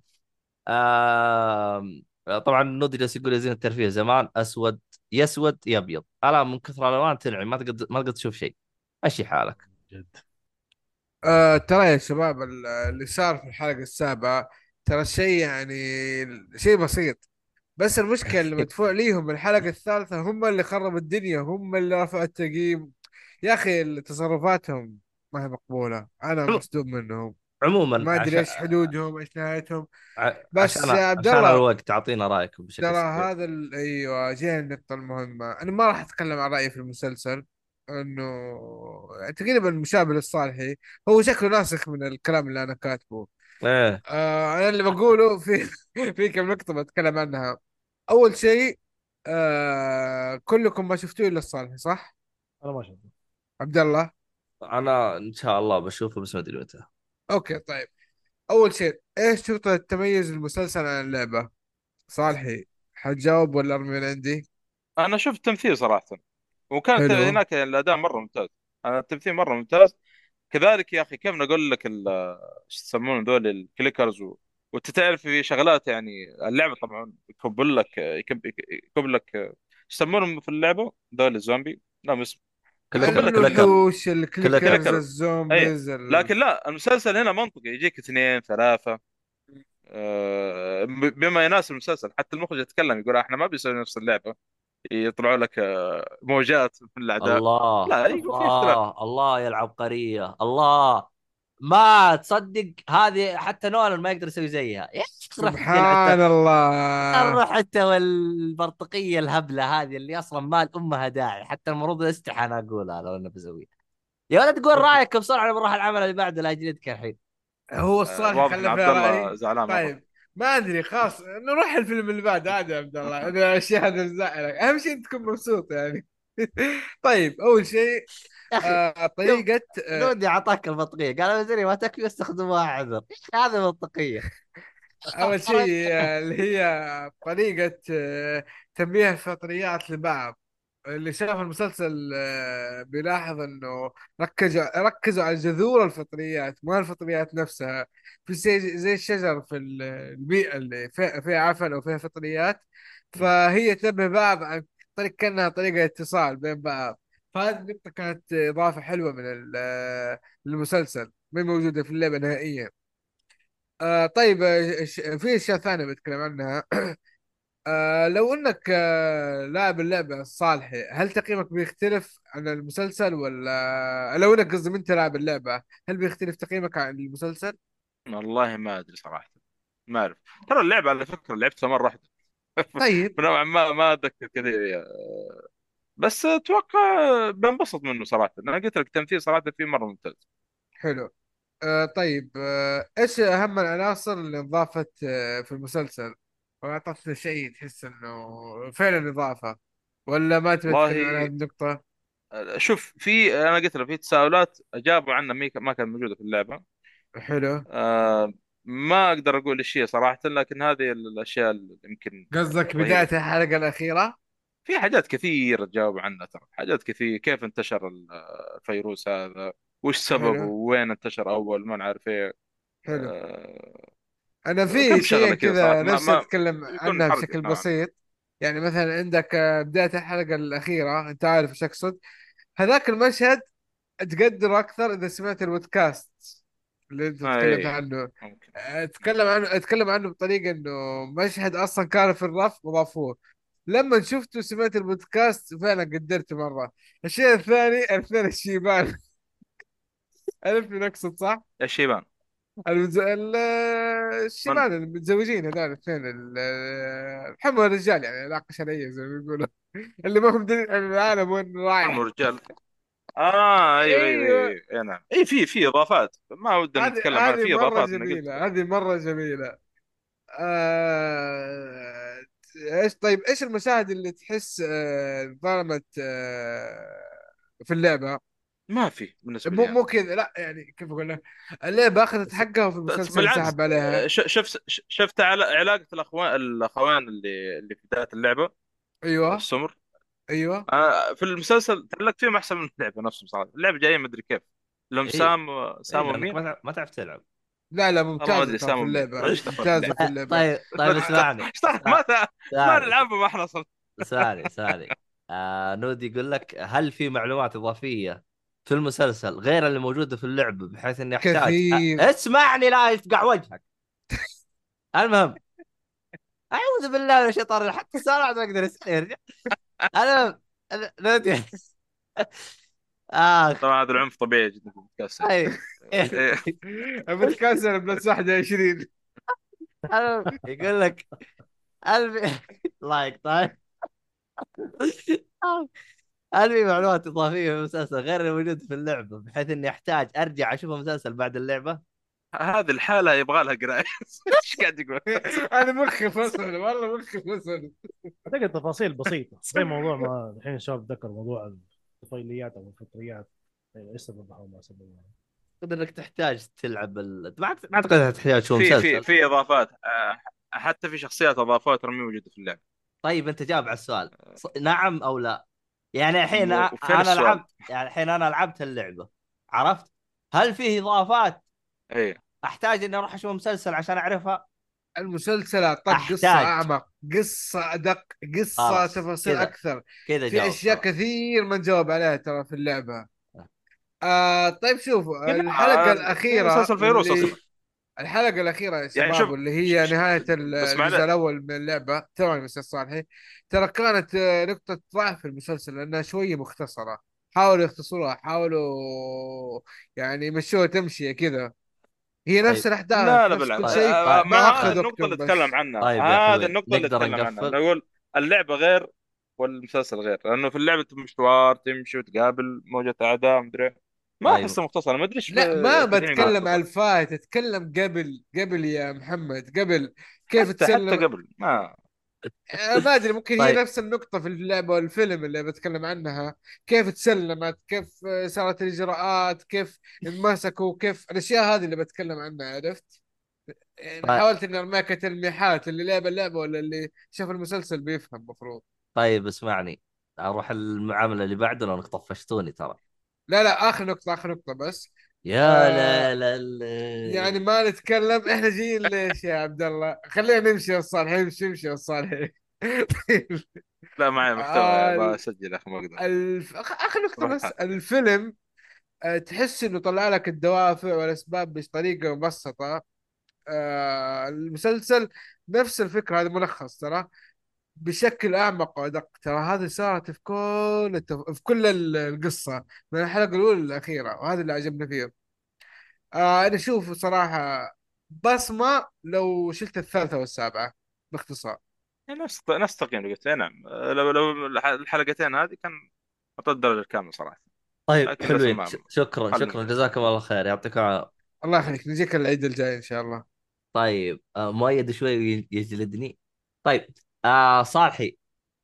A: طبعا نودي جالس يقول يا زين الترفيه زمان اسود، يسود يبيض، الان من كثر الالوان تنعم، ما تقدر تشوف شيء. مشي حالك.
B: جد.
C: ترى يا شباب اللي صار في الحلقة السابعة ترى شيء يعني شيء بسيط، بس المشكلة اللي مدفوع ليهم الحلقة الثالثة هم اللي خربوا الدنيا، هم اللي رفعوا التقييم. يا أخي تصرفاتهم ما هي مقبولة، أنا مصدوم منهم.
A: عموما
C: ما أدري
A: عشان
C: إيش حدودهم إيش نهايتهم. بس
A: عشان
C: يا عبد
A: عشان
C: الله،
A: الوقت اعطينا رايكم بشكل
C: ترى
A: سريع.
C: هذا ايوه جينا النقطة المهمة. انا ما راح اتكلم عن رأيي في المسلسل، انه تقريبا مشابه للصالحي. هو شكله ناسخ من الكلام اللي انا كاتبه.
A: ايه
C: انا اللي بقوله في في كم نقطة بتكلم عنها. اول شيء، كلكم ما شفتوه الا الصالحي صح؟
B: انا ما شفته.
C: عبد الله.
A: انا ان شاء الله بشوفه بس ما ادري متى.
C: اوكي طيب، اول شيء ايش نقطة تميز المسلسل عن اللعبة؟ صالحي حتجاوب ولا ارمي من عندي؟
F: انا شفت تمثيل صراحه، وكانت
C: حلو.
F: هناك الاداء مره ممتاز. انا التمثيل مره ممتاز. كذلك يا اخي كيف نقول لك ايش يسمون ذول الكليكرز وانت تعرف في شغلات يعني. اللعبه طبعا يكب لك ايش يسمونهم في اللعبه ذول الزومبي؟ لا مش
A: كليكر.
C: الوحوش
A: كليكر.
C: الكليكرز
F: كليكر. اي.
C: الزومبيز
F: لكن لا، المسلسل هنا منطقي، يجيك اثنين ثلاثه. بما يناسب المسلسل، حتى المخرج يتكلم يقول احنا ما بيسوي نفس اللعبه، يطلعوا لك موجات من الاعداء.
A: الله
F: لا، يقول في اختلاف.
A: الله يا العبقرية الله. ما تصدق هذه حتى نولان ما يقدر يسوي زيها. ايش رحت
C: سبحان الله.
A: نروح انت والبرتقيه الهبله هذه اللي اصلا ما لامها داعي، حتى المفروض استحى انا اقولها لو انه بسويها. يا ولد قول رايك بسرعه بنروح العمل اللي بعده لا اجلدك الحين.
C: هو الصالح
F: واضح ان
C: خلى
F: عبد
C: فيها
F: الله
C: رأي.
F: زعلان مره.
C: طيب ما ادري، خلاص نروح الفيلم اللي بعده عادي يا عبد الله، انا الاشياء هذا تزعلك، اهم شيء انت تكون مبسوط يعني. طيب اول شيء،
A: يا اخي شوف،
C: طريقة
A: نودي اعطاك البطاقيه قال وزيري ما تكفي استخدموها عذر، ايش هذه منطقيه؟
C: اول شيء اللي هي طريقة تنبيه الفطريات لبعض. اللي شاف المسلسل بيلاحظ انه ركزوا على جذور الفطريات ما الفطريات نفسها. في شيء زي الشجر في البيئة اللي فيها عفن او فيها فطريات، فهي تنبه بعض عن طريق كأنها طريقة اتصال بين بعض. فهذه النقطة كانت إضافة حلوة من المسلسل، ما موجودة في اللعبة نهائيا. طيب، في اشياء ثانيه بتكلم عنها. لو انك لاعب اللعبه الصالحي، هل تقييمك بيختلف عن المسلسل؟ ولا لو انك قصدي انت لاعب اللعبه، هل بيختلف تقييمك عن المسلسل؟
F: والله ما ادري صراحه، ما اعرف. ترى اللعبه على فكره لعبتها مره واحده.
C: طيب
F: فنوعا ما اتذكر كثير بس اتوقع بنبسط منه صراحه. انا قلت لك التمثيل صراحه فيه مره ممتاز.
C: حلو. طيب، ايش اهم العناصر اللي انضافت في المسلسل واعطتنا شيء تحس انه فعلا اضافه، ولا ما تبي تتكلم عن هذه
F: والله
C: النقطه؟
F: شوف، انا قلت لك في تساؤلات اجابوا عنها ما كانت موجوده في اللعبه.
C: حلو.
F: ما اقدر اقول ايش هي صراحه، لكن هذه الاشياء اللي يمكن
C: قصدك بداية
F: رهيبه.
C: الحلقة الأخيرة؟
F: في حاجات كثير تجاوب عنها ترى، حاجات كثير، كيف انتشر الفيروس هذا، وش سببه،
C: حلو.
F: وين انتشر اول، ما نعرف ايه.
C: حلو.
F: آه،
C: أنا في
F: كم شغله
C: شيئين
F: كذا صارت،
C: كذا
F: ما
C: نفسي
F: ما
C: أتكلم
F: يكون
C: عنها
F: محرجه
C: بشكل
F: نوعا ما.
C: بسيط. يعني مثلا عندك بداية الحلقة الأخيرة، أنت عارف إيش أقصد. هذاك المشهد تقدر اكثر اذا سمعت البودكاست اللي انت تكلمت
F: اي
C: عنه.
F: ممكن.
C: اتكلم عنه بطريقه انه مشهد اصلا كان في الرف وضافوه. لما شفته سمعت البودكاست فعلا قدرته مره. الشيء الثاني الاثنين الشيبان. عرفت من اقصد صح؟
F: ايش يبان؟ من؟
C: الشيبان المتزوجين هذول الاثنين محمد الرجال، يعني علاقه شرعيه زي ما يقولوا. اللي ما هم دليل على العالم وين رايح.
F: الرجال. ايوه ايوه
C: ايوه.
F: ايوه، أي نعم، اي في اضافات ما ودنا نتكلم عنها،
C: هذه
F: في
C: مرة
F: اضافات انا قلت
C: جميلة،
F: لك.
C: هذه مرة جميلة. ايش طيب، ايش المشاهد اللي تحس ظلمت في اللعبة؟
F: ما في بالنسبه
C: مو
F: لي انا.
C: مو كذا، لا يعني كيف اقول لك. اللعبة اخذت حقها وفي المسلسل
F: بالعكس،
C: سحب عليها.
F: شفت علاقه الاخوان اللي في بدايه اللعبه،
C: ايوه.
F: السمر.
C: ايوه.
F: في المسلسل تعلقت فيهم احسن من اللعبه نفسهم صراحه، اللعبه جايه ما ادري كيف، لهم
A: اي اي،
F: سام
A: لانك
F: ومين.
A: ما تعرف تلعب.
C: لا لا،
F: والله ما
C: ممتازة
F: ادري
C: ترى
F: سام
C: في
F: ومين،
C: اللعبة،
F: ايش دخل في
C: ممتازة في
F: اللعبه.
C: اللعبة.
A: طيب اسمعني.
F: ما
A: اسمعني
F: نلعبها ما احنا اصلا.
A: اسمعني. نودي يقول لك هل في معلومات اضافيه في المسلسل غير اللي موجوده في اللعبه بحيث اني احتاج
C: كثير.
A: اسمعني لا يفقع وجهك. المهم، اعوذ بالله من الشيطان الرجيم، حتى السؤال ما اقدر اسال يرجع. المهم، نودي. اخ.
F: طبعا هذا العنف طبيعي جدا في البودكاست يعني.
A: اي.
F: إيه.
C: بتكسر بلس 21.
A: المهم، يقول لك الف لايك طيب. هل في معلومات إضافية في المسلسل غير الموجود في اللعبة بحيث إني أحتاج أرجع أشوف المسلسل بعد اللعبة؟
F: هذه الحالة يبغى لها قراية. ايش قاعد يقول؟
C: انا مخي فصل والله، مخي فصل.
B: اعتقد تفاصيل بسيطه زي موضوع ما الحين الشباب ذكر موضوع الطفيليات او الفطريات، ايش سببها وما سببها.
A: أعتقد إنك تحتاج تلعب ما أعتقد إنك تحتاج تشوف
F: في
A: مسلسل.
F: في اضافات، حتى في شخصيات اضافوها ترى مو موجودة في اللعبة.
A: طيب أنت جاوب على السؤال، نعم أو لا. يعني الحين
F: وفين
A: أنا
F: السؤال؟
A: لعبت، يعني الحين أنا لعبت اللعبة، عرفت؟ هل فيه إضافات
F: ايه.
A: أحتاج إني أروح أشوف مسلسل عشان أعرفها؟
C: المسلسل اعطاك قصة
A: أحتاج.
C: اعمق، قصة ادق، قصة
A: خلاص
C: تفاصيل
A: كذا،
C: اكثر.
A: كذا
C: في
A: جاوب
C: اشياء
A: خلاص.
C: كثير ما نجاوب عليها ترى في اللعبة. طيب شوف
F: لا،
C: الحلقة
F: هو
C: الأخيرة
F: مسلسل فيروس اصلا.
C: اللي الحلقة الأخيرة يا
F: يعني
C: شباب،
F: شوف،
C: واللي هي نهاية
F: بس
C: الجزء الأول من اللعبة، ثواني بس يا صالحي. ترى كانت نقطة ضعف في المسلسل لأنها شوية مختصرة. حاولوا يختصروها، حاولوا يعني يمشوها تمشي كذا. هي نفس
A: طيب
C: الأحداث،
F: لا
C: نفس
F: بالعكس،
C: كل
A: طيب
C: شيء،
A: طيب
C: ما
F: ما هذه
C: أخذ
F: النقطة اللي
C: وقتهم
F: اتكلم
C: بس.
F: عنها،
A: طيب يا
F: هذه
A: حلوين،
F: النقطة اللي
A: نقدر
F: اتكلم عنها،
A: نقفل؟
F: نقول اللعبة غير والمسلسل غير، لانه في اللعبة مشوار تمشي وتقابل موجة اعداء مدري، ما
A: طيب
F: احسه مختصر، ما ادري ايش
C: لا ما
F: فاتحين يقولوا
C: بتكلم على
F: مختصر.
C: الفايت، اتكلم قبل يا محمد، قبل كيف
F: حتى
C: تسلم.
F: قبل ما.
C: ما ادري، ممكن هي
A: طيب
C: نفس النقطة في اللعبة والفيلم اللي بتكلم عنها. كيف تسلمت، كيف صارت الإجراءات، كيف انمسكوا، كيف الأشياء هذه اللي بتكلم عنها، عرفت؟ يعني
A: طيب
C: حاولت اني ارميك تلميحات، اللي لعب اللعبة ولا اللي شاف المسلسل بيفهم مفروض.
A: طيب اسمعني، اروح المعامله اللي بعده لانك طفشتوني ترى.
C: لا لا، اخر نقطة، اخر نقطة بس.
A: يا لا
C: آه
A: لا لا.
C: يعني ما نتكلم، احنا جايين ليش يا عبد الله؟ خلينا نمشي يا الصالح، امشي يا الصالح. طيب.
F: لا معي محتوى
C: آه
F: بسجل يا اخي، ما اقدر.
C: اخر نقطة
F: روح
C: بس،
F: الحال.
C: الفيلم تحس انه طلع لك الدوافع والاسباب بطريقه مبسطه. المسلسل نفس الفكره، هذا ملخص ترى، بشكل اعمق وادق. ترى هذه صارت في كل القصه، من الحلقه الاولى للاخيره، وهذا اللي عجبني فيه. انا اشوف صراحه بصمه لو شلت الثالثه والسابعه، باختصار.
F: نفس التقييم اللي قلت، إيه نعم، لو الحلقتين هذه كان اعطيت الدرجة الكاملة صراحة،
A: طيب
F: لكن للاسف
A: حلوين،
F: ما
A: شكرا
F: خلني
A: شكرا،
F: مقصر.
A: جزاكم الله خير، يعطيكم العافية.
C: الله يخليك، نجيك العيد الجاي ان شاء الله.
A: طيب مؤيد شوي يجلدني. طيب صالحي،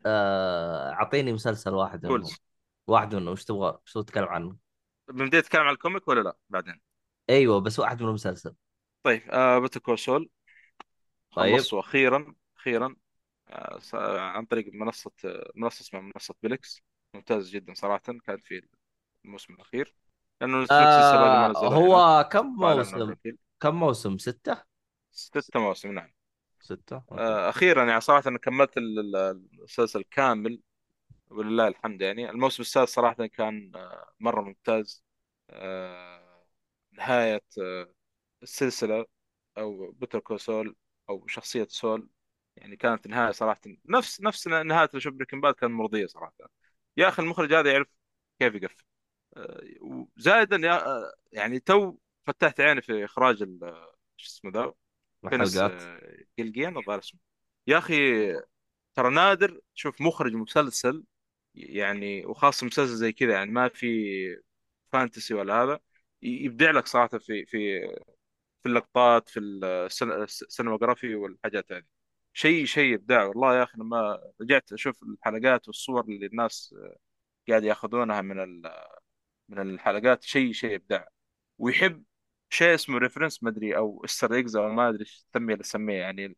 A: اعطيني مسلسل واحد منهم.
F: كولز.
A: واحد منهم، وش تبغى تتكلم عنه؟
F: بنبدا نتكلم عن الكوميك ولا لا بعدين؟
A: ايوه بس واحد منهم مسلسل.
F: طيب بيتر كول سول
A: طيب.
F: خلصته اخيرا. عن طريق منصه اسمها منصه بليكس. ممتاز جدا صراحه، كان في الموسم الاخير، لانه نتفلكس لسه باقي ما نزل هناك.
A: هو كم
F: فاعلنوا
A: موسم؟
F: الوكيل.
A: كم موسم؟ 6؟
F: 6 مواسم نعم.
A: 6. اوكي.
F: اخيرا يعني صراحه انا كملت المسلسل كامل ولله الحمد. يعني الموسم السادس صراحه كان مره ممتاز. نهايه السلسله او بيتر كول سول او شخصيه سول، يعني كانت نهايه صراحه نفس نهايه اللي شوف بريكنج باد، كان مرضيه صراحه. يا اخي المخرج هذا يعرف كيف يقفل. وزائدا يعني فتحت عيني في اخراج شو اسمه ذا، فينس
A: الحلقات.
F: جلجيان الظاهر اسمه. يا اخي ترى نادر تشوف مخرج مسلسل، يعني وخاصة مسلسل زي كذا يعني ما في فانتسي ولا هذا، يبدع لك صراحة في اللقطات، في السينماتوجرافي والحاجات هذه. شيء ابداع والله يا اخي. لما رجعت اشوف الحلقات والصور اللي الناس قاعد ياخذونها من الحلقات، شيء ابداع. ويحب شيء اسمه ريفرنس ما ادري او استر ايجز او ما ادري ايش تسميه يعني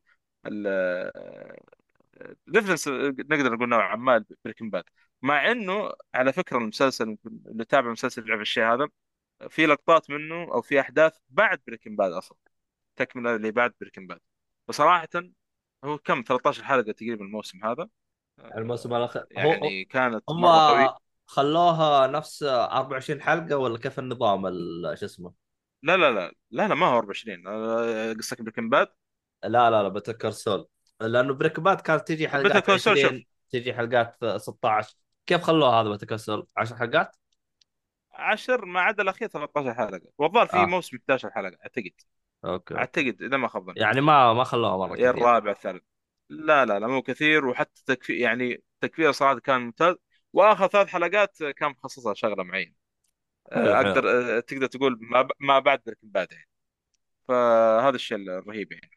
F: الريفرنس نقدر نقول نوعا ما بريكنج باد. مع انه على فكره المسلسل اللي تابع مسلسل يعرف الشيء هذا، في لقطات منه او في احداث بعد بريكنج باد اصلا، تكمله اللي بعد بريكنج باد. بصراحه هو كم 13 حلقه تقريبا الموسم هذا.
A: الموسم الاخير
F: يعني كانت
A: هم
F: مره قوي.
A: خلوها نفس 24 حلقة ولا كيف النظام شو اسمه؟
F: لا ما هو 24 قصدك بريكنج باد.
A: لا بتذكر سول، لانه بريك باد كانت تجي
F: بيتر
A: حلقات
F: كول سول شوف،
A: 20، تجي حلقات 16. كيف خلوها هذا بتذكر سول 10 حلقات؟
F: 10 ما عدا الاخير 13 حلقه، والظاهر في
A: اه.
F: موسم 11 حلقه اعتقد.
A: اوكي.
F: اعتقد اذا ما خاب ظني،
A: يعني ما خلوها مرة
F: يا
A: كثير.
F: الرابع الثالث. لا مو كثير. وحتى تكفي يعني تكفيره صراحه كان ممتاز. واخر 3 حلقات كان مخصصها شغله معينه.
A: حلو حلو.
F: اقدر تقدر تقول ما بعد بريكنج باد يعني. فهذا الشيء الرهيب يعني.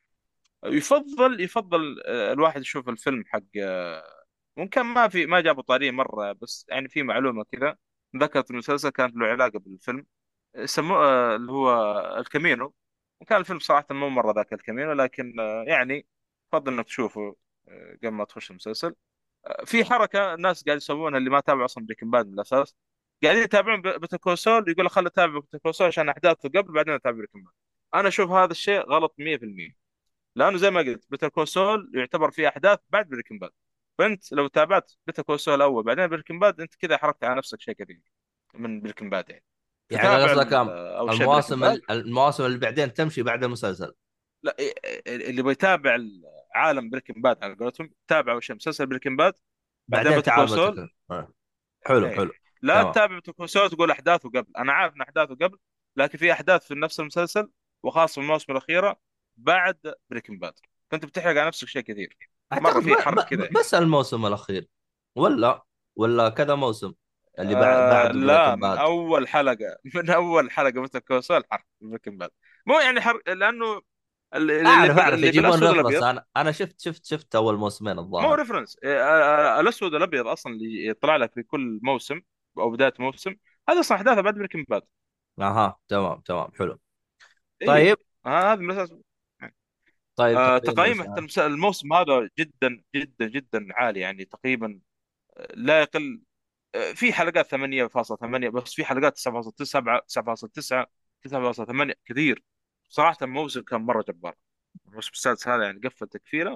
F: يفضل الواحد يشوف الفيلم حق ممكن ما جابوا طاريه مره، بس يعني في معلومه كذا ذكرت المسلسل كانت له علاقه بالفيلم. سموه اللي هو الكامينو. وكان الفيلم صراحة مو مرة ذاك الكامينو، لكن يعني فضل انك تشوفه قبل ما تخش المسلسل. في حركة الناس قاعد يسوونها اللي ما تابعوا اصلا بريكنج باد من الاساس، قاعدين يتابعون بيتر كول سول، يقول لك خل اتابع بيتر كول سول عشان احداثه قبل بعدين اتابع بريكنج باد. انا اشوف هذا الشيء غلط 100%. لانه زي ما قلت بيتر كول سول يعتبر فيه احداث بعد بريكنج باد. فانت لو تابعت بيتر كول سول الاول بعدين بريكنج باد، انت كذا حركت على نفسك شيء كثير من بريكنج باد يعني.
A: يعني
F: فتابع
A: قصدك
F: اول شيء بريكنج باد.
A: المواسم اللي بعدين تمشي بعد المسلسل؟
F: لا اللي يبغى يتابع عالم بريكنج باد على قولتهم تابع اول شيء مسلسل بريكنج باد بعدين
A: بعدين
F: بيتر
A: تعال
F: كول سول.
A: بتكلم حلو
F: ايه
A: حلو.
F: لا
A: تمام.
F: تتابع بيتر كول سول تقول احداثه قبل. انا عارف ان احداثه قبل، لكن في احداث في نفس المسلسل وخاصه في الموسم الاخيره بعد بريكنج باد. فانت بتحرق على نفسك شيء كثير. مره
A: اعتقد
F: في حرق كذا يعني.
A: بس الموسم الاخير، ولا كذا موسم اللي بعد
F: لا
A: بريكنج
F: من
A: باد.
F: اول حلقه من اول حلقه بيتر كول سول حرق بريكنج باد. مو يعني حرق لانه
A: اعرف
F: اللي
A: يجيبون
F: بالاسود
A: ريفرنس.
F: والابيض.
A: انا شفت اول موسمين
F: مو
A: الظاهر.
F: ريفرنس الاسود والابيض اصلا اللي يطلع لك في كل موسم او بدايه موسم، هذا اصلا احداثه بعد بريكنج باد.
A: اها تمام حلو.
F: اي
A: طيب.
F: هذا من الاساس.
A: طيب تقييم
F: تقييم
A: ايش؟
F: حتى الموسم هذا جدا جدا جدا عالي يعني تقريبا لا يقل. في حلقات 8.8 بس في حلقات 9.9 7.9 9.8 كثير. صراحه الموسم كان مره جبار. الموسم السادس هذا يعني قفل تكفيله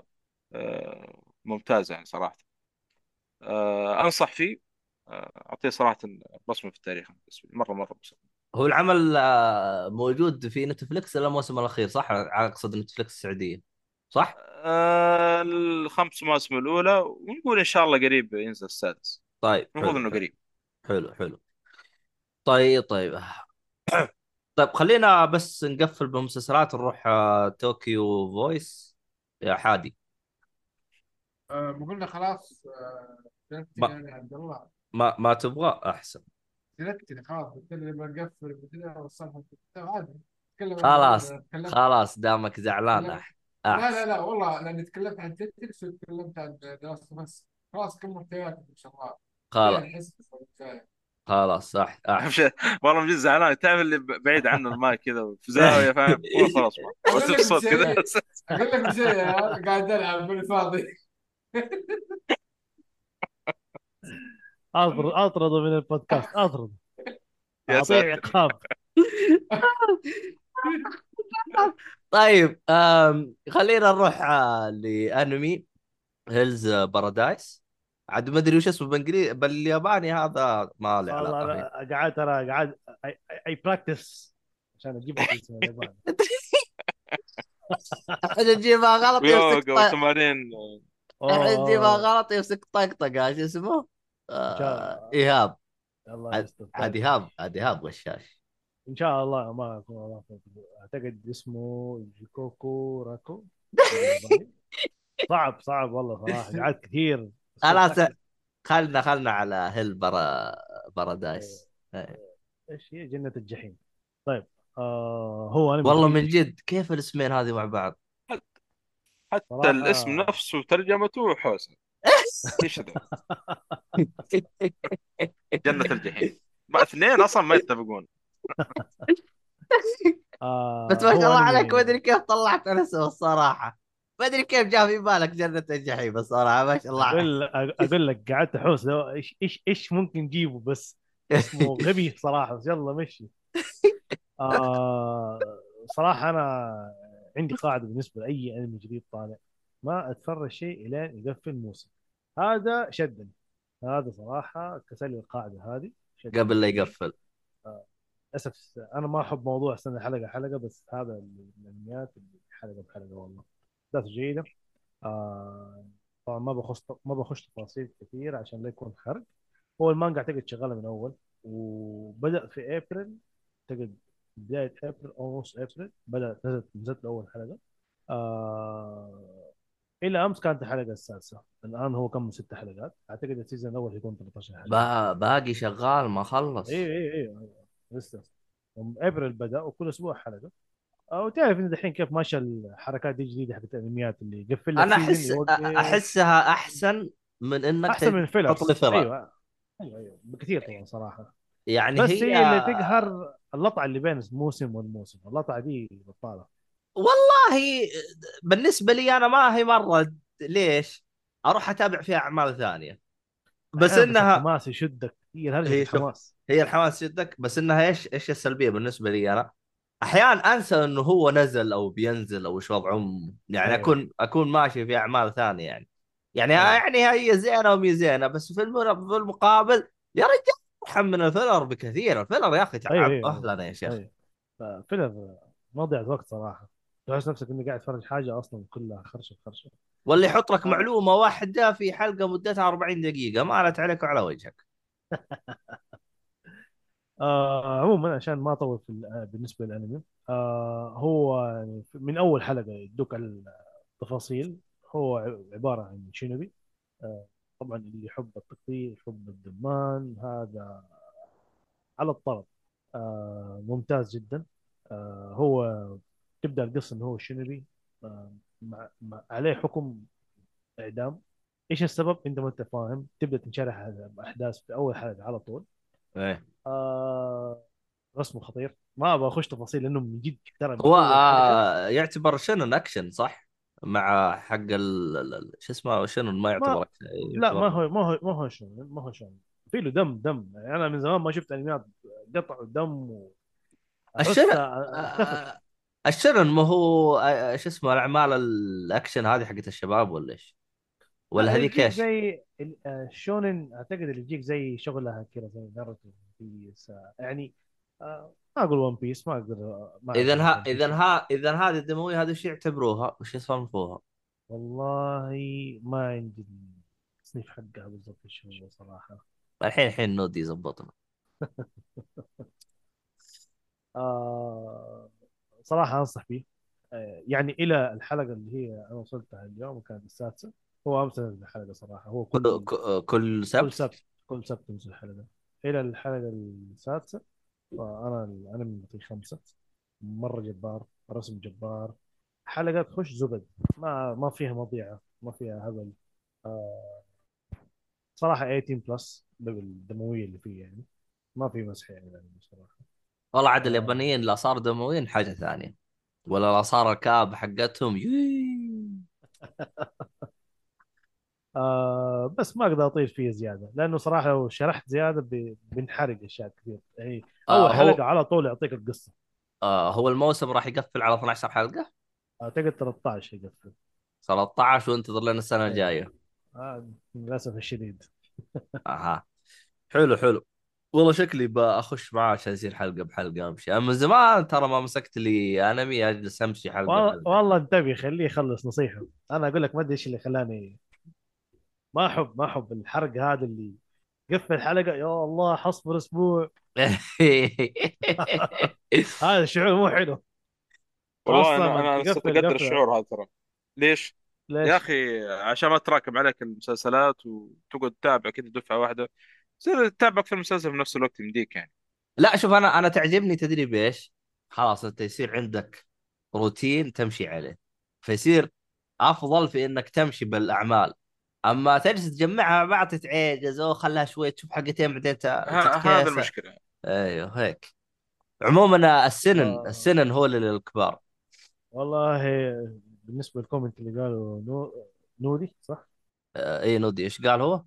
F: ممتازه يعني صراحه. انصح فيه. اعطيه صراحه بصمه في التاريخ بالنسبه لي. مره بصمة.
A: هو العمل موجود في نتفلكس الا الموسم الاخير صح؟ اقصد نتفلكس السعوديه صح؟
F: ال5 مواسم الاولى، ونقول ان شاء الله قريب ينزل السادس.
A: طيب
F: المفروض
A: حلو
F: انه
A: حلو.
F: قريب.
A: حلو. طيب. طيب خلينا بس نقفل بالمسلسلات نروح طوكيو فويس يا حادي.
C: ما قلنا خلاص سلكتني
A: ما
C: يعني عبد الله.
A: ما تبغى احسن.
C: سلكتني خلاص، قلت لي بنقفل قلت لي والصفحه عادي. نتكلم عن
A: خلاص
C: انا تكلمت.
A: خلاص دامك زعلان
C: تكلمت
A: احسن.
C: لا والله لاني تكلمت عن تتكس وتكلمت عن دراسه بس. خلاص كم حياتك ان شاء الله.
A: خلاص
C: بعدين نحس بالجاي.
A: خلاص صح
F: أهم
A: احسن.
F: شيء والله من جد زعلان، تعرف اللي بعيد عنه المايك كذا في زاويه، فاهم؟ خلاص ما
C: اقول
F: اسمع
C: لك
F: الصوت كذا.
C: بشيء، اقول لك بشيء يا عيال، قاعد العب بالفاضي.
B: اطرده من البودكاست، اطرده،
F: يا
B: اعطيه
F: ساتر.
B: عقاب.
A: طيب خلينا نروح لانمي هيلز بارادايس. عاد ما ادري وش اسمه بالانجليزي، بالياباني هذا ما له
B: والله
A: علاقه فيه.
B: انا قاعد، ترى قاعد اي براكتس عشان اجيب لك اسم الياباني.
A: احنا نجيبها غلط يمسك
F: ويوغا وتمارين.
A: احنا نجيبها
B: اوه
A: غلط يمسك طقطقه، شو اسمه؟
B: ان شاء
A: ايهاب.
B: الله
A: عاد
B: يستر.
A: عاد
B: طيب
A: ايهاب، عاد ايهاب غشاش.
B: ان شاء الله ما اكون غلطت. اعتقد اسمه جيكوكو راكو بالياباني. صعب صعب والله صراحه، قعدت كثير بس كنت
A: خلاص،
B: احسب.
A: خلنا على هيل
B: إيه،
A: بارادايس. إيه.
B: ايش هي جنة الجحيم. طيب هو انمي
A: والله
B: جديد
A: من جد كيف الاسمين هذه مع بعض؟
F: حتى الاسم
B: صراحه.
F: نفسه وترجمته حوسه. ايش ذا؟ جنة الجحيم، ما اثنين اصلا ما يتفقون.
A: بس ما شاء
B: هو
A: الله عليك، ما
B: انمي.
A: ادري كيف طلعت انا اسمه الصراحه. ما ادري كيف جاء في بالك جنة الجحيم الصراحه، ما شاء الله عليك.
B: اقول لك قعدت احوس لو ايش ممكن نجيبه، بس اسمه غبي صراحه، بس يلا مشي. صراحه انا عندي قاعده بالنسبه لاي انمي جديد طالع، ما اتفرج شيء الين يقفل موسم. هذا شدني، هذا صراحه كسر لي القاعده هذه،
A: قبل لا
B: شدني.
A: يقفل.
B: للاسف انا ما احب موضوع استنى حلقه حلقه، بس هذا من الانميات اللي حلقه بحلقه والله احداث جيده. آه طبعا ما بخش تفاصيل كثير عشان لا يكون حرق. هو المانجا اعتقد شغاله من اول، وبدا في ابريل، اعتقد بدايه ابريل او نص ابريل بدات، نزلت اول حلقه. آه الى امس كانت الحلقه السادسه، الان هو كم 6 حلقات، اعتقد السيزون الاول يكون 13 حلقه.
A: باقي شغال ما
B: اي
A: خلص.
B: اي اي لسه. ابريل بدا وكل اسبوع حلقه. او تعرف ان دحين كيف ماشيه الحركات دي الجديده حقت الانميات، اللي يقفل لك
A: انا
B: سيزون
A: احس
B: يوقف.
A: احسها احسن من انك
B: احسن من
A: تحط لي
B: الفيلرز،
A: فيلر.
B: ايوه. ايوه بكثير طبعا صراحه.
A: يعني
B: بس
A: هي
B: هي اللي تقهر اللطعه اللي بين موسم والموسم، اللطعه دي بطاله.
A: والله بالنسبه لي انا ما هي مره. ليش؟ اروح اتابع فيها اعمال ثانيه. بس
B: احيانا بس
A: انها
B: الحماس يشدك، هي الهرجه في
A: هي شوف،
B: الحماس.
A: هي الحماس جدك، بس انها ايش السلبيه بالنسبه لي انا؟ احيانا انسى انه هو نزل او بينزل او ايش وضعه. يعني
B: ايوه
A: اكون ماشي في اعمال ثانيه يعني.
B: ايوه
A: هي زينه ومي زينه، بس في المقابل يا رجال ارحم من الفيلر بكثير. الفيلر يا اخي
B: ايوه
A: تعب
B: ايوه
A: اهلنا يا شيخ.
B: ايوه. فيلم مضيعة وقت صراحه، تحس نفسك انك قاعد تتفرج حاجه اصلا كلها خرشه خرشه.
A: واللي يحط لك
B: آه.
A: معلومه واحده في حلقه مدتها 40 دقيقه مالت عليك وعلى وجهك.
B: عموما عشان ما اطول في بالنسبه للانمي، هو يعني من اول حلقه يدوك على التفاصيل. هو عباره عن شينوبي. طبعا اللي يحب التقطيع يحب الدمان هذا على الطرب. ممتاز جدا. هو تبدا القصه انه هو شينوبي، عليه حكم اعدام. ايش السبب؟ انت ما انت فاهم، تبدا تنشرح الاحداث في اول حلقه على طول.
A: ايه.
B: آه رسمه خطير، ما ابغى اخش تفاصيل لانه من جد ترى من
A: هو
B: اول حلقه.
A: يعتبر شنن اكشن صح؟ مع حق شو اسمه شنن ما يعتبر
B: ما
A: اكشن،
B: لا، ما
A: يعتبر.
B: هو ما هو ما هو شلون ما هو شلون. في له دم يعني، انا من زمان ما شفت انميات قطع ودم، واحس
A: الشنن
B: اختفت.
A: الشنن ما هو شو اسمه الاعمال الاكشن هذه حقت الشباب ولا ايش؟
B: لا
A: ولا
B: اللي
A: هذيك
B: يجيك
A: ايش؟
B: زي الشونن، اعتقد اللي يجيك زي شغلها كذا زي ناروتو بيس يعني. ما اقول ون بيس، ما
A: اذا
B: اعتبر ون بيس.
A: اذا هذه الدمويه هذه وش يعتبروها؟ وش يصنفوها؟
B: والله ما عندي التصنيف حقها بالضبط ايش هو صراحه.
A: الحين نودي يظبطنا.
B: آه صراحة أنصح فيه. يعني إلى الحلقة اللي هي أنا وصلتها اليوم وكانت السادسة. هو أمس نزل الحلقة صراحة، هو
A: كل
B: كل
A: سبت.
B: سبت، كل سبت تنزل حلقة إلى الحلقة السادسة. فأنا الأنمي بعطيه 5. مرة جبار، رسم جبار، حلقة تخش زبد، ما فيها مضيعة، ما فيها هبل. آه صراحة 18 بلس بالدموية اللي فيه يعني. ما في مسح يعني بصراحه.
A: والله عاد اليابانيين لا صار دمويين حاجه ثانيه، ولا لا صار الكاب حقتهم
B: بس ما اقدر اطيل فيه زياده، لانه صراحه لو شرحت زياده بنحرق اشياء كثير يعني. اول حلقه
A: هو
B: على طول يعطيك القصه.
A: هو الموسم راح يقفل على 12 حلقه،
B: اعتقد 13 يقفل.
A: 13، وانتظر لنا السنه
B: ايه.
A: الجايه.
B: للاسف الشديد.
A: اها، حلو حلو. والله شكلي بأخش معاه عشان يصير حلقة بحلقة أمشي. أنا من زمان ترى ما مسكت لي أنمي أجلس أمشي حلقة بحلقة.
B: والله انتبه، خليه يخلص نصيحه. انا اقول لك ما ادري ايش اللي خلاني ما احب الحرق هذا اللي قفل حلقه يا الله حصبر اسبوع. هذا الشعور مو حلو.
F: والله
B: خاصه
F: انا
B: لما
F: انا
B: تقفل
F: استقدر
B: قفله.
F: الشعور هذا ترى. ليش؟ يا
B: ليش؟
F: اخي عشان ما تراكم عليك المسلسلات وتقعد تتابع كذا دفعه واحده، تصير تتابع اكثر مسلسل في نفس الوقت يمديك يعني.
A: لا شوف، أنا تعجبني، تدري بإيش؟ خلاص أنت يصير عندك روتين تمشي عليه، فيصير أفضل في إنك تمشي بالأعمال. أما تجلس تجمعها بعد تتعجز، أو خلها شوي تشوف حلقتين بعدين
F: هذا
A: تتكاسل.
F: المشكله.
A: أيوه هيك. عموما
B: آه
A: السنن هو للكبار.
B: والله بالنسبه للكومنت اللي قالوا نودي صح.
A: اي نودي ايش قال هو؟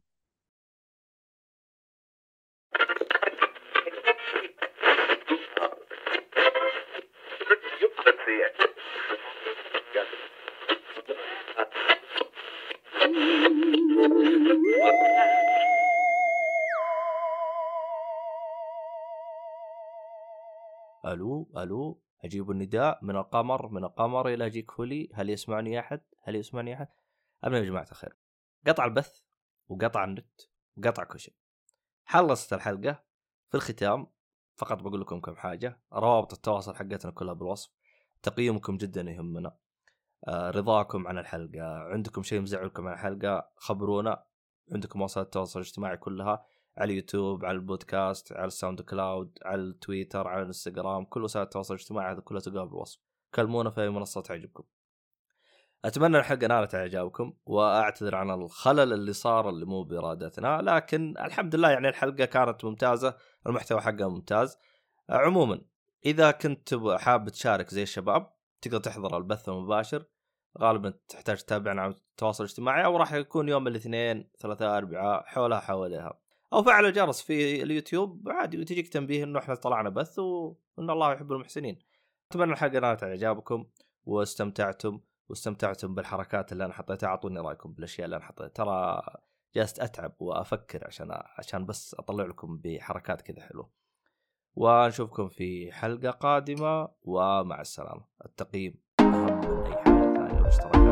A: الو الو، اجيب النداء من القمر، من القمر الى اجيك هولي. هل يسمعني احد؟ هل يسمعني احد؟ المهم يا جماعه الخير، قطع البث وقطع النت وقطع كل شيء. خلصت الحلقه. في الختام فقط بقول لكم كم حاجه. روابط التواصل حقتنا كلها بالوصف. تقييمكم جدا يهمنا. رضاكم عن الحلقه. عندكم شيء مزعلكم عن الحلقه خبرونا. عندكم وسائل التواصل الاجتماعي كلها، على اليوتيوب، على البودكاست، على الساوند كلاود، على التويتر، على الانستغرام، كل وسائل التواصل الاجتماعي هذا كله تلقاه بالوصف. كلمونا في اي منصه تعجبكم. اتمنى الحلقه نالت اعجابكم، واعتذر عن الخلل اللي صار اللي مو بارادتنا، لكن الحمد لله يعني الحلقه كانت ممتازه، المحتوى حقها ممتاز. عموما اذا كنت حاب تشارك زي الشباب تقدر تحضر البث المباشر. غالبا تحتاج تتابعنا على التواصل الاجتماعي، او راح يكون يوم الاثنين ثلاثاء اربعاء حواليها، او فعل الجرس في اليوتيوب عادي وتجيك تنبيه انه احنا طلعنا بث وان الله يحب المحسنين. اتمنى الحلقه نالت اعجابكم واستمتعتم بالحركات اللي انا حطيتها. اعطوني رايكم بالاشياء اللي انا حطيتها، ترى جالس اتعب وافكر عشان بس اطلع لكم بحركات كذا حلوه. ونشوفكم في حلقه قادمه، ومع السلامه. التقييم اهم من اي حاجه ثانيه، والاشتراك